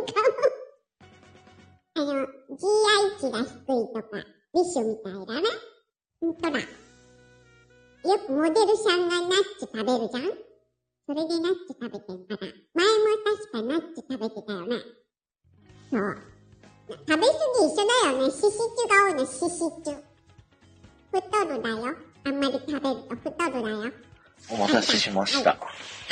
あの、ジーアイ 値が低いとか、ビッシュみたいだね。ほんとだ。よくモデルさんがナッチ食べるじゃん？それでナッチ食べてんから。前も確かナッチ食べてたよね。そう。食べ過ぎ一緒だよね。シシチュが多いの、シシチュ。太るだよ。あんまり食べると太るだよ。 お待たせしました。 はい、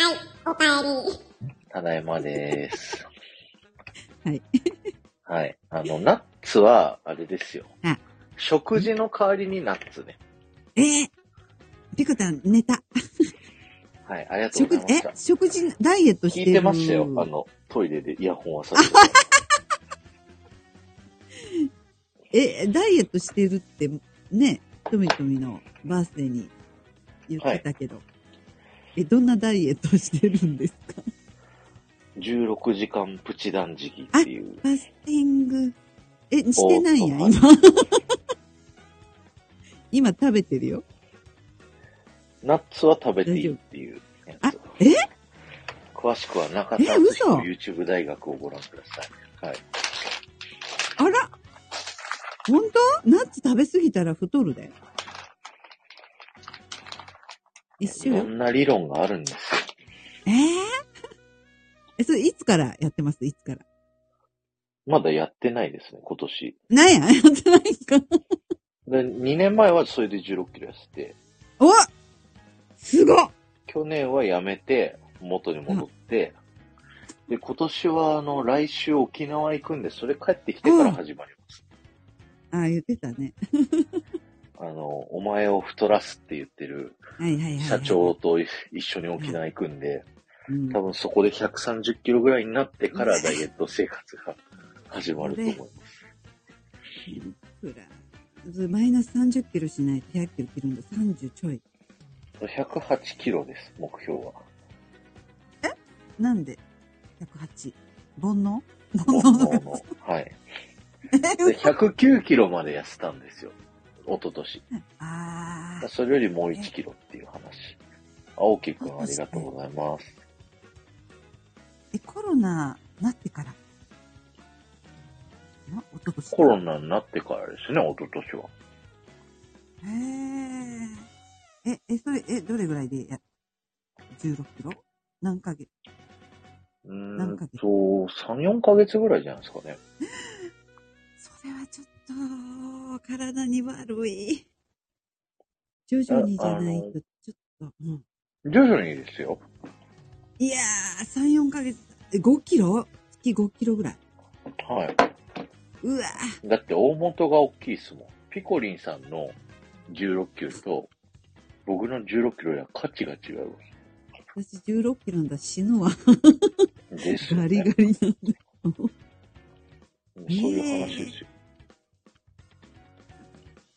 はい、おかえり。 ただいまでーす。 はい。 はい。あの、ナッツは、あれですよ。 あ、 食事の代わりにナッツね。 えー、ピコタン寝た。 はい、ありがとうございました。 え、食事、ダイエットしてる？ 聞いてましたよ。あの、トイレでイヤホンはさせて。 え、ダイエットしてるって、ね、トミトミのバースデーに言ってたけど、はい、え、どんなダイエットしてるんですか？ じゅうろくじかんプチ断食っていう。 あ、ファスティング。え、してないや、今。今食べてるよ。 ナッツは食べていいっていうやつ。 あ、え詳しくは中田敦彦 YouTube 大学をご覧ください。はい。 あら本当？ナッツ食べ過ぎたら太るで。一緒。 いろんな理論があるんですよ。 えー、え、それいつからやってます？いつから？ まだやってないですね、今年。 なんややってないか。 で、にねんまえはそれでじゅうろっキロ痩せて。 おすごっ！ 去年はやめて、元に戻って、うん、で、今年はあの、来週沖縄行くんで、それ帰ってきてから始まります。 ああ、言ってたね。 あの、お前を太らすって言ってる、社長と一緒に沖縄行くんで、うん、多分そこでひゃくさんじゅっキロぐらいになってからダイエット生活が始まると思います。 ほら、マイナスさんじゅっキロしないとひゃっキロ切るんだ。さんじゅうちょい。 ひゃくはちキロです、目標は。 え？なんでひゃくはち？煩悩？ 煩悩の。はい。で、ひゃくきゅうキロまで痩せたんですよ。一昨年。ああ。それよりもういちキロっていう話。青木くんありがとうございます。 え、コロナなってから？一昨年。 コロナになってからですね、一昨年は。 へえ。え、え、それ、え、どれぐらいでや、じゅうろっキロ？何ヶ月？ うーんと、さん、よんかげつぐらいじゃないですかね。 それはちょっと、体に悪い。徐々にじゃないと、ちょっと、うん。 徐々にですよ。 いやー、さん、よんかげつ、ごキロ？月ごキロぐらい。 はい。 うわだって大元が大きいですもん。ピコリンさんのじゅうろっキロと、僕のじゅうろっキロや価値が違う。 私じゅうろっキロなんだ、死ぬわ。 ですよね。 ガリガリなんだ。 そういう話ですよ。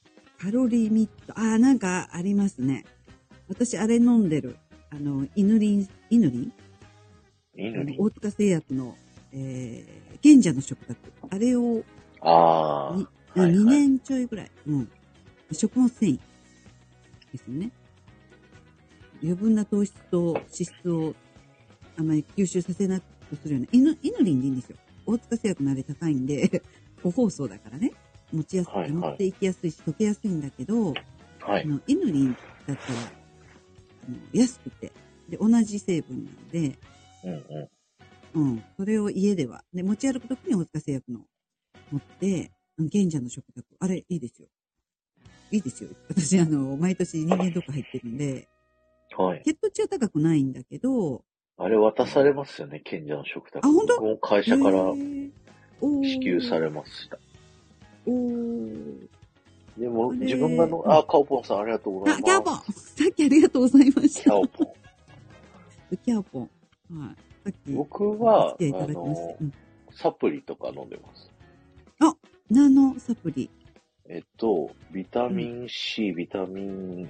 カロリーミット。ああ、なんかありますね。私、あれ飲んでる。あの、イヌリン、イヌリンイヌリン大塚製薬の、えー、賢者の食卓。あれを、 ああ。 にはいはいにねんちょいぐらい。うん。食物繊維ですよね。余分な糖質と脂質をあまり吸収させなくするような。イヌ、イヌリンでいいんですよ。大塚製薬のあれ高いんで、個包装だからね。持ちやすく、 はいはい持っていきやすいし、溶けやすいんだけど、 はいあの、イヌリンだったら、あの、安くて、で、同じ成分なんで、 うんううん。それを家では。で、持ち歩くときに大塚製薬の持って、賢者の食卓。あれ、いいですよ。いいですよ。私、あの、毎年人間ドック入ってるんで、 ん。はい。 血糖値は高くないんだけど、 あれ渡されますよね、賢者の食卓。 あ本当僕も会社からへーおー支給されました。 おーでも、 あれ自分がの、あ、カオポンさんありがとうございあ、 ます。 キャーポンさっきありがとうございました。 キャオポン。 キャーポン。はい。さっき、 僕は、 お付き合いいあただきましたの。 うんサプリとか飲んでます。 あ、ナノサプリ。 えっと、ビタミン C、ビタミン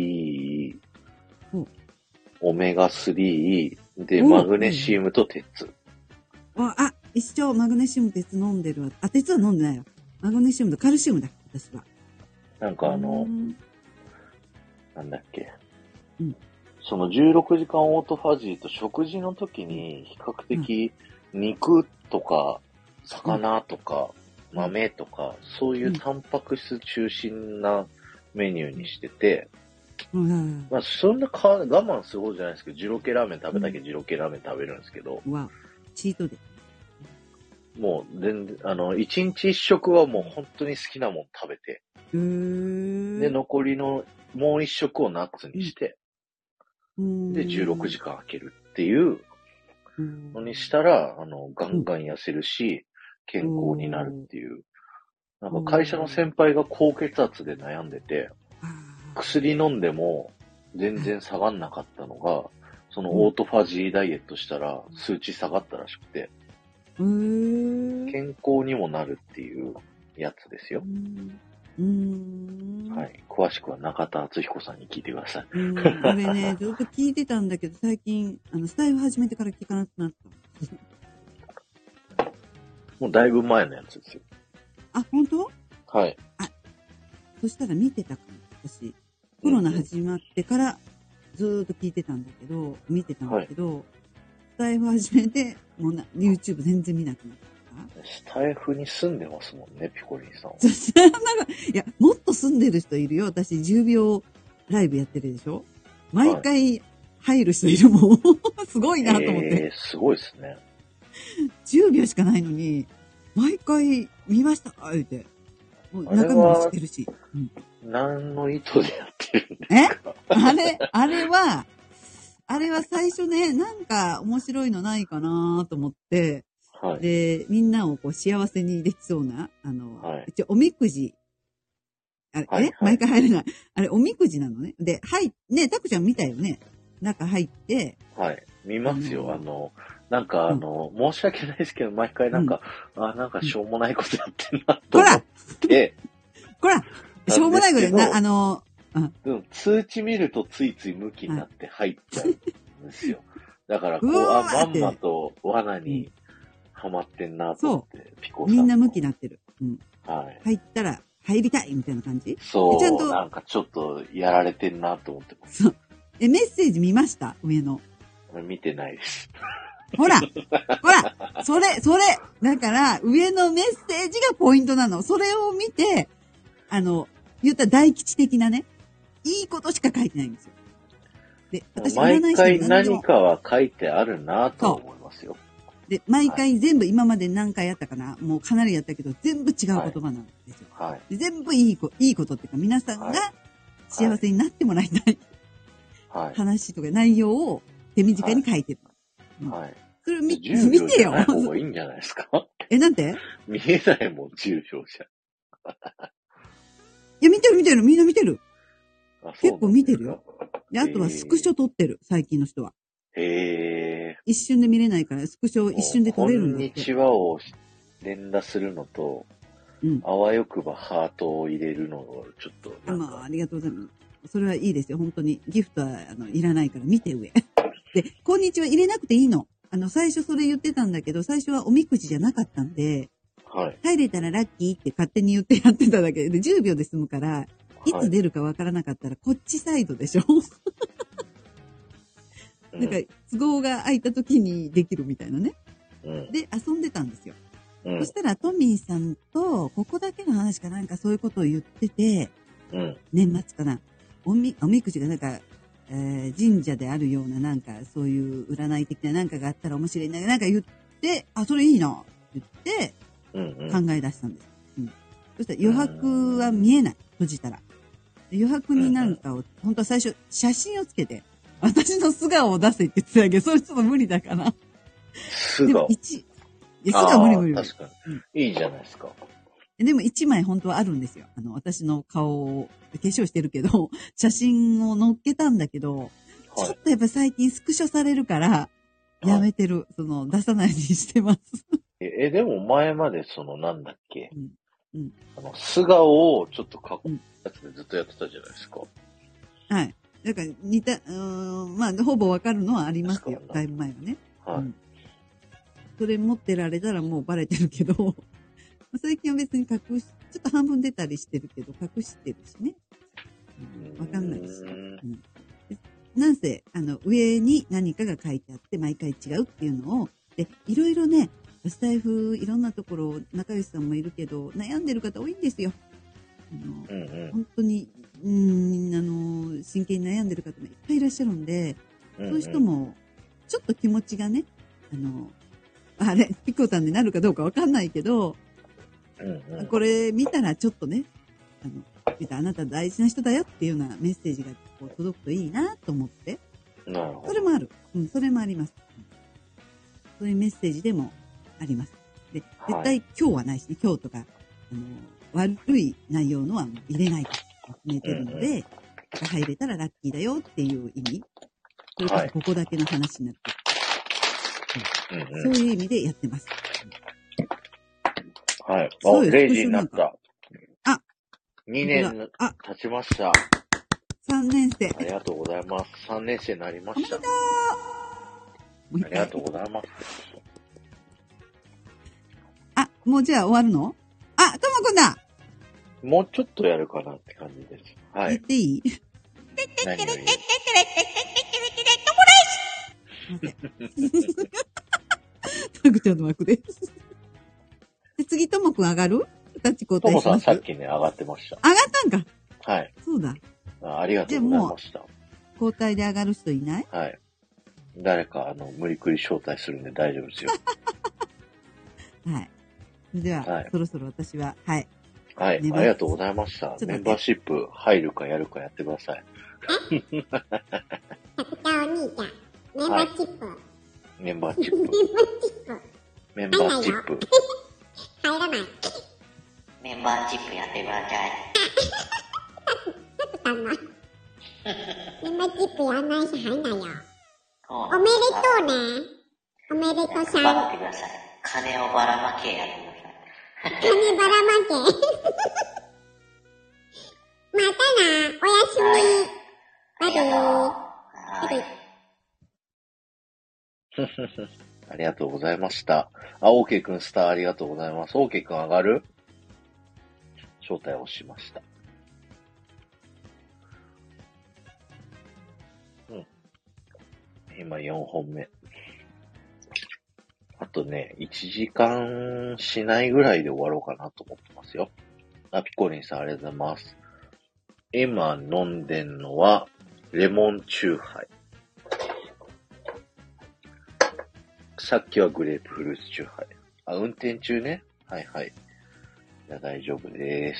B、 うんオメガスリー、で、 おマグネシウムと鉄。 あ、あ、一緒、マグネシウム、鉄飲んでるわ。あ、鉄は飲んでないよ。マグネシウムとカルシウムだ、私は。 なんかあのう、んなんだっけ。 うんそのじゅうろくじかんオートファジーと食事の時に比較的肉とか魚とか豆とかそういうタンパク質中心なメニューにしてて、 うん。 まあそんなか我慢するほどじゃないですけど、ジロケラーメン食べたけどジロケラーメン食べるんですけど、 わ、チートで。 もう全然、あの、一日一食はもう本当に好きなもん食べて、 うーん。 で、残りのもう一食をナッツにして、 うんで、じゅうろくじかん空けるっていうのにしたら、あの、ガンガン痩せるし、健康になるっていう。なんか会社の先輩が高血圧で悩んでて、薬飲んでも全然下がんなかったのが、そのオートファジーダイエットしたら数値下がったらしくて、 うーん。 健康にもなるっていうやつですよ。 うーん。 はい。詳しくは中田敦彦さんに聞いてください。 うん。あれね、ずっと聞いてたんだけど、最近、あの、スタイル始めてから聞かなくなった。 もうだいぶ前のやつですよ。 あ、本当？ はい。 そしたら見てたかも、私。コロナ始まってからずーっと聞いてたんだけど、見てたんだけど、スタイフ始めて、もうな、YouTube 全然見なくなった。 スタイフに住んでますもんね、ピコリンさんは。 そしたらなんか、いや、もっと住んでる人いるよ。私じゅうびょうライブやってるでしょ？毎回入る人いるもん。すごいなと思って。 えー、すごいですね。 じゅうびょうしかないのに、毎回見ました言うて。もう中身も知ってるし。うん何の意図でやってるんですか？ えあれ、あれは、あれは最初ね、なんか面白いのないかなと思って、 はい、 で、みんなをこう幸せにできそうな、あの、 はい、 一応おみくじ、あれ、 はいはい、 え毎回入れない。あれ、おみくじなのね。で、はい、ね、たくちゃん見たよね。中入って。 はい、見ますよ。あの、なんかあの、うん、申し訳ないですけど、毎回なんか、うん、あ、なんかしょうもないことやってんなと思って。 こらしょうもないことな、あの、 うん、通知見るとついつい向きになって入っちゃうんですよ。だから、こう、あ、まんまと罠にはまってんなと思って、ピコさん。 みんな向きになってる。うん。 はい。 入ったら、入りたいみたいな感じ？ そう。ちゃんとなんかちょっとやられてんなと思ってます。 そう。え、メッセージ見ました上の。 見てないです。 ほらほらそれ、それだから、上のメッセージがポイントなの。それを見て、あの、言ったら大吉的なね、いいことしか書いてないんですよ。で、私毎回何かは書いてあるなと思いますよ。 で、毎回全部今まで何回やったかな、もうかなりやったけど、全部違う言葉なんですよ。 はい。 で全部いいこ、いいことっていうか、皆さんが幸せになってもらいたい、はい、話とか内容を手短に書いてる。 はい。はい、 それ見、見てよ。 ない方がいいんじゃないですか？え、 なんて？ 見えないもん、じゅうびょうじゃ。 いや、見てる見てる、みんな見てる。結構見てるよ。で、あとはスクショ撮ってる、最近の人は。 へー。 一瞬で見れないから、スクショ一瞬で撮れるんだって。 こんにちはを連打するのと、 うん。 あわよくばハートを入れるのをちょっと。 まあ、ありがとうございます。それはいいですよ、本当に。ギフトは、あの、いらないから見て上。で、こんにちは入れなくていいの。あの、最初それ言ってたんだけど、最初はおみくじじゃなかったんで、 はい。 入れたらラッキーって勝手に言ってやってただけで、じゅうびょうで済むから、いつ出るかわからなかったら、こっちサイドでしょ、うん、なんか、都合が空いた時にできるみたいなね。うん、で、遊んでたんですよ。うん、そしたら、トミーさんと、ここだけの話かなんかそういうことを言ってて、うん、年末かな。おみ、おみくじがなんか、えー、神社であるようななんか、そういう占い的ななんかがあったら面白いな、なんか言って、あ、それいいな、って言って、考え出したんです。うんうん、そしたら余白は見えない。閉じたら。余白になんかを、本当は最初、写真をつけて、私の素顔を出せって言ってたけど、それちょっと無理だから。 素顔一、いや、素顔無理無理無理。 確かに、うん。いいじゃないですか。 でも一枚本当はあるんですよ。あの、私の顔を、化粧してるけど、写真を載っけたんだけど、はい、ちょっとやっぱ最近スクショされるから、やめてる。はい、その、出さないようにしてます。 え、でも前までそのなんだっけ、うんうん、あの、素顔をちょっと描くやつでずっとやってたじゃないですか。 はい。だから似た、うーん、まあ、ほぼわかるのはありますよ。だいぶ前はね。はい、うん。それ持ってられたらもうバレてるけど、最近は別に隠し、ちょっと半分出たりしてるけど、隠してるしね。うん、わかんないですよ。うん、なんせ、あの、上に何かが書いてあって、毎回違うっていうのを、で、いろいろね、スタイフ、いろんなところ、仲良しさんもいるけど、悩んでる方多いんですよ。あの、うんうん、本当に、うーん、あの、真剣に悩んでる方もいっぱいいらっしゃるんで、うんうん、そういう人も、ちょっと気持ちがね、あの、あれ、ピコタンになるかどうかわかんないけど、うんうん、これ見たらちょっとね、あの、見たあなた大事な人だよっていうようなメッセージがこう届くといいなと思って。 なるほど。 それもある。うん、それもあります。そういうメッセージでもあります。で、絶対今日はないしね、今日とか、あの、悪い内容のは入れないと決めてるので、うんうん、入れたらラッキーだよっていう意味。それこそここだけの話になってる、はい、うんうん、そういう意味でやってます。 はい。あ、れいじになった。 あ、 にねん経ちました。 さんねん生。 ありがとうございます。さんねん生になりました。ありがとうございます。 あ、もうじゃあ終わるの？あ、ともくんだ！ もうちょっとやるかなって感じです。はい。 言っていい？ 何を言う？ タグちゃんの枠です。で、次、ともくん上がる？タチ交代します。 ともさんさっきね、上がってました。 上がったんか？ はい。 そうだ。 あ、ありがとうございました。 交代で上がる人いない？ はい。誰か、あの、無理くり招待するんで大丈夫ですよ。 はい。では、はい、そろそろ私は、はい。 はい。ありがとうございました。メンバーシップ入るかやるかやってください。 さくたお兄ちゃん、メンバーシップ。はい、 メンバーチップ。メンバーチップ。 入らない。 メンバーチップやってください。 さくたんの。メンバーチップやんないし入んないよ。おめでとうね。おめでとうさん。 頑張ってください。金をばらまけやってください。 金ばらまけ。またな。おやすみ。 ありがとう。はい。 ありがとうございました。あ、オーケーくんスターありがとうございます。オーケーくん上がる？招待をしました。うん。今よんほんめ。あとね、いちじかんしないぐらいで終わろうかなと思ってますよ。あ、ピコリンさんありがとうございます。今飲んでんのは、レモンチューハイ。さっきはグレープフルーツチューハイ。あ、運転中ね。はいはい。じゃあ大丈夫です。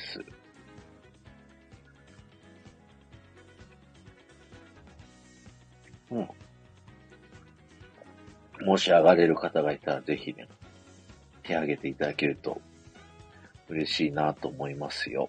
うん。もし上がれる方がいたらぜひね、手挙げていただけると嬉しいなと思いますよ。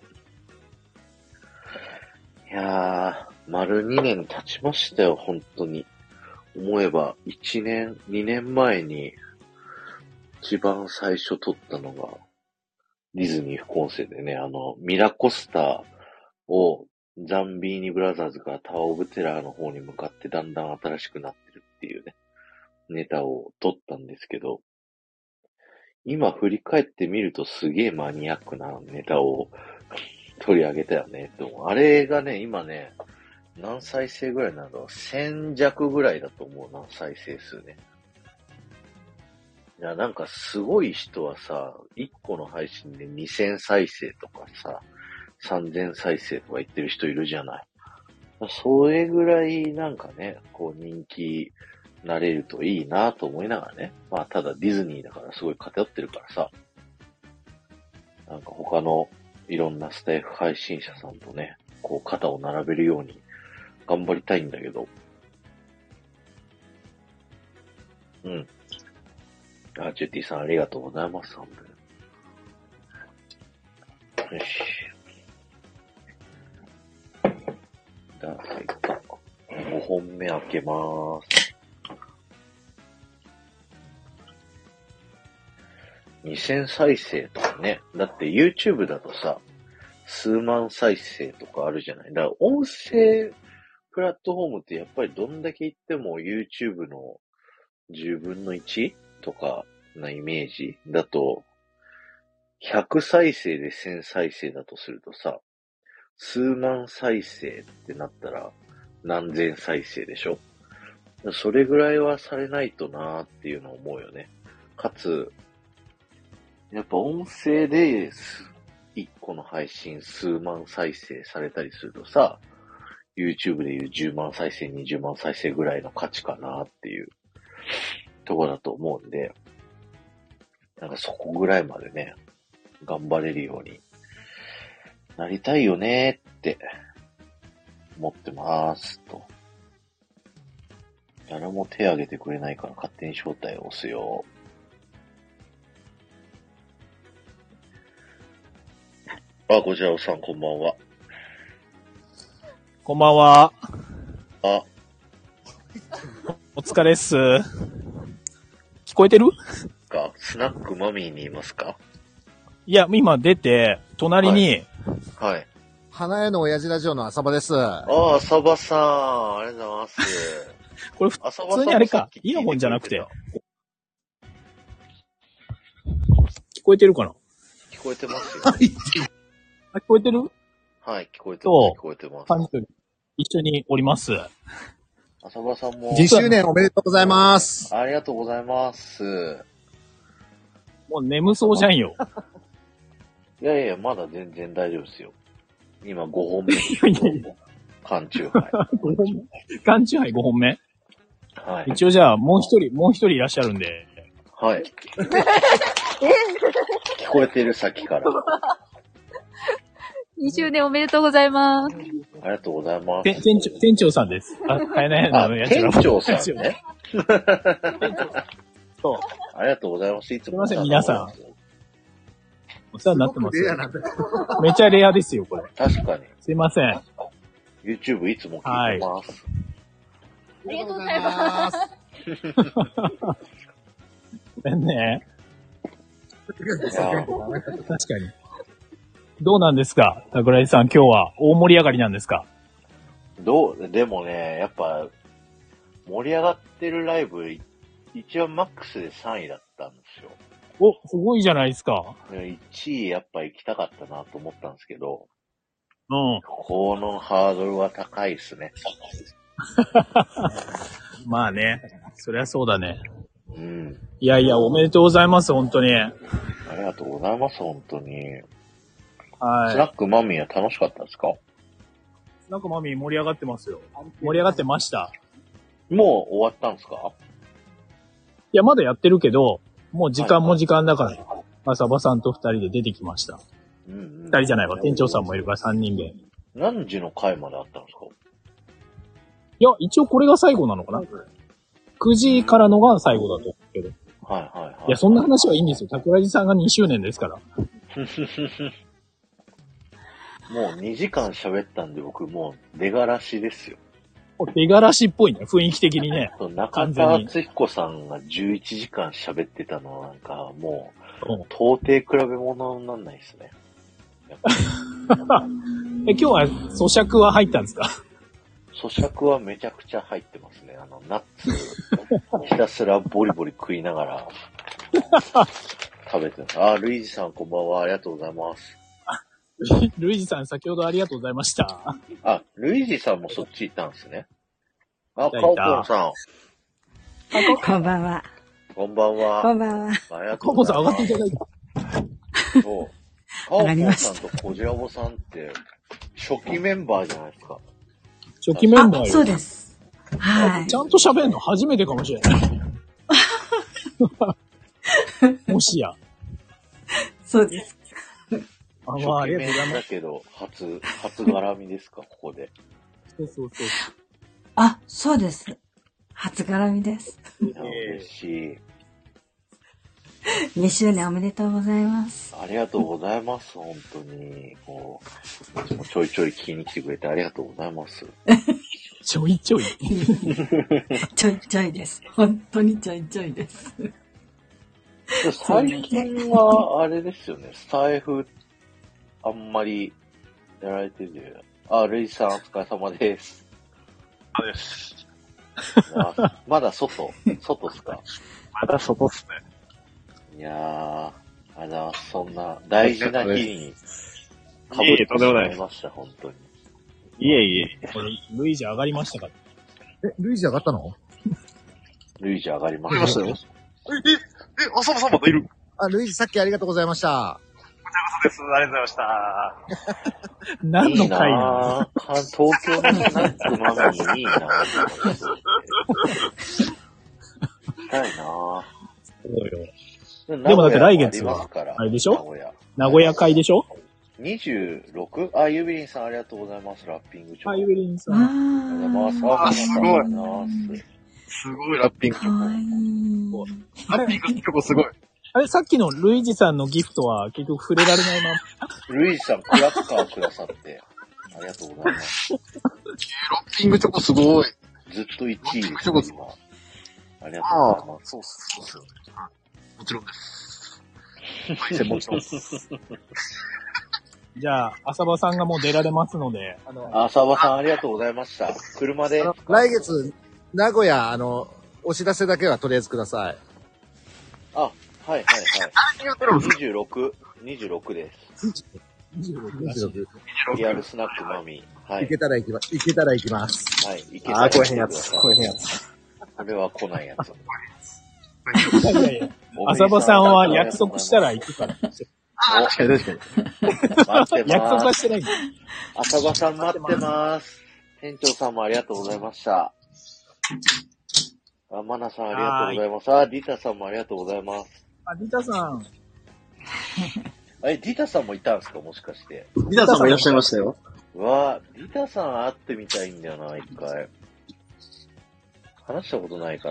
いやー、丸にねん経ちましたよ、本当に。思えば、いちねん、にねんまえに、一番最初撮ったのが、 ディズニー副音声でね、あの、ミラコスタをザンビーニブラザーズからタワーオブテラーの方に向かってだんだん新しくなってるっていうね、ネタを撮ったんですけど、今振り返ってみるとすげえマニアックなネタを取り上げたよねって思う。あれがね、今ね、何再生ぐらいなんだろう。せん弱ぐらいだと思うな、再生数ね。いや、なんかすごい人はさ、いっこの配信でにせん再生とかさ、さんぜん再生とか言ってる人いるじゃない。それぐらいなんかね、こう人気なれるといいなと思いながらね。まあただディズニーだからすごい偏ってるからさ、なんか他のいろんなスタイフ配信者さんとね、こう肩を並べるように頑張りたいんだけど。うん。あ、ジェティさんありがとうございます。本当に。よし。じゃあ、はいか。ごほんめ開けまーす。にせん再生とかね。だって YouTube だとさ、数万再生とかあるじゃない。だから音声プラットフォームってやっぱりどんだけ言っても YouTube のじゅうぶんのいちとかなイメージだと、ひゃく再生でせん再生だとするとさ、数万再生ってなったら何千再生でしょ。それぐらいはされないとなーっていうのを思うよね。かつ、やっぱ音声でいっこの配信数万再生されたりするとさ、YouTube でいうじゅうまん再生、にじゅうまん再生ぐらいの価値かなっていうところだと思うんで、なんかそこぐらいまでね、頑張れるようになりたいよねって思ってますと。誰も手挙げてくれないから勝手に招待を押すよ。あ、こちらおさんこんばんは。 こんばんは。 あ。 お疲れっす。聞こえてる？ か、スナックマミーにいますか？ いや、今出て、隣に、 はい。はい。 花屋の親父ラジオの浅場です。 ああ、浅場さん、ありがとうございます。 これ普通にあれか、イヤホンじゃなくて。聞こえてるかな？ 聞こえてますよ。 あ、聞こえてる？ はい、聞こえてます。聞こえてます。 さんにん一緒におります。 浅場さんも。 じゅっしゅうねんおめでとうございます。 ありがとうございます。 もう眠そうじゃんよ。 いやいや、まだ全然大丈夫ですよ。今ごほんめ。缶チューハイ。 缶チューハイごほんめ？ はい。 一応じゃあ、もう一人、もう一人いらっしゃるんで。 はい。聞こえてる、さっきから。 にしゅうねんおめでとうございます。 ありがとうございます。 店長、店長さんです。あ、買えないのやつら。 店長さんね。 そう。 ありがとうございます。いつも。 すいません、皆さん。お世話になってますよ。めちゃレアですよ、これ。 確かに。 すいません。 YouTube いつも聞いてます。 ありがとうございます。 ごめんね。確かに。どうなんですか、桜井さん、今日は大盛り上がりなんですか？ どう、でもね、やっぱ、盛り上がってるライブ、一番マックスでさんいだったんですよ。 お、すごいじゃないですか。 いちいやっぱ行きたかったなと思ったんですけど、 うん。 このハードルは高いですね。 まあね、そりゃそうだね。 うん。 いやいや、おめでとうございます、本当に。 ありがとうございます、本当に。 はい。 スナックマミーは楽しかったですか？ スナックマミー盛り上がってますよ。盛り上がってました。 もう終わったんですか？ いや、まだやってるけど、もう時間も時間だから、浅場さんと二人で出てきました。 うんうん。 二人じゃないわ、店長さんもいるから三人で。 何時の回まであったんですか？ いや、一応これが最後なのかな？くじからのが最後だと思うけど。 はいはいはい。 いや、そんな話はいいんですよ。桜地さんがにしゅうねんですから。 もうにじかん喋ったんで僕もう出がらしですよ。 出がらしっぽいね、雰囲気的にね。 中田敦彦さんがじゅういちじかん喋ってたのはなんかもう到底比べ物になんないですね。 え、今日は咀嚼は入ったんですか？ 咀嚼はめちゃくちゃ入ってますね。あの、ナッツ、ひたすらボリボリ食いながら、食べてます。あ、ルイージさんこんばんは。ありがとうございます。 ルイージさん先ほどありがとうございました。 あ、ルイージさんもそっち行ったんですね。あ、カオポンさん。 こんばんは。 こんばんは。 こんばんは。 ありがとうございます。 カオポンさん上がっていただいた。 そう。カオポンさんとコジラボさんって、初期メンバーじゃないですか。 初期メンバーよ。 そうです。はい。 ちゃんと喋るの初めてかもしれない。もしや。 そうです。 あ、まあ、ありがとうございます。 だけど、初、初絡みですか、ここで。 そうそうそう。 あ、そうです。初絡みです。 嬉しい。 にしゅうねんおめでとうございます。 ありがとうございます、本当に。こう、ちょいちょい聞きに来てくれてありがとうございます。 ちょいちょい。 ちょいちょいです。本当にちょいちょいです。 最近は、あれですよね、スタイフ、あんまりやられてる。あ、ルイさんお疲れ様です。 そうです。 まだ外、外っすか？ まだ外っすね。 いやー、あら、そんな大事な日に、かぶってしまいました、本当に。 いえいえ。 これ、ルイージ上がりましたか？ え、ルイージ上がったの？ ルイージ上がりました。 上がりましたよ。え、え、え、あさまさんまだいる？ あ、ルイージさっきありがとうございました。 こちらこそです。ありがとうございました。 何の回なぁ。東京のスナックマミーいいなぁ。したいなぁ。 そうよ。でもだって来月は、あれでしょ？名古屋会でしょ？ にじゅうろく? あ、ユビリンさんありがとうございます。ラッピングチョコ。 あ、ユビリンさん。 ありがとうございます。 あ、すごい。 すすごいラッピングチョコ。ラッピングチョコすごい。 あれ、さっきのルイージさんのギフトは結局触れられないまま。ルイージさん、クラッカーくださって、ありがとうございます。 ラッピングチョコすごい。 ずっといちいです、今。ありがとうございます。 そうっす、そうっすよね。もちろんです。はい、もちろんです。 じゃあ、浅場さんがもう出られますので。 あの、浅場さんありがとうございました。車で。 来月、名古屋、あの、お知らせだけはとりあえずください。 あ、はいはいはい。にじゅうろく、にじゅうろくです。 にじゅうろく、にじゅうろく。 リアルスナックマミー。はい。 行けたら行きま、行けたら行きます。 はい、行けたら行きます。 あー、来えへんやつ。来えへんやつ。 これは来ないやつ。 いやいやいや。浅場さんは約束したら行くから。 あ、確かに確かに。 待ってます。 約束はしてないんだ。 浅場さん待ってます。店長さんもありがとうございました。あ、マナさんありがとうございます。あ、ディタさんもありがとうございます。 あ、ディタさん。 え、ディタさんもいたんですかもしかして。 ディタさんもいらっしゃいましたよ。 うわぁ、ディタさん会ってみたいんだよな、一回。話したことないから。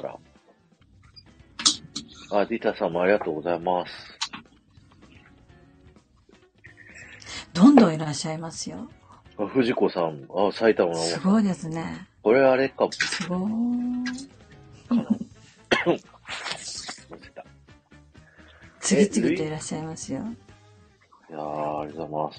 あ、ディタさんもありがとうございます。 どんどんいらっしゃいますよ。 あ、藤子さん、あ、埼玉の。 すごいですね。 これあれか。 すごーい。次々といらっしゃいますよ。 いやー、ありがとうございます。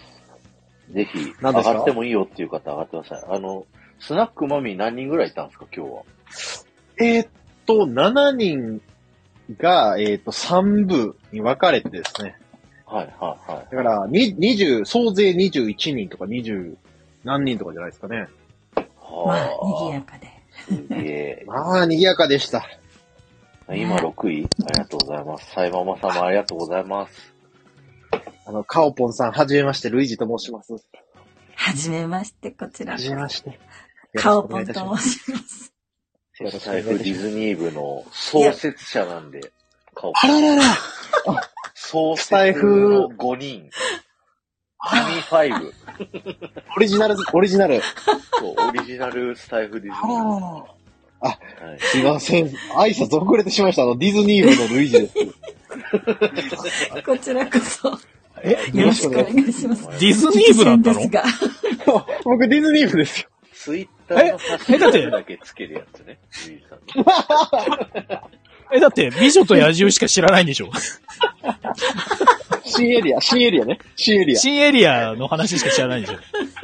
ぜひ、上がってもいいよっていう方上がってください。あの、スナックマミー何人ぐらいいたんですか、今日は。 えー、っと、しちにんが、えー、っと、さん部に分かれてですね。 はい、はい、はい。 だから、に、にじゅう、総勢にじゅういちにんとかにじゅう何人とかじゃないですかね。 まあ、賑やかで。 すげえ。 まあ、賑やかでした。 今ろくい、ありがとうございます。サイママさんもありがとうございます。 あの、カオポンさん、はじめまして、ルイージと申します。 はじめまして、こちら。 はじめまして。 カオポンと申します。 スタイフディズニー部の創設者なんで、カオポン。 あららら創設のごにん。ハニーファイブ。 オリジナル、オリジナル。 そう、オリジナルスタイフディズニー部。 あ、はい、すいません。挨拶遅れてしまいました。あの、ディズニー部のルイージです。 こちらこそ。 え、 よろしくお願いします。 ディズニー部だったの？ 僕ディズニー部ですよ。 ツイッターのハッシュタグだけつけるやつね。ルイージさんの。 え、だって、美女と野獣しか知らないんでしょ？ 新エリア、新エリアね。新エリア。 新エリアの話しか知らないんでしょ？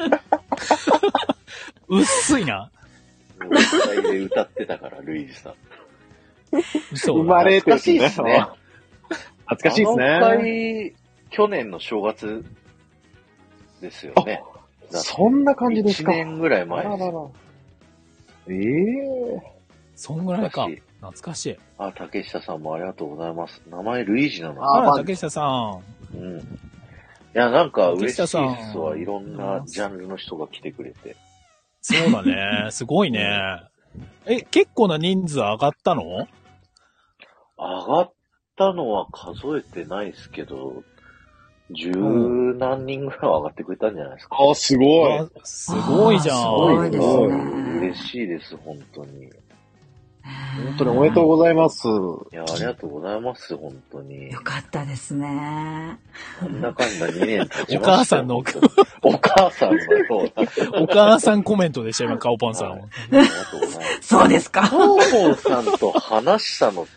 薄いな。 歌で歌ってたから、ルイージさん。 嘘。 生まれて懐かしいですね。 懐かしいですね。 あの回、去年の正月ですよね。 そんな感じですか。 いちねんぐらい前です。 あらららええー。 そんぐらいか。懐かしい。 あ、竹下さんもありがとうございます。名前ルイージなの。 あら、竹下さん。 うん。いや、なんか嬉しいですわ。いろんなジャンルの人が来てくれて。 そうだね。すごいね。え、結構な人数上がったの？ 上がったのは数えてないですけど、十何人ぐらい上がってくれたんじゃないですか。 あ、すごい。 すごいじゃん。 すごいですね。嬉しいです、本当に。 本当におめでとうございます。 いや、ありがとうございます、本当に。 よかったですね。 なんだかんだにねん経ちました。 お母さんの、 お母さんのような。 お母さんコメントでした、今、カオパンさん。 ありがとうございます。 そうですか。 カオポンさんと話したのって、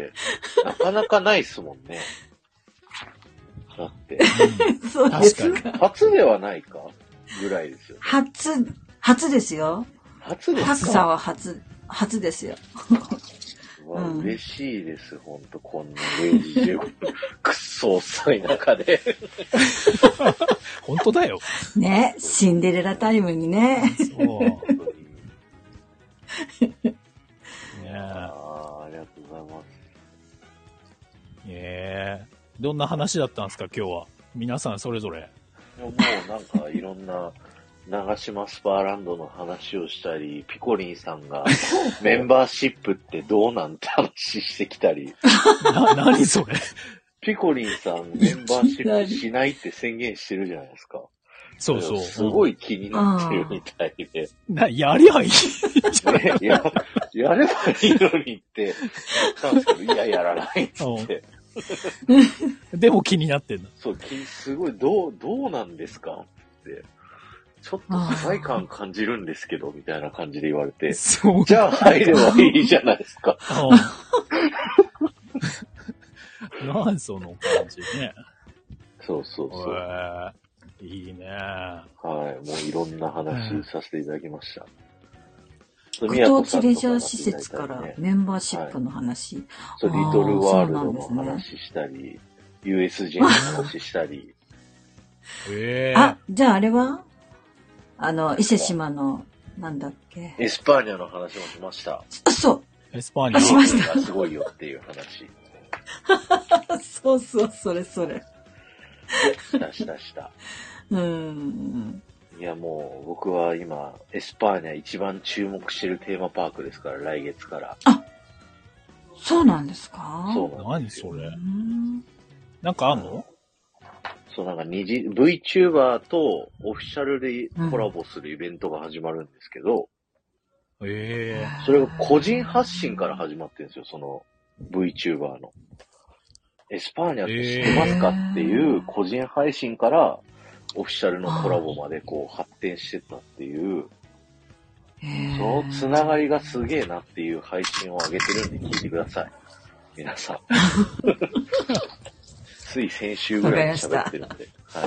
なかなかないっすもんね。だって。 そうですか。 初ではないかぐらいですよ、ね。 初、初ですよ。 初ですか？ 初さんは初、初ですよ。 わ、うん、嬉しいです、ほんと、こんなれいじじゅうごふん、くっそ遅い中で。 本当だよ。 ね、シンデレラタイムにね。 そう。ねえ。 ああ、ありがとうございます。 ええ。どんな話だったんですか、今日は。皆さんそれぞれ。 もうなんかいろんな、長島スパーランドの話をしたり、ピコリンさんがメンバーシップってどうなんて話してきたり。 な、何それ？ ピコリンさんメンバーシップしないって宣言してるじゃないですか。 そうそう。 すごい気になってるみたいで。 な、やりゃいいじゃん。 や、やればいいのにって言ったんですけど、いや、やらないっつって。 でも気になってんだ。 そう、すごい、どう、どうなんですかって。ちょっと世界観感じるんですけど、みたいな感じで言われて。 そう。 じゃあ入ればいいじゃないですか。 なんその感じね。 そうそうそう。 えー、いいね。 はい。もういろんな話させていただきました。 ご当地レジャー施設からメンバーシップの話。 はい、そう、リトルワールドの話したり、ね、ユーエスジェー の話したり。 えー、 あ、じゃああれはあの、伊勢島の、なんだっけ。 エスパーニャの話もしました。 あ、そう。 エスパーニャしました。 すごいよっていう話。 そうそう、それそれ。 したしたした。 うん。 いやもう、僕は今、エスパーニャ一番注目してるテーマパークですから、来月から。 あ、そうなんですか？ そうなんですよ。何それ？なんかあんの？ そう、なんか二次、VTuber とオフィシャルでコラボするイベントが始まるんですけど、 ええー、それが個人発信から始まってるんですよ、その VTuber の。エスパーニャって知ってますかっていう個人配信からオフィシャルのコラボまでこう発展してったっていう、そのつながりがすげえなっていう配信を上げてるんで聞いてください。皆さん。つい先週ぐらいに喋ってるんで。はい。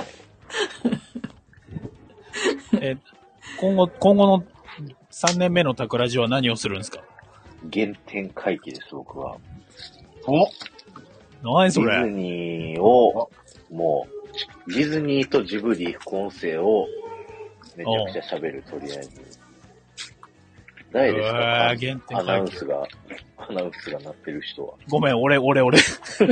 え、今後、今後のさんねんめのタクラジは何をするんですか？ 原点回帰です、僕は。 お何それ？ ディズニーを、もう、ディズニーとジブリ副音声をめちゃくちゃ喋る、とりあえず。誰ですか、 原点回帰。 アナウンスが、アナウンスが鳴ってる人は。 ごめん、俺、俺、俺。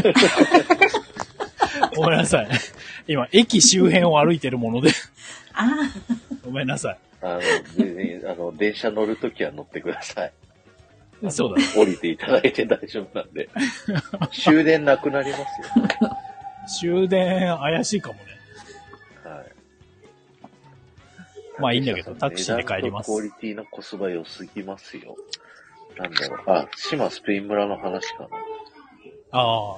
ごめんなさい。今、駅周辺を歩いてるもので。ごめんなさい。 あの、全然、あの、電車乗るときは乗ってください。 そうだね。 降りていただいて大丈夫なんで。終電なくなりますよ。 終電怪しいかもね。 はい。 まあいいんだけど、タクシーで帰ります。 クオリティのコスパ良すぎますよ。なんだろう。あ、島スペイン村の話かな。 あ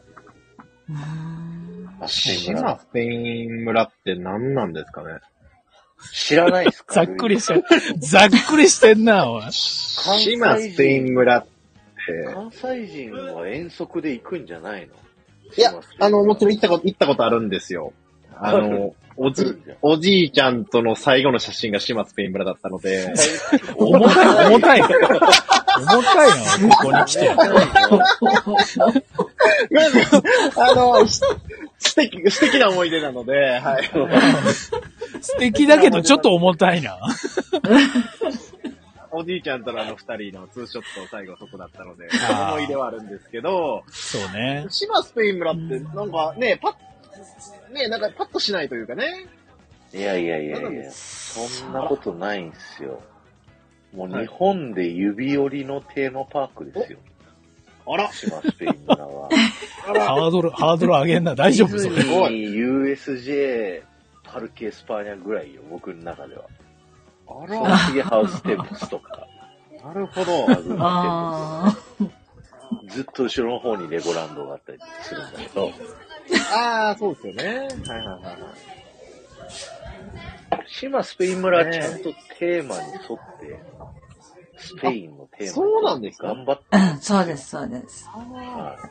あ。 島スペイン村って何なんですかね？ 知らないですか？ ざっくりして、ざっくりしてんな、おい。 島スペイン村って、 関西人は遠足で行くんじゃないの？ いや、あの、もちろん行ったこと、行ったことあるんですよ。あの、おじ、おじいちゃんとの最後の写真が島スペイン村だったので。 重たい、重たい。重たいな、ここに来て。 あの、素敵、素敵な思い出なので、はい。 素敵だけどちょっと重たいな。 おじいちゃんとのあの二人のツーショット最後そこだったので、思い出はあるんですけど、 そうね。 島スペイン村ってなんかね、パッ、ね、なんかパッとしないというかね。 いやいやいやいや、そんなことないんすよ。もう日本で指折りのテーマパークですよ。 あら島スペイン村は。 ハードル、ハードル上げんな、大丈夫それ。 ディズニー、ユーエスジェー、パルケ・エスパーニャぐらいよ、僕の中では。 あらその次ハウステンボスとか。 なるほど。 あずっと後ろの方にレゴランドがあったりするんだけど。 ああ、そうですよね。はいはいはいはい。 島スペイン村はちゃんとテーマに沿って、スペインのテーマにそうなんですか？ 頑張って。 あ、そうです、そうです。 はい、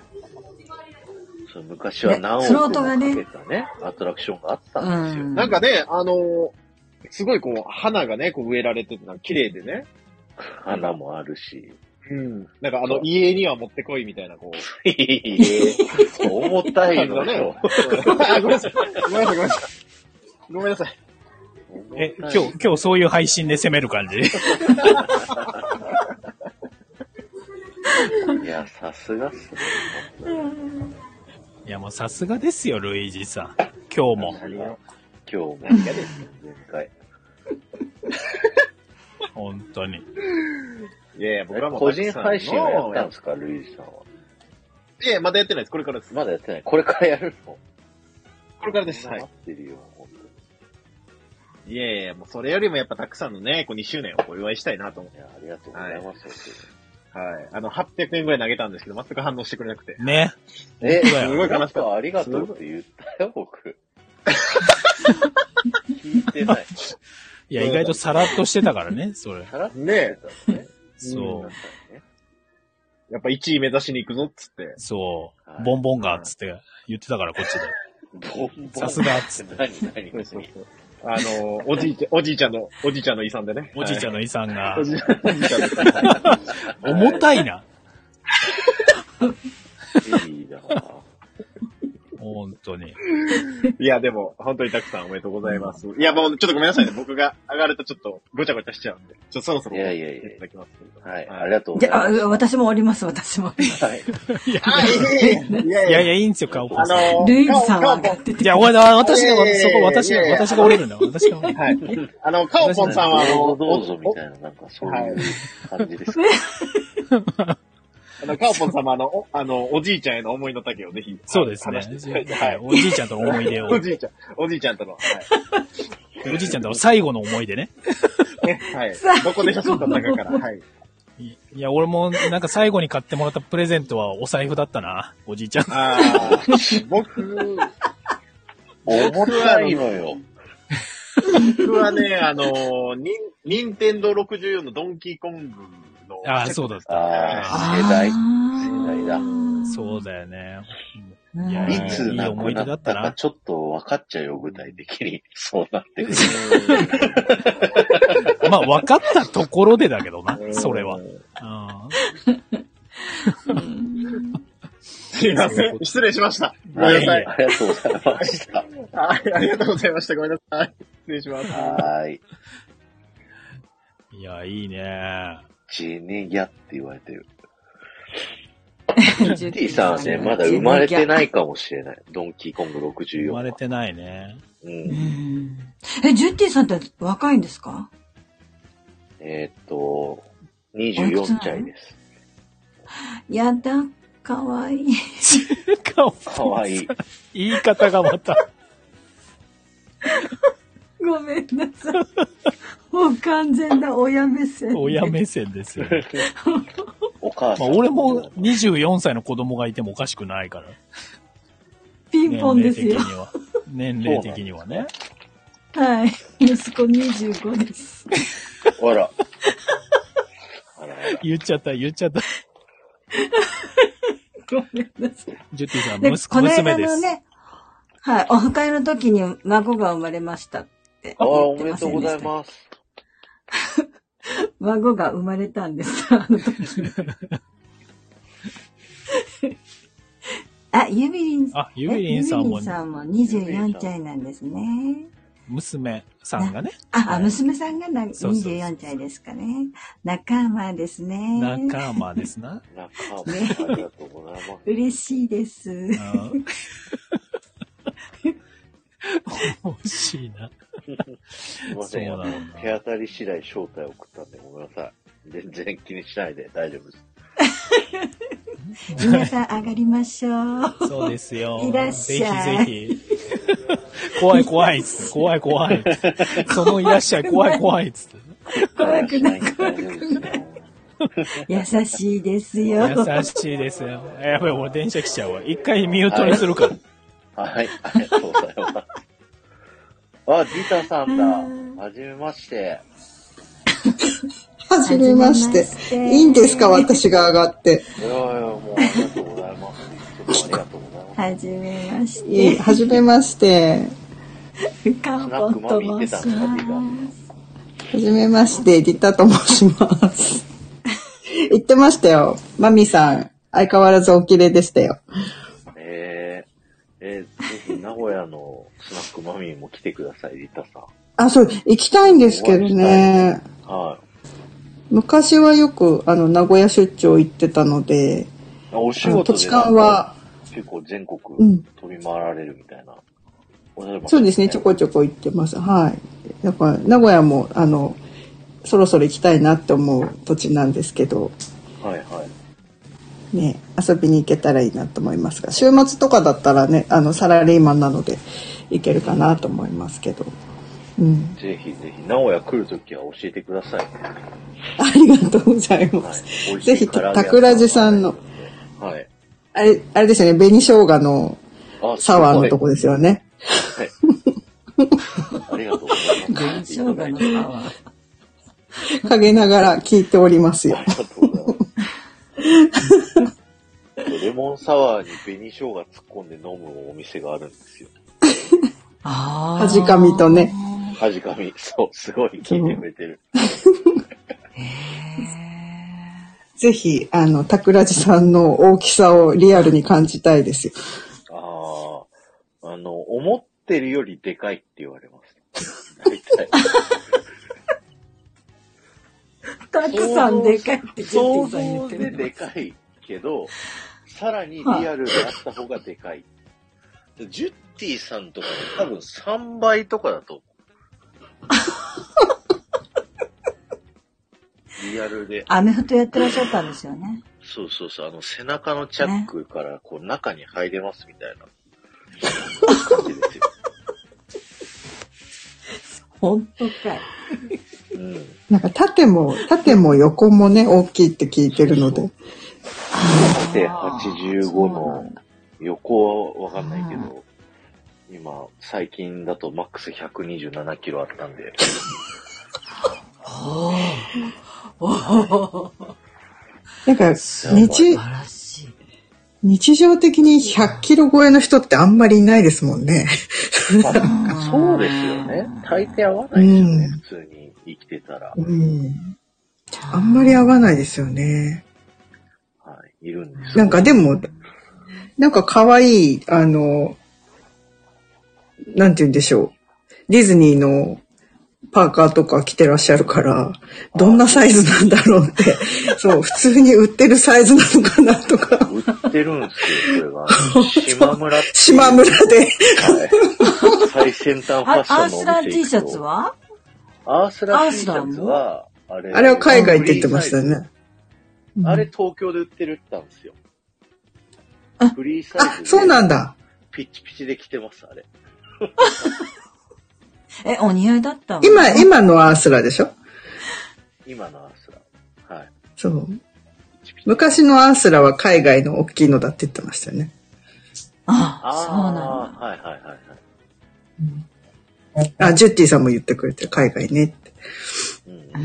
そう昔は何億もかけたね、アトラクションがあったんですよ。 なんかね、あのー、すごいこう、花がね、こう植えられてて、綺麗でね。 花もあるし。 うん。なんかあの、家には持ってこいみたいな、こう。 家、重たいのよ。 ごめんなさい。ごめんなさい、ごめんなさい。ごめんなさい。 え、今日、今日そういう配信で攻める感じ？ いや、さすがっすね。 いや、もうさすがですよ、ルイージさん。今日も。 今日も嫌ですよ、前回。 本当に。 いやいや、僕はもう個人配信はやったんですか、ルイージさんは。 いや、まだやってないです。これからです。 まだやってない。これからやるの？ これからです。はい。 待ってるよ、本当に。 いやいや、もうそれよりもやっぱたくさんのね、こうにしゅうねんをお祝いしたいなと思って。 いや、ありがとうございます。 はい。はい、あの、はっぴゃくえんぐらい投げたんですけど、全く反応してくれなくて。 ね。 え、 すごい悲しかった。 ありがとうって言ったよ、僕。聞いてない。 いや、意外とさらっとしてたからね、それ。 さらっとしてたね。 そう。 やっぱいちい目指しに行くぞっつって。 そう。ボンボンがっつって言ってたから、こっちで。 ボンボンさすがっつって。 何何何何あの、おじいちゃん、おじいちゃんの、おじいちゃんの遺産でね。 おじいちゃんの遺産が。 おじいちゃんの遺産で。 重たいな。 いいな。 本当に。 いや、でも、本当にたくさんおめでとうございます。いや、もう、ちょっとごめんなさいね。僕が上がるとちょっとごちゃごちゃしちゃうんで。ちょっとそろそろ。 いやいやいや。 いただきます。 はい、ありがとうごじゃあ、 ざいます。 私もおります、私もおります。 はい。 いやいやいや、いいんですよ、顔ポンさん。 ルイージさんは上がってて。 いや、お前、私が、そこ、私が、私が折れるんだ。私が折れる。 はい。あの、カオポンさんは、あの、 どうぞみたいな、なんかそういう感じですね。 あの、カオポン様、あの、お、あの、おじいちゃんへの思いの丈をぜひ。 そうですね。はい。おじいちゃんとの思い出を。 おじいちゃん、おじいちゃんとの。はい。 おじいちゃんとの最後の思い出ね。 ね、はい。どこで写真撮ったかから、はい。 いや、俺も、なんか最後に買ってもらったプレゼントはお財布だったな、おじいちゃん。 ああ、僕、 重たいのよ。 僕はね、あの、ニン、ニンテンドーろくじゅうよんのドンキーコングの。 ああ、そうだった。 ああ、世代。世代だ。 そうだよね。 いや、いつなくなったかちょっと分かっちゃうよ、具体的に。そうなってくる。 まあ、分かったところでだけどな、それは。 すいません。失礼しました。ごめんなさい。 ありがとうございました。 はい、ありがとうございました。ごめんなさい。失礼します。 はい。 いや、いいね。 ジネギャって言われてる。ジュティさんはね、まだ生まれてないかもしれない。ドンキーコングろくじゅうよん。 生まれてないね。 うん。 うんえ、ジュッティさんって若いんですか？ えー、っと、にじゅうよん歳です。 やだ、かわいい。 かわいい。 言い方がまた。 ごめんなさい。もう完全な親目線。 親目線ですよ。 お母さん。 まあ、俺もにじゅうよん歳の子供がいてもおかしくないから。 ピンポンですよ。 年齢的にはね。 はい。息子にじゅうごです。 あら。 言っちゃった、言っちゃった。 ごめんなさい。 ジュティさん、 で、 むすこの娘です。 間のね、はい、オフ会の時に孫が生まれましたってああ、 言おってまめでとうごせんでした。 ざいます。 孫が生まれたんです、あの時。あ、ゆびりん、 あ、ゆびりんさんもえゆびりんさんもにじゅうよん歳なんですね。 娘さんがね。 あ、あ、娘さんがなそうそうそうにじゅうよん歳ですかね。仲間ですね。 仲間ですな。 仲間、 ねありがとうございます。 嬉しいです。 欲しいな。 すいません、あの、手当たり次第招待送ったんでごめんなさい。全然気にしないで大丈夫です。 皆さん上がりましょう。 そうですよ。 いらっしゃい。 ぜひぜひ。怖い怖いっつって。怖い怖い。そのいらっしゃい怖い怖いっつって。 怖くない怖くない。優しいですよ。 優しいですよ。やばい、俺電車来ちゃうわ。一回ミュートにするから。 はい、ありがとうございます。あ、リタさんだ。はじめまして。 はじめまして。いいんですか、私が上がって。 いやいや、もうありがとうございます。いつもありがとうございます。 はじめましいえ、 て。 はじめまして。 かんぽんと申します。 はじめまして、リタと申します。言ってましたよ。マミさん、相変わらずお綺麗でしたよ。 えー、えー、ぜひ名古屋のスナックマミーも来てください、リタさん。 あ、そう、行きたいんですけどね。 はい。 昔はよく、あの、名古屋出張行ってたので、 お仕事で土地勘は、 結構全国飛び回られるみたいな。 うん、そうですね、ちょこちょこ行ってます。はい。だから、名古屋も、あの、そろそろ行きたいなって思う土地なんですけど、 はいはい。 ね、遊びに行けたらいいなと思いますが、週末とかだったらね、あの、サラリーマンなので行けるかなと思いますけど。うん、 ぜひぜひ、名古屋来るときは教えてくださいね。 ありがとうございます。はい、ぜひ、桜地さんの、 はい。 あれ、あれですよね、紅生姜のサワーのとこですよね。 はい。ありがとうございます。紅生姜のサワー。陰ながら聞いておりますよ。 ありがとうございます。レモンサワーに紅生姜突っ込んで飲むお店があるんですよ。 ああ。はじかみとね。 はじかみ、そう、すごい聞いてくれてる。 ぜひ、あの、桜地さんの大きさをリアルに感じたいですよ。 ああ、あの、思ってるよりでかいって言われます。大体。 たくさんでかいって想像ででかいけど、さらにリアルであった方がでかい。ジュッティさんとか多分さんばいとかだと思う。リアルで。 アメフトやってらっしゃったんですよね。 そうそうそう。あの、背中のチャックからこう中に入れますみたいな感じですよ。 本当かい。 うん。 なんか縦も、縦も横もね、大きいって聞いてるので。 縦はちじゅうごの横はわかんないけど、今、最近だとマックスひゃくにじゅうななキロあったんで。 なんか、日、日常的にひゃっキロ超えの人ってあんまりいないですもんね。 まあ、そうですよね。大抵合わないですよね、うん、普通に生きてたら、 うん。あんまり合わないですよね。 はい、いるんです。 なんかでも、なんか可愛い、あの、なんて言うんでしょう。ディズニーのパーカーとか着てらっしゃるから、どんなサイズなんだろうって、そう、普通に売ってるサイズなのかなとか。 売ってるんですよ、これが。島村って。 島村で。はい。 最先端ファッションのお店。 アースラー T シャツはアースラー T シャツは、あれ。 あれは海外って言ってましたね。 あれ東京で売ってるって言ったんですよ。フリーサイズで。 そうなんだ。 ピチピチで着てます、あれ。 え、お似合いだったの？ 今、今のアースラでしょ？ 今のアースラ。はい。 そう。昔のアースラは海外の大きいのだって言ってましたよね。 ああ、そうなんだ。 はいはいはいはい。 うん、あ、ジュッティさんも言ってくれて、海外ねって。 うん。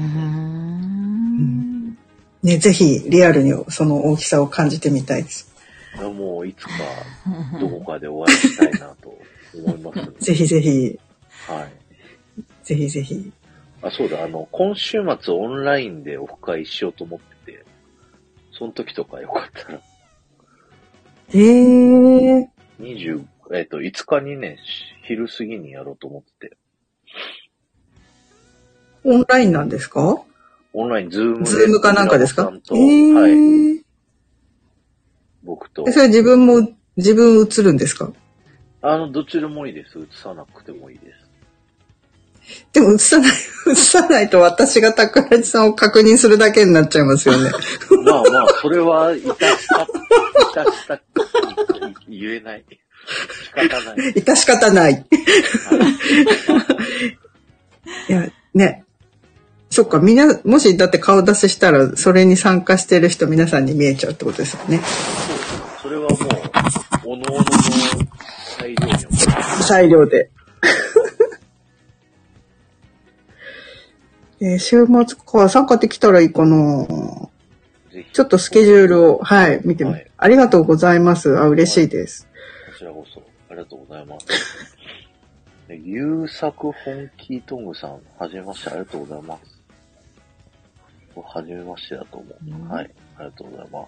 ね、ぜひリアルにその大きさを感じてみたいです。 いやもういつかどこかでお会いしたいなと思います、ね。 ぜひぜひ。 はい。 ぜひぜひ。 あ、そうだ、あの、今週末オンラインでオフ会しようと思ってて、その時とかよかったら。 へー。 にじゅう、えっと、いつかにね、昼過ぎにやろうと思ってて。 オンラインなんですか？ オンライン、ズームで。 ズームかなんかですか？ さんと、 へー。 はい。僕と。 それ自分も、自分映るんですか？ あの、どっちでもいいです。映さなくてもいいです。 でも映さない、映さないと私が桜地さんを確認するだけになっちゃいますよね。 まあまあ、それは、いたした、いたした、言えない。仕方ない。 いたし方ない。いや、ね。そっか、みんな、もしだって顔出ししたら、それに参加してる人皆さんに見えちゃうってことですよね。 そう。それはもう、おのおのの裁量に。 裁量で。えー、週末か、参加できたらいいかな。ちょっとスケジュールを、はい、見てみ、はい、ありがとうございます。あ、嬉しいです。 こちらこそ、ありがとうございます。優作本気トングさん、はじめまして、ありがとうございます。はじめましてだと思う、うん。はい、ありがとうございます。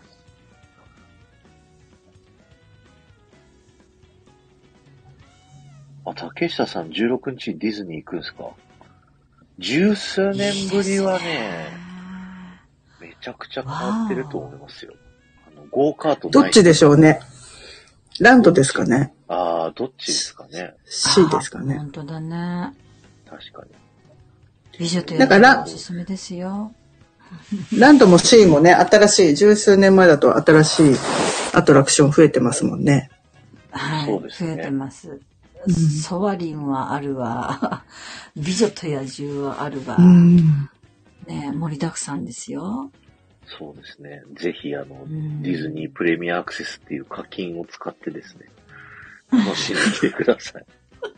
あ、竹下さん、じゅうろくにちディズニー行くんですか？十数年ぶりはね、めちゃくちゃ変わってると思いますよ。あの、ゴーカートない。 どっちでしょうね。ランドですかね。 ああ、どっちですかね。 C ですかね。 本当だね。 確かに。 美女と野獣がおすすめですよ。 ランドも C もね、新しい、十数年前だと新しいアトラクション増えてますもんね。 はい、 そうですね、 増えてます。ソワリンはあるわ。美女と野獣はあるわ。ね、盛りだくさんですよ。 そうですね。ぜひ、あの、ディズニープレミアアクセスっていう課金を使ってですね、楽しんできてください。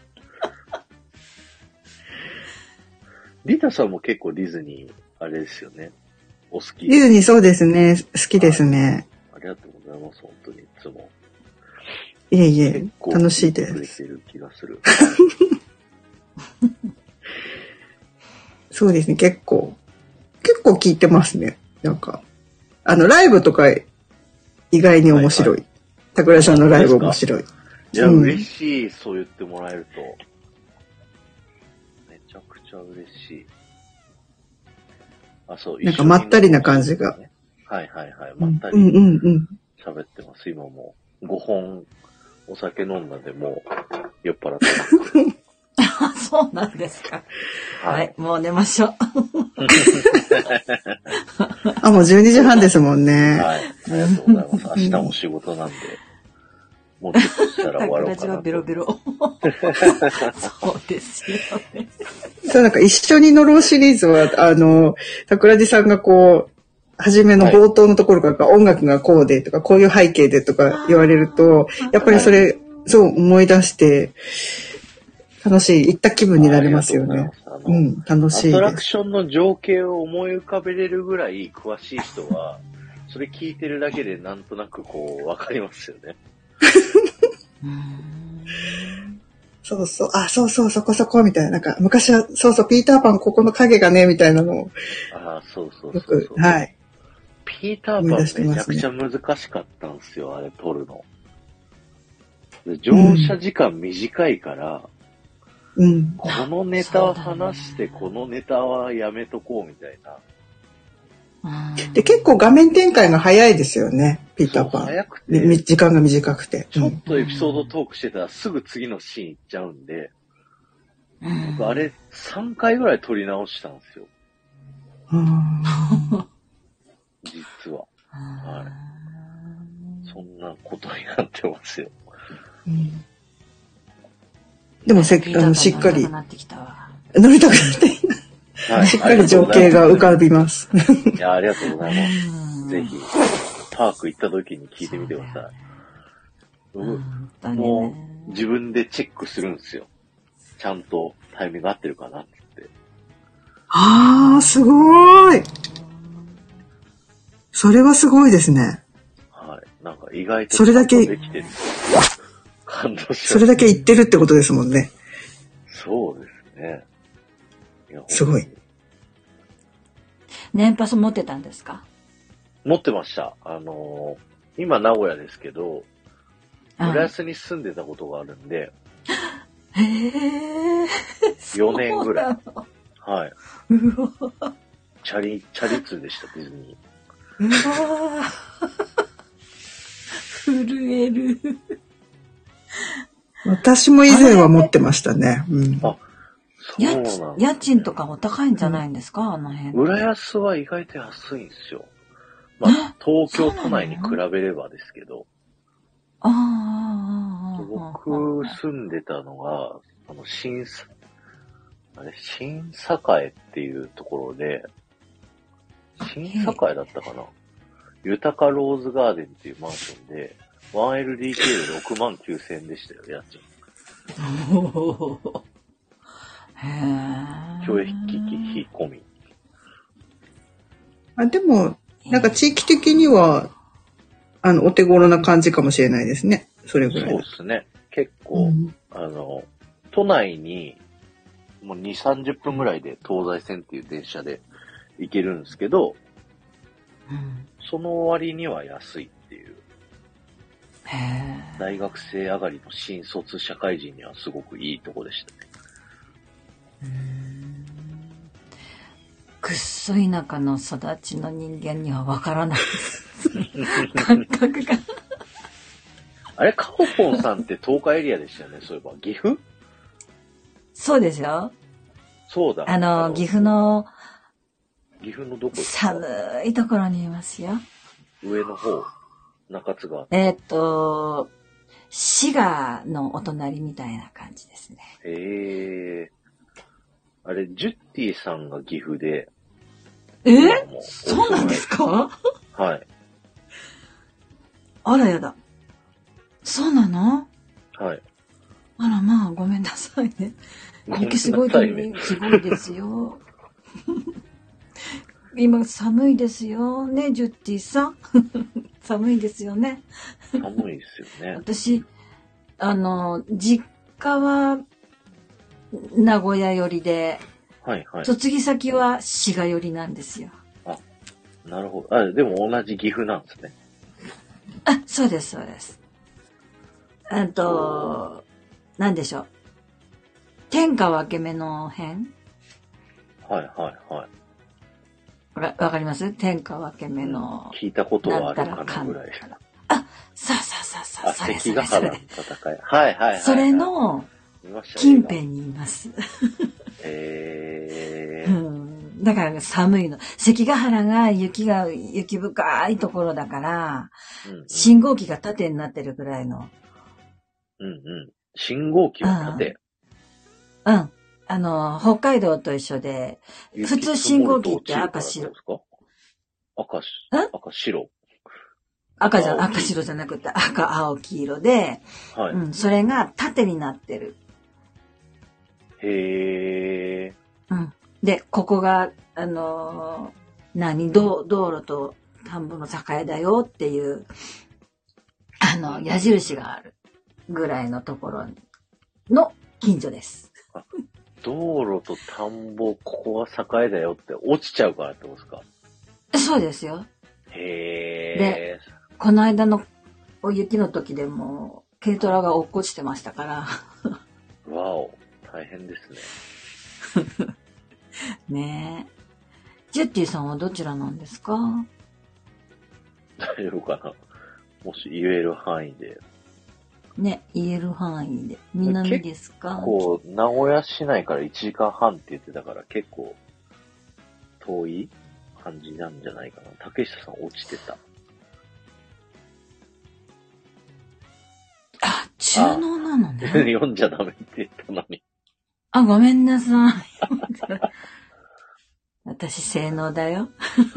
リタさんも結構ディズニー、あれですよね。お好き。 ディズニーそうですね。好きですね。 ありがとうございます。本当にいつも。 いえいえ、楽しいです。 くれてる気がする。 そうですね、結構。結構聞いてますね。なんか。あの、ライブとか意外に面白い。桜井さんのライブ面白い。 いや、うん、嬉しい。そう言ってもらえると。めちゃくちゃ嬉しい。あ、そう。 なんかまったりな感じが。 はいはいはい。まったり。 うんうんうん。 喋ってます。今もうごほんお酒飲んだでもう酔っ払ってます。 あ、そうなんですか。はい、はい、もう寝ましょう。 あ、もうじゅうにじはんですもんね。 はい。ありがとうございます。明日も仕事なんで、もうちょっとしたら終わろうかなと。 ベロベロ。そうですよね。 そう、なんか一緒に乗ろうシリーズは、あの、桜地さんがこう、初めの冒頭のところから、はい、音楽がこうでとか、こういう背景でとか言われると、やっぱりそれ、そう思い出して、楽しい、行った気分になりますよね。うん、楽しいです。 アトラクションの情景を思い浮かべれるぐらい詳しい人は、それ聞いてるだけでなんとなくこう、わかりますよね。 そうそう、あ、そうそう、そこそこ、みたいな。なんか、昔は、そうそう、ピーターパン、ここの影がね、みたいなのを。 ああ、そうそうそうそう。 よく、はい。 ピーターパンめちゃくちゃ難しかったんですよ、あれ撮るの。乗車時間短いから、 うん、 このネタは話して、このネタはやめとこうみたいな。で、結構画面展開が早いですよね、ピーターパン。 早くて。 時間が短くて。 ちょっとエピソードトークしてたらすぐ次のシーン行っちゃうんで、うん、僕あれさんかいぐらい撮り直したんですよ。実は。はい。そんなことになってますよ。 うん、でもせあのしっかり乗りたくなってきたわ。 乗りたくなってきた。はい、しっかり情景が浮かびます。 いや、ありがとうございます。ぜひ、パーク行った時に聞いてみてください。僕、もう自分でチェックするんですよ。ちゃんとタイミング合ってるかなって。 あー、すごーい。それはすごいですね。 はい。なんか意外とそれだけできてる。感動しました。 それだけ言ってるってことですもんね。 そうですね。いやすごい。 年パス持ってたんですか？ 持ってました。あのー、今名古屋ですけど、浦安に住んでたことがあるんで、 へー。 よねんぐらい。はい。 うわチャリ、チャリ通でした、ディズニー。うわー。震える。 私も以前は持ってましたね。うん。あ、 家賃、家賃とかも高いんじゃないんですか、あの辺。 浦安は意外と安いんですよ。まあ、東京都内に比べればですけど。 ああ、 僕住んでたのが、あの、新、あれ、新栄っていうところで、新栄だったかな、豊かローズガーデンっていうマンションで、ワンエルディーケー でろくまんきゅうせんえんでしたよ、家賃。 へー。 教育機器費込み。 あ、でも、なんか地域的には、あの、お手頃な感じかもしれないですね。それぐらい。 そうですね。結構、うん、あの、都内に、もうに、さんじゅっぷんぐらいで東西線っていう電車で行けるんですけど、うん、その割には安いっていう。 へー。 大学生上がりの新卒社会人にはすごくいいとこでしたね。 うーん、くっそ田舎の育ちの人間にはわからないです。感覚が。 あれ、カホポンさんって東海エリアでしたよね、そういえば。岐阜？ そうですよ。 そうだ。 あの、あの岐阜の、 岐阜のどこですか？ 寒いところにいますよ。 上の方、中津川。 えっと、滋賀のお隣みたいな感じですね。 へえ。あれ、ジュッティさんが岐阜で。 え？そうなんですか？ はい。 あらやだ。そうなの？ はい。 あらまあ、ごめんなさいね。雪すごいと、ね、すごいですよ。今寒いですよね、ジュッティさん。寒いですよね。 寒いですよね。 私、あの、実家は名古屋寄りで、 はいはい。 嫁ぎ先は滋賀寄りなんですよ。 あ、なるほど。あ、でも同じ岐阜なんですね。 あ、そうです、そうです。あと、なんでしょう。天下分け目の辺？ はいはいはい。 わ、わかります？天下分け目の。 聞いたことはあるかなぐらい。 あ、さあさあさあさあ、それそれそれ。戦い。はいはいはい。 それの、近辺にいます。 へー。うん。だから寒いの。関ヶ原が雪が、雪深いところだから、うんうん、信号機が縦になってるぐらいの。 うんうん。信号機は縦？ うん。うん。あの、北海道と一緒で、普通信号機って赤白。 赤、赤白。 赤じゃ、赤白じゃなくて赤、青、黄色で、はい、うん、それが縦になってる。 へー。うん。で、ここが、あのー、何、道、道路と田んぼの境だよっていう、あの、矢印があるぐらいのところの近所です。 道路と田んぼ、ここは境だよって落ちちゃうからってことですか？ そうですよ。 へー。 で、この間のお雪の時でも、軽トラが落っこちてましたから。 わお、大変ですね。 ねえ。ジュッティさんはどちらなんですか？ 大丈夫かな？もし言える範囲で。 ね、言える範囲で。南ですか？ 結構、名古屋市内からいちじかんはんって言ってたから結構遠い感じなんじゃないかな。竹下さん落ちてた。 あ、中納なのね。 読んじゃダメって言ったのに。 あ、ごめんなさい。私、性能だよ。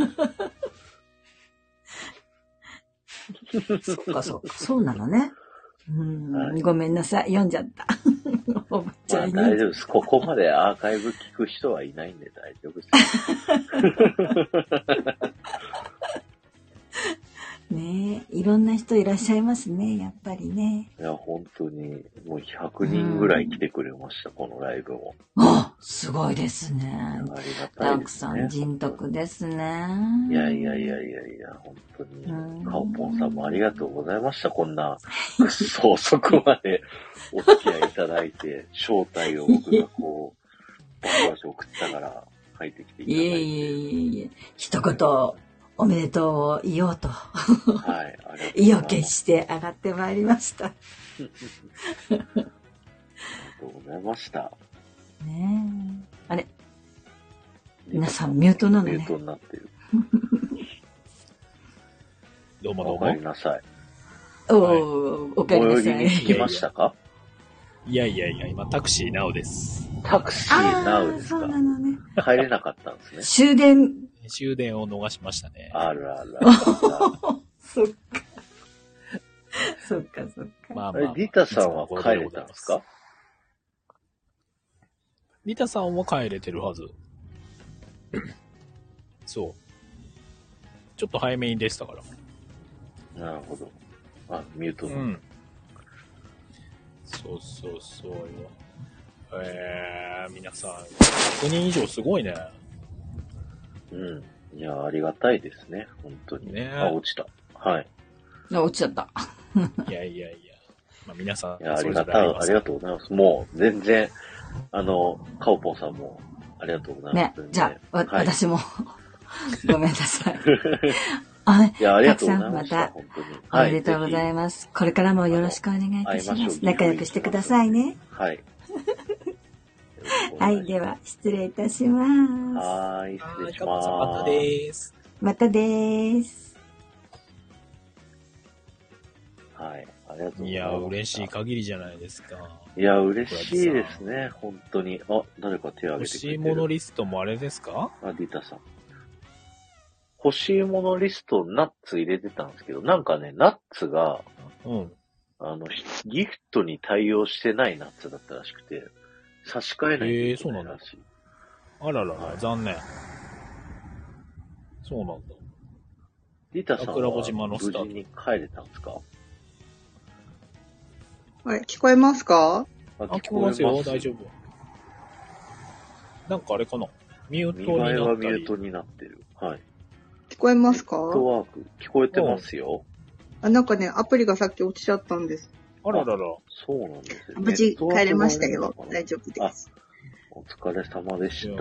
そっかそっか、そうなのね。うん、はい、ごめんなさい、読んじゃった。おばちゃんに。 まあ、大丈夫です。ここまでアーカイブ聞く人はいないんで大丈夫です。 ねえ、いろろんな人いらっしゃいますね、やっぱりね。 いや、本当に、もうひゃくにんぐらい来てくれました、このライブも。 あ、すごいですね。 ありがたいですね。 たくさん人徳ですね。 いやいやいやいやいや、本当に、カオポンさんもありがとうございました。こんな、くっそ遅くまでお付き合いいただいて、招待を僕がこう、バシバシ送ったから入ってきていただいて。 いえいえいえいえ、一言、おめでとうを言おうと。 はい、ありがとうございます。 意を決して上がってまいりました。 ありがとうございました。 ねえ。あれ皆さんミュートなのね。 ミュートになってる。 どうもどうも。 お帰りなさい。 おー、お帰りなさい。 最寄りに着きましたか？ いやいやいや、今タクシーナウです。 タクシーナウですか？ そうなのね。 帰れなかったんですね。 終電。 終電を逃しましたね。 あらら。 そっか。そっかそっか。 まあまあ、 リタさんは帰れたんですか？ リタさんは帰れてるはず。そう。ちょっと早めに出てたから。 なるほど。あ、ミュートの。 うん。そうそうそうよ。えー、皆さん、ひゃくにん以上すごいね。 うん。いや、ありがたいですね。本当に。 ね。 あ、落ちた。はい。 あ、落ちちゃった。 いやいやいや。まあ、皆さん、 いや、ありがたい、ありがとうございます。もう、全然、あの、カオポンさんも、ありがとうございます。 ね、じゃあ、わ、 はい、 私も、ごめんなさい。あ、ね、 いや、ありがとうございました。 たくさんまた、おめでとうございます。これからもよろしくお願いいたします。仲良くしてくださいね。 はい。 はい、では、失礼いたします。 はい、失礼します。 またでーす。 またでーす。 はい、ありがとうございます。 いや、嬉しい限りじゃないですか。 いや、嬉しいですね、本当に。あ、誰か手を挙げてくれてる。 欲しいものリストもあれですか？ あ、ディタさん。欲しいものリスト、ナッツ入れてたんですけど、なんかね、ナッツが、 うん。 あの、ギフトに対応してないナッツだったらしくて、差し替えないといけないらしい。 えー、そうなんだ。あららら、はい、残念。そうなんだ。 リタさんは無事に帰れたんですか？ はい、聞こえますか？ あ、 聞こえますよ、大丈夫。なんかあれかな？ミュートになったり。 見栄えはミュートになってる。はい。 聞こえますか？ ネットワーク、聞こえてますよ。 あ、なんかね、アプリがさっき落ちちゃったんです。 あららら。 そうなんですよ。 無事帰れましたよ。大丈夫です。 お疲れ様でした。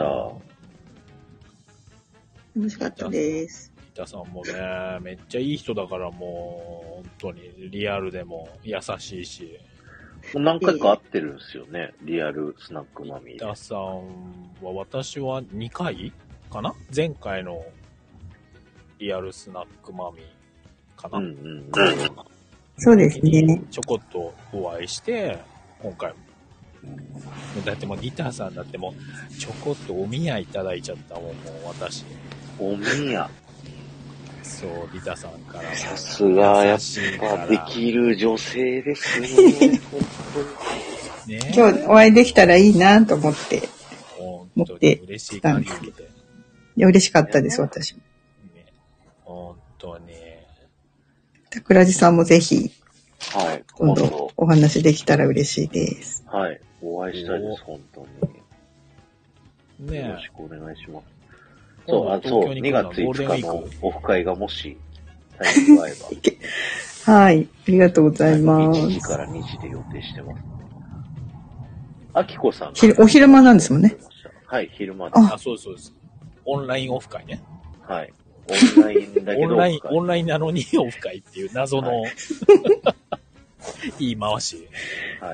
楽しかったです。 リタさんもね、めっちゃいい人だからもう、本当にリアルでも優しいし。 何回か会ってるんですよね、リアルスナックマミー。 リタさんは、私はにかいかな？前回のリアルスナックマミーかな？うんうんうん。 そうですね。 ちょこっとお会いして、今回も。だってもうギターさんだってもう、ちょこっとおみやいただいちゃったもん、もう私。 おみや。 そう、ギターさんから。 さすが、やっぱできる女性ですね。本当に。 ね、今日お会いできたらいいなと思って、持ってきたんですけど。いや、嬉しかったです、私も。 ね、本当に。 桜地さんもぜひ、 はい、 今度お話できたら嬉しいです。 はい、お会いしたいです、本当に。 ねえ。 よろしくお願いします。そう、あ、そう、にがついつかのオフ会がもし、タイミング合えば。はい、ありがとうございます。 いちじからにじで予定してます。あきこさん。 お昼間なんですもんね。 はい、昼間です。 あ、そうです、そうです。オンラインオフ会ね。 はい。オンラインだけど。 オンライン、オンラインなのにオフ会っていう謎の、はい、言い回し。 はい。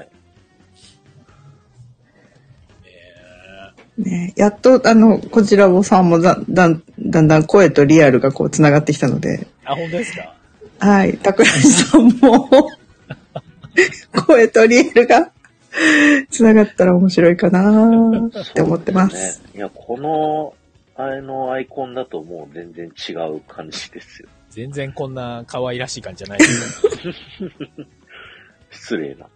ね、やっと、あの、こちらもさんもだ、だん、だんだん声とリアルがこう繋がってきたので。 あ、本当ですか？ はい。桜井さんも、声とリアルが繋がったら面白いかなって思ってます。 そうですね。いや、この、あれのアイコンだともう全然違う感じですよ。 全然こんな可愛らしい感じじゃないですよ。 失礼な。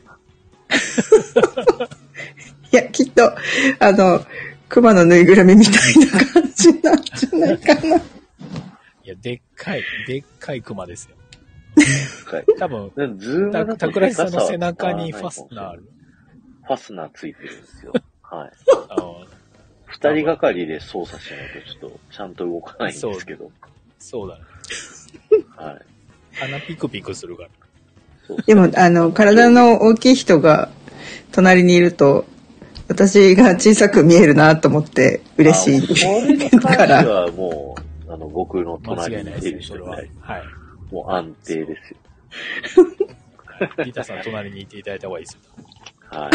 いや、きっと、あの、熊のぬいぐるみみたいな感じなんじゃないかな。いや、でっかい、でっかい熊ですよ。 はい。 多分、 ズームだとた桜井さんの背中にファスナーある。 ファスナーついてるんですよ。はい。あの、二人がかりで操作しないとちょっとちゃんと動かないんですけど。 そう、そうだね。 はい。 鼻ピクピクするから。 でも、あの、体の大きい人が隣にいると、私が小さく見えるなと思って嬉しい。 それに関してはもう、あの、僕の隣にいる人ぐらい。 はい。 もう安定ですよ。 リータさん隣にいていただいた方がいいですよ。 はい。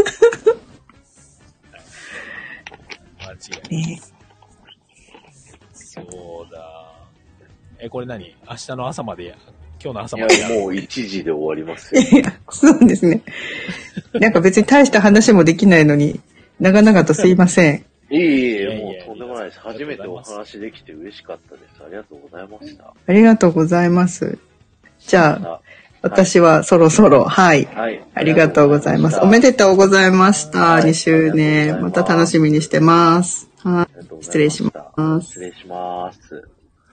間違いない。そうだ。え、これ何？明日の朝までや、今日の朝までやる？ いや、もういちじで終わりますよ。 いや、そうですね。なんか別に大した話もできないのに、長々とすいません。 いえいえ、もうとんでもないです。初めてお話できて嬉しかったです。ありがとうございました。 ありがとうございます。じゃあ、私はそろそろ、はい。 はい。 ありがとうございます。おめでとうございました。にしゅうねん。また楽しみにしてます。はい。失礼します。 失礼します。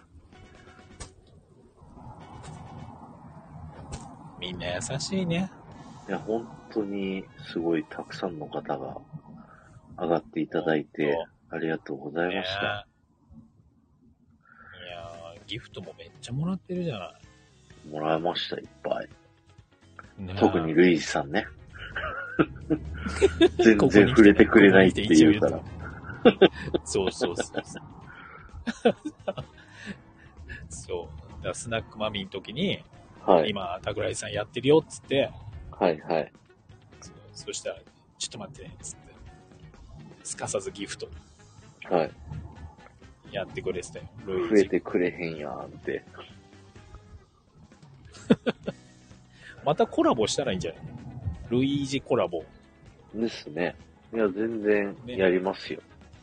みんな優しいね。 いや、本当にすごいたくさんの方が上がっていただいて、ありがとうございました。 いやー、ギフトもめっちゃもらってるじゃない。 もらいました、いっぱい。特にルイージさんね。全然触れてくれないって言うから。 そうそうそう。そう。だからスナックマミーの時に、はい、今、桜井さんやってるよっつって、 はいはい。 そ, そしたら、ちょっと待ってね、つって。すかさずギフト。 はい。 やってくれてたよ。 増えてくれへんやんって。 またコラボしたらいいんじゃない？ルイージコラボ。 ですね。いや、全然やりますよ。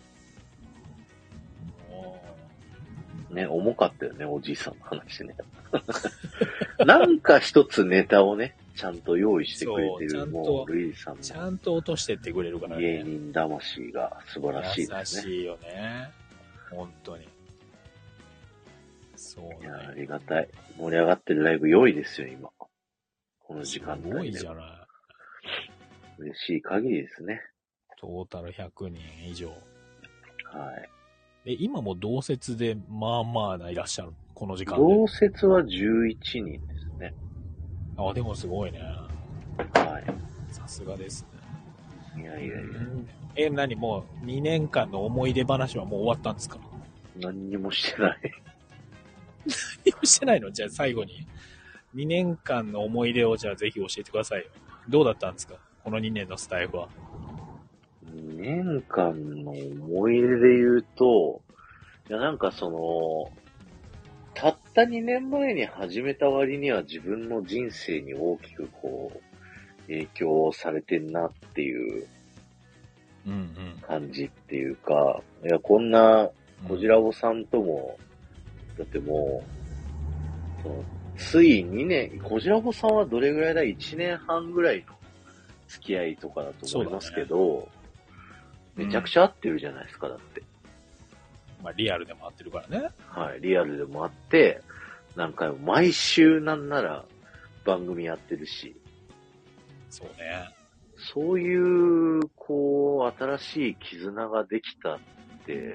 ね、重かったよね、おじいさんの話ね。なんか一つネタをね、ちゃんと用意してくれてる、もう、ルイージさんの。 ちゃんと落としてってくれるからね。 芸人魂が素晴らしいですね。 優しいよね。本当に。そうね。 いや、ありがたい。盛り上がってるライブ良いですよ、今。この時間帯で。 すごいじゃない。 嬉しい限りですね。 トータルひゃくにん以上。 はい。 で、今も同説で、まあまあないらっしゃる。この時間で。 同説はじゅういちにんですね。 あ、でもすごいね。 はい。 さすがですね。いやいやいや。 え、何もうにねんかんの思い出話はもう終わったんですか？ 何にもしてない。 何もしてないの？じゃあ最後に。にねんかんの思い出をじゃあぜひ教えてくださいよ。どうだったんですか？このにねんのスタイフは。 にねんかんの思い出で言うと、いやなんかその、たったにねんまえに始めた割には自分の人生に大きくこう、影響されてんなっていう感じっていうか、いやこんなこじらぼさんとも、だってもう、そのついにねん、こじらぼさんはどれぐらいだ ?いちねんはんぐらいの付き合いとかだと思いますけど、ね、めちゃくちゃ合ってるじゃないですか、だって。 まあリアルでも合ってるからね。 はい、リアルでもあって、何回も毎週なんなら番組やってるし。 そうね。 そういう、こう、新しい絆ができたって、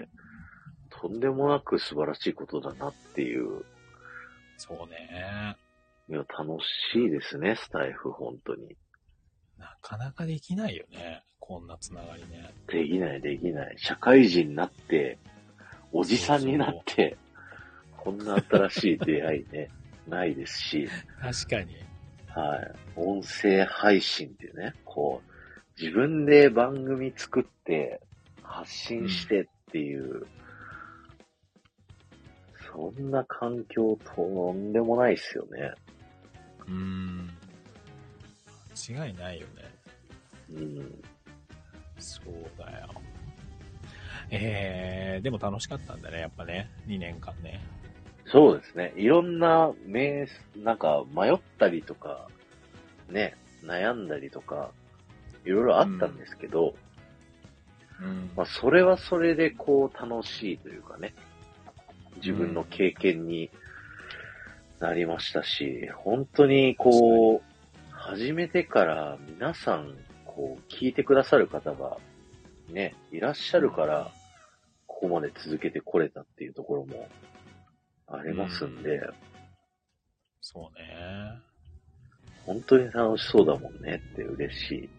とんでもなく素晴らしいことだなっていう。 そうね。 いや、楽しいですね、スタイフ、本当に。 なかなかできないよね。こんなつながりね。 できない、できない。社会人になって、おじさんになって、こんな新しい出会いね、ないですし。 確かに。 はい。音声配信ってね、こう、自分で番組作って、発信してっていう、うん、そんな環境とんでもないっすよね。 うーん。間違いないよね。 うん。 そうだよ。えー、でも楽しかったんだね、やっぱね。にねんかんね。 そうですね。いろんな、め、なんか迷ったりとか、ね、悩んだりとか、いろいろあったんですけど、 うん、 まあそれはそれでこう楽しいというかね、自分の経験になりましたし、本当にこう、始めてから皆さん、こう、聞いてくださる方が、ね、いらっしゃるから、ここまで続けてこれたっていうところもありますんで、 そうね。 本当に楽しそうだもんねって嬉しい。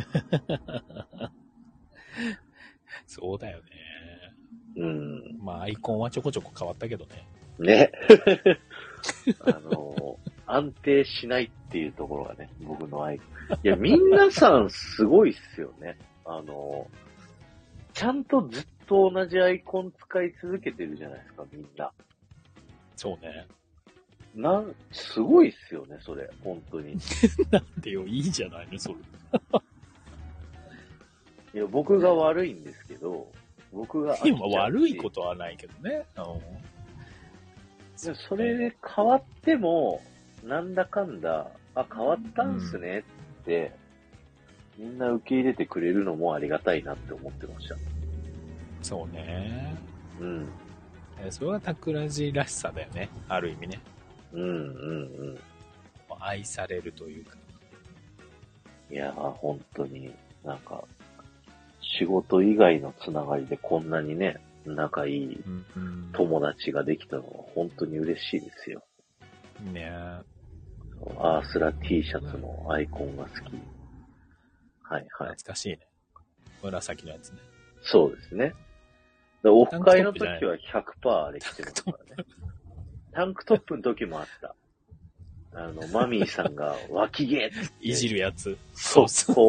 そうだよね。 うん。 まあ、アイコンはちょこちょこ変わったけどね。 ね。あの、安定しないっていうところがね、僕のアイコン。いや、皆さんすごいっすよね。あの、ちゃんとずっと同じアイコン使い続けてるじゃないですか、みんな。 そうね。 なん、すごいっすよね、それ、本当に。 なんでよ、いいじゃないの、それ。 いや、僕が悪いんですけど、僕が飽きちゃうし。 今悪いことはないけどね。 でそれで変わっても、なんだかんだ、あ、変わったんすねって、うん、みんな受け入れてくれるのもありがたいなって思ってました。 そうね。 うん。 それはタクラジらしさだよね。ある意味ね。 うんうんうん。 愛されるというか。 いやー、本当になんか、仕事以外のつながりでこんなにね、仲いい友達ができたのは本当に嬉しいですよ。 ねえ。 アースラ T シャツのアイコンが好き。はいはい。 懐かしいね。紫のやつね。 そうですね。オフ会の時は ひゃくパーセント あれ着てますからね。タンクトップの時もあった。あの、マミーさんが脇毛っていじるやつ。 そうそう。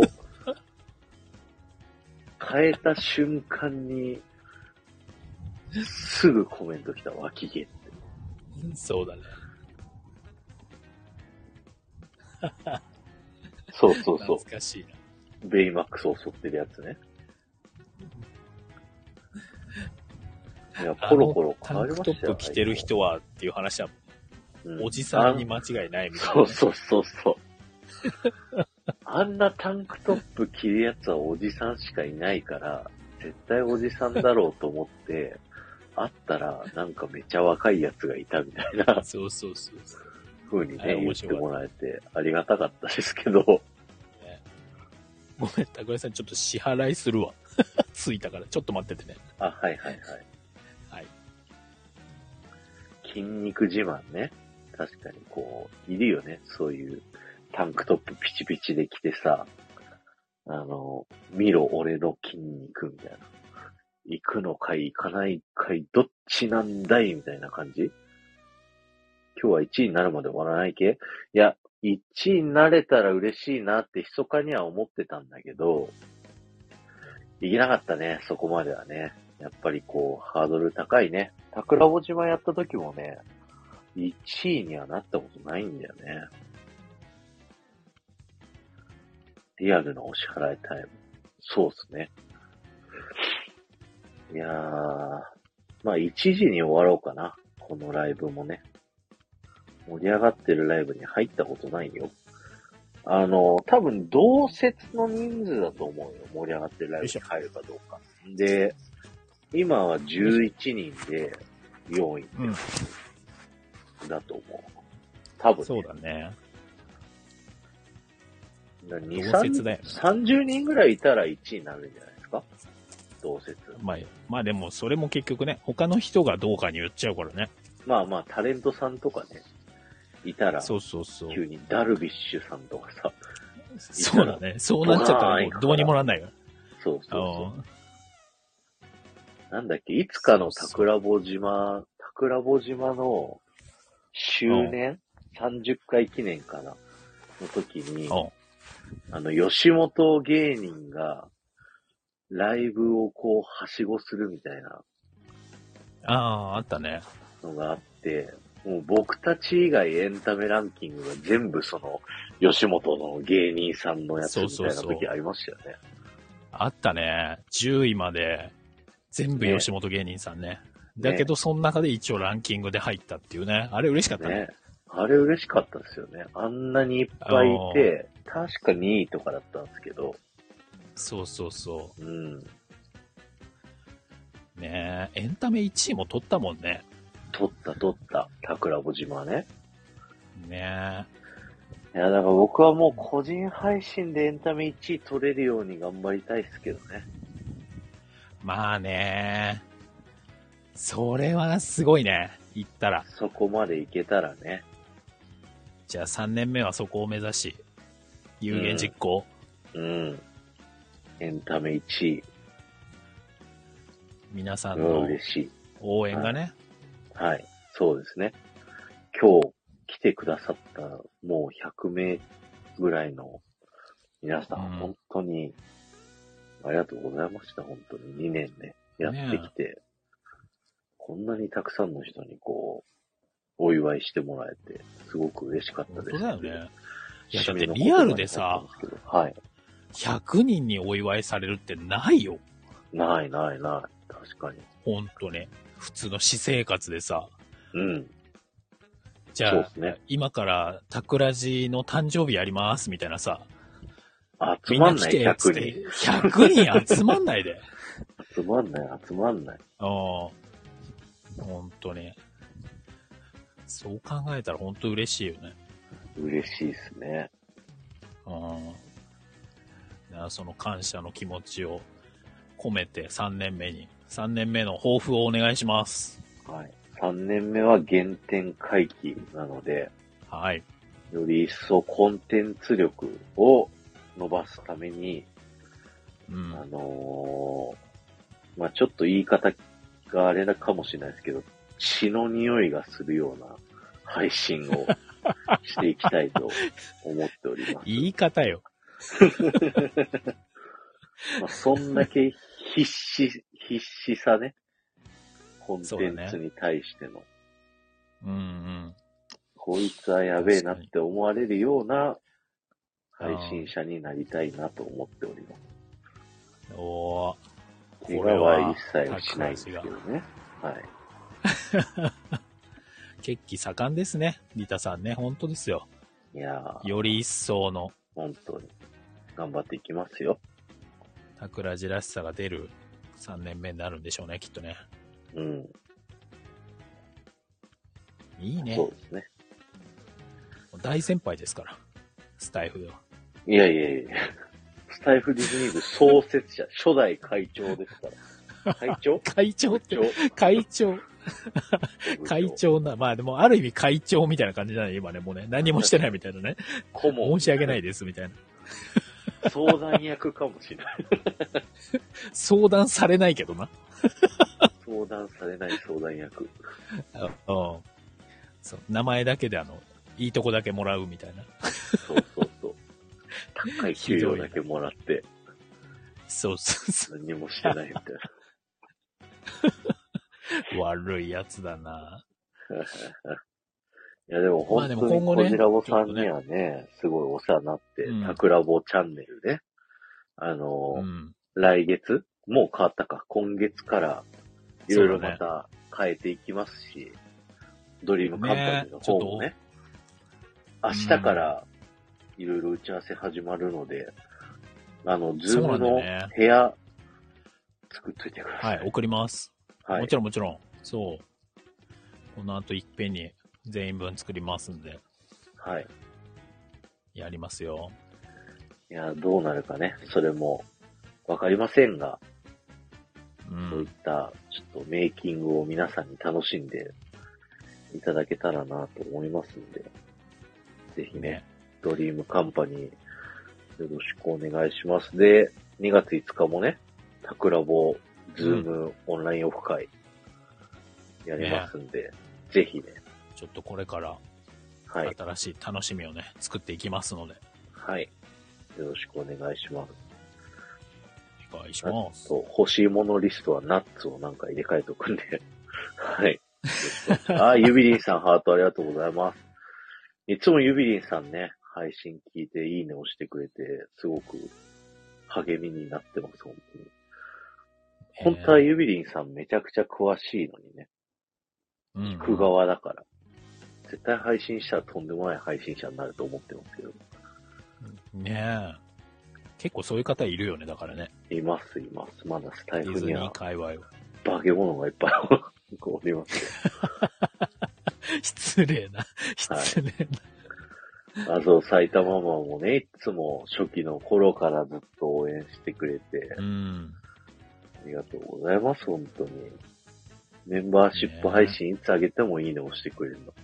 変えた瞬間に、すぐコメント来た、脇毛って。 そうだね。 そうそうそう。 懐かしいな。 ベイマックスを襲ってるやつね。いや、コロコロ変わりましたよ。 タンクトップ着てる人はっていう話は、うん、おじさんに間違いないみたいな、 ね。そうそうそうそう。あんなタンクトップ着るやつはおじさんしかいないから、絶対おじさんだろうと思って、会ったらなんかめっちゃ若いやつがいたみたいな。 そうそうそう。 風にね、言ってもらえてありがたかったですけど。ね、 ごめん、たくらさんちょっと支払いするわ。ついたから、ちょっと待っててね。 あ、はいはいはい。 はい。 筋肉自慢ね。確かにこう、いるよね。そういうタンクトップピチピチで着てさ、あの、見ろ俺の筋肉みたいな。行くのかい行かないかいどっちなんだいみたいな感じ。今日はいちいになるまで終わらない系？いや、いちいになれたら嬉しいなって密かには思ってたんだけど、いけなかったね、そこまではね。やっぱりこう、ハードル高いね。桜尾島やった時もね、いちいにはなったことないんだよね。リアルなお支払いタイム。そうっすね。いやー、まあいちじに終わろうかな。このライブもね。盛り上がってるライブに入ったことないよ。あの、多分同説の人数だと思うよ。盛り上がってるライブに入るかどうか。で、今はじゅういちにんでよんいだと思う。多分、ね。 そうだね。 に、同説だよね。さんじゅうにんぐらいいたらいちいになるんじゃないですか？同説。 まあ、まあでもそれも結局ね、他の人がどうかに言っちゃうからね。 まあまあ、タレントさんとかね、いたら、 そうそうそう。 急にダルビッシュさんとかさ。 そうだね。そうなっちゃったらもうどうにもなんないよ。 そうそうそう。なんだっけ、いつかの桜穂島、桜穂島の周年、さんじゅっかい記念かなの時に、あの、吉本芸人がライブをこう、はしごするみたいな。 ああ、あったね。 のがあって、もう僕たち以外エンタメランキングが全部その、吉本の芸人さんのやつみたいな時ありましたよね。そうそうそうあったね。じゅういまで全部吉本芸人さんね。ねだけど、その中で一応ランキングで入ったっていうね。あれ嬉しかったね。ねあれ嬉しかったですよね。あんなにいっぱいいて、確かにいとかだったんですけど。 そうそうそう。 うん。 ねえ、エンタメいちいも取ったもんね。 取った取った。桜穂島ね。 ねいや、だから僕はもう個人配信でエンタメいちい取れるように頑張りたいですけどね。 まあねそれはすごいね。行ったら。 そこまで行けたらね。 じゃあさんねんめはそこを目指し、有言実行。 うん。うん、エンタメいちい。 皆さんの嬉しい応援がね、 はい。はい。そうですね。今日来てくださったもうひゃくめいぐらいの皆さん、うん、本当にありがとうございました。本当ににねんでやってきて、ね、こんなにたくさんの人にこう、お祝いしてもらえて、すごく嬉しかったです。 本当だよね。いや、だってリアルでさ、 はい。 ひゃくにんにお祝いされるってないよ。 ないないない。確かに。 ほんとね。普通の私生活でさ。 うん。 じゃあ、ね、今からタクラジの誕生日やりますみたいなさ。 集まんない、ひゃくにん。 ひゃくにん集まんないで。 集まんない、集まんない。 ああ。ほんとね。そう考えたらほんと嬉しいよね。 嬉しいですね。 うん。その感謝の気持ちを込めてさんねんめに、さんねんめの抱負をお願いします。 はい。さんねんめは原点回帰なので、 はい。 より一層コンテンツ力を伸ばすために、 うん、 あのー、まあ、ちょっと言い方があれだかもしれないですけど、血の匂いがするような配信をしていきたいと思っております。 言い方よ。 まあそんだけ必死、必死さね。コンテンツに対しての。 うね、うんうん。 こいつはやべえなって思われるような配信者になりたいなと思っております。 おー。 これは一切しないですけどね。はい。 血気盛んですね。リタさんね。本当ですよ。 いやより一層の。 本当に。頑張っていきますよ。 タクラジらしさが出るさんねんめになるんでしょうね、きっとね。 うん。 いいね。 そうですね。 大先輩ですから。スタイフでは。 いやいやいやスタイフディズニー部創設者、初代会長ですから。会長会長って、会長。会長な、まあでもある意味会長みたいな感じじゃない今ね、もうね、何もしてないみたいなね。 顧問。 申し訳ないです、みたいな。 相談役かもしれない。 相談されないけどな。 相談されない相談役。 あうん。そう、名前だけであの、いいとこだけもらうみたいな。 そうそうそう。高い給料だけもらって。 そうそうそう。 何もしてないみたいな。悪いやつだな。 いやでも本当にコジラボさんにはね、ねすごいお世話になって、うん、タクラボチャンネルね。あの、うん、来月もう変わったか。今月からいろいろまた変えていきますし、ね、ドリームカンパニーの方もね、明日からいろいろ打ち合わせ始まるので、あの、ズームの部屋作っといてください。 はい、送ります。はい。もちろんもちろん。そう。この後いっぺんに全員分作りますんで。 はい。 やりますよ。 いや、どうなるかね。それもわかりませんが、うん、そういったちょっとメイキングを皆さんに楽しんでいただけたらなと思いますんで、ぜひね、ねドリームカンパニーよろしくお願いします。で、にがついつかもね、タクラボズームオンラインオフ会やりますんで、ね、ぜひね。 ちょっとこれから新しい楽しみをね、はい、作っていきますので。 はい。よろしくお願いします。 お願いします。 と欲しいものリストはナッツをなんか入れ替えとくんで。はい。あ、ユビリンさんハートありがとうございます。いつもユビリンさんね、配信聞いていいね押してくれて、すごく励みになってます、本当に。本当はユビリンさんめちゃくちゃ詳しいのにね。聞く側だから。絶対配信したらとんでもない配信者になると思ってますけど。 ねえ。結構そういう方いるよね、だからね。 います、います。まだスタイフには。 ディズニー界隈を。 化け物がいっぱいおりますよ。 失礼な。失礼な。 あ、そう、埼玉ママもね、いつも初期の頃からずっと応援してくれて。 うん。 ありがとうございます、本当に。メンバーシップ配信いつ上げてもいいね押してくれるの。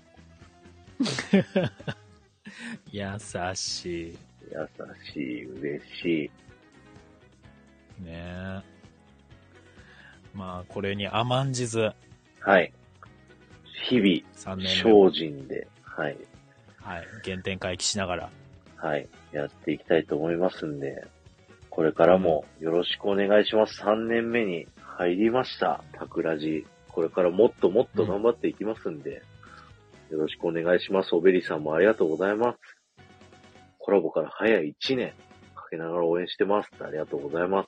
優しい。 優しい、嬉しい。ねえ。まあ、これに甘んじず。 はい。日々、精進で、はい。 はい。原点回帰しながら。 はい。やっていきたいと思いますんで、これからもよろしくお願いします。さんねんめに入りました。タクラジ。これからもっともっと頑張っていきますんで、うん、よろしくお願いします。おべりさんもありがとうございます。コラボから早いいちねんかけながら応援してます。ありがとうございます。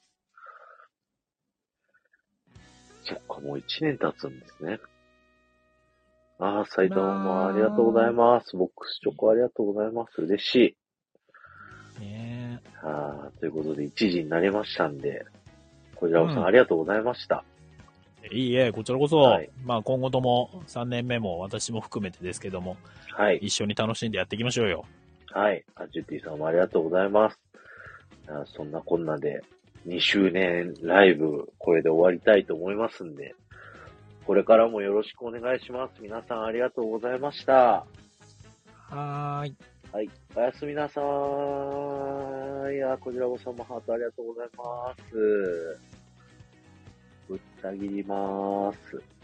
そっか、もういちねん経つんですね。ああ、埼玉もありがとうございます。ボックスチョコありがとうございます。嬉しい。 ねえ。 ああ、ということでいちじになりましたんで、こちらこそありがとうございました。 うん、いいえ、こちらこそ、はい、まあ今後ともさんねんめも私も含めてですけども、 はい。 一緒に楽しんでやっていきましょうよ。 はい。あ、ジュティさんもありがとうございます。あそんなこんなでにしゅうねんライブ、これで終わりたいと思いますんで、これからもよろしくお願いします。皆さんありがとうございました。 はーい。 はい。おやすみなさーい。あ、こちらこそもハートありがとうございます。ぶった切りまーす。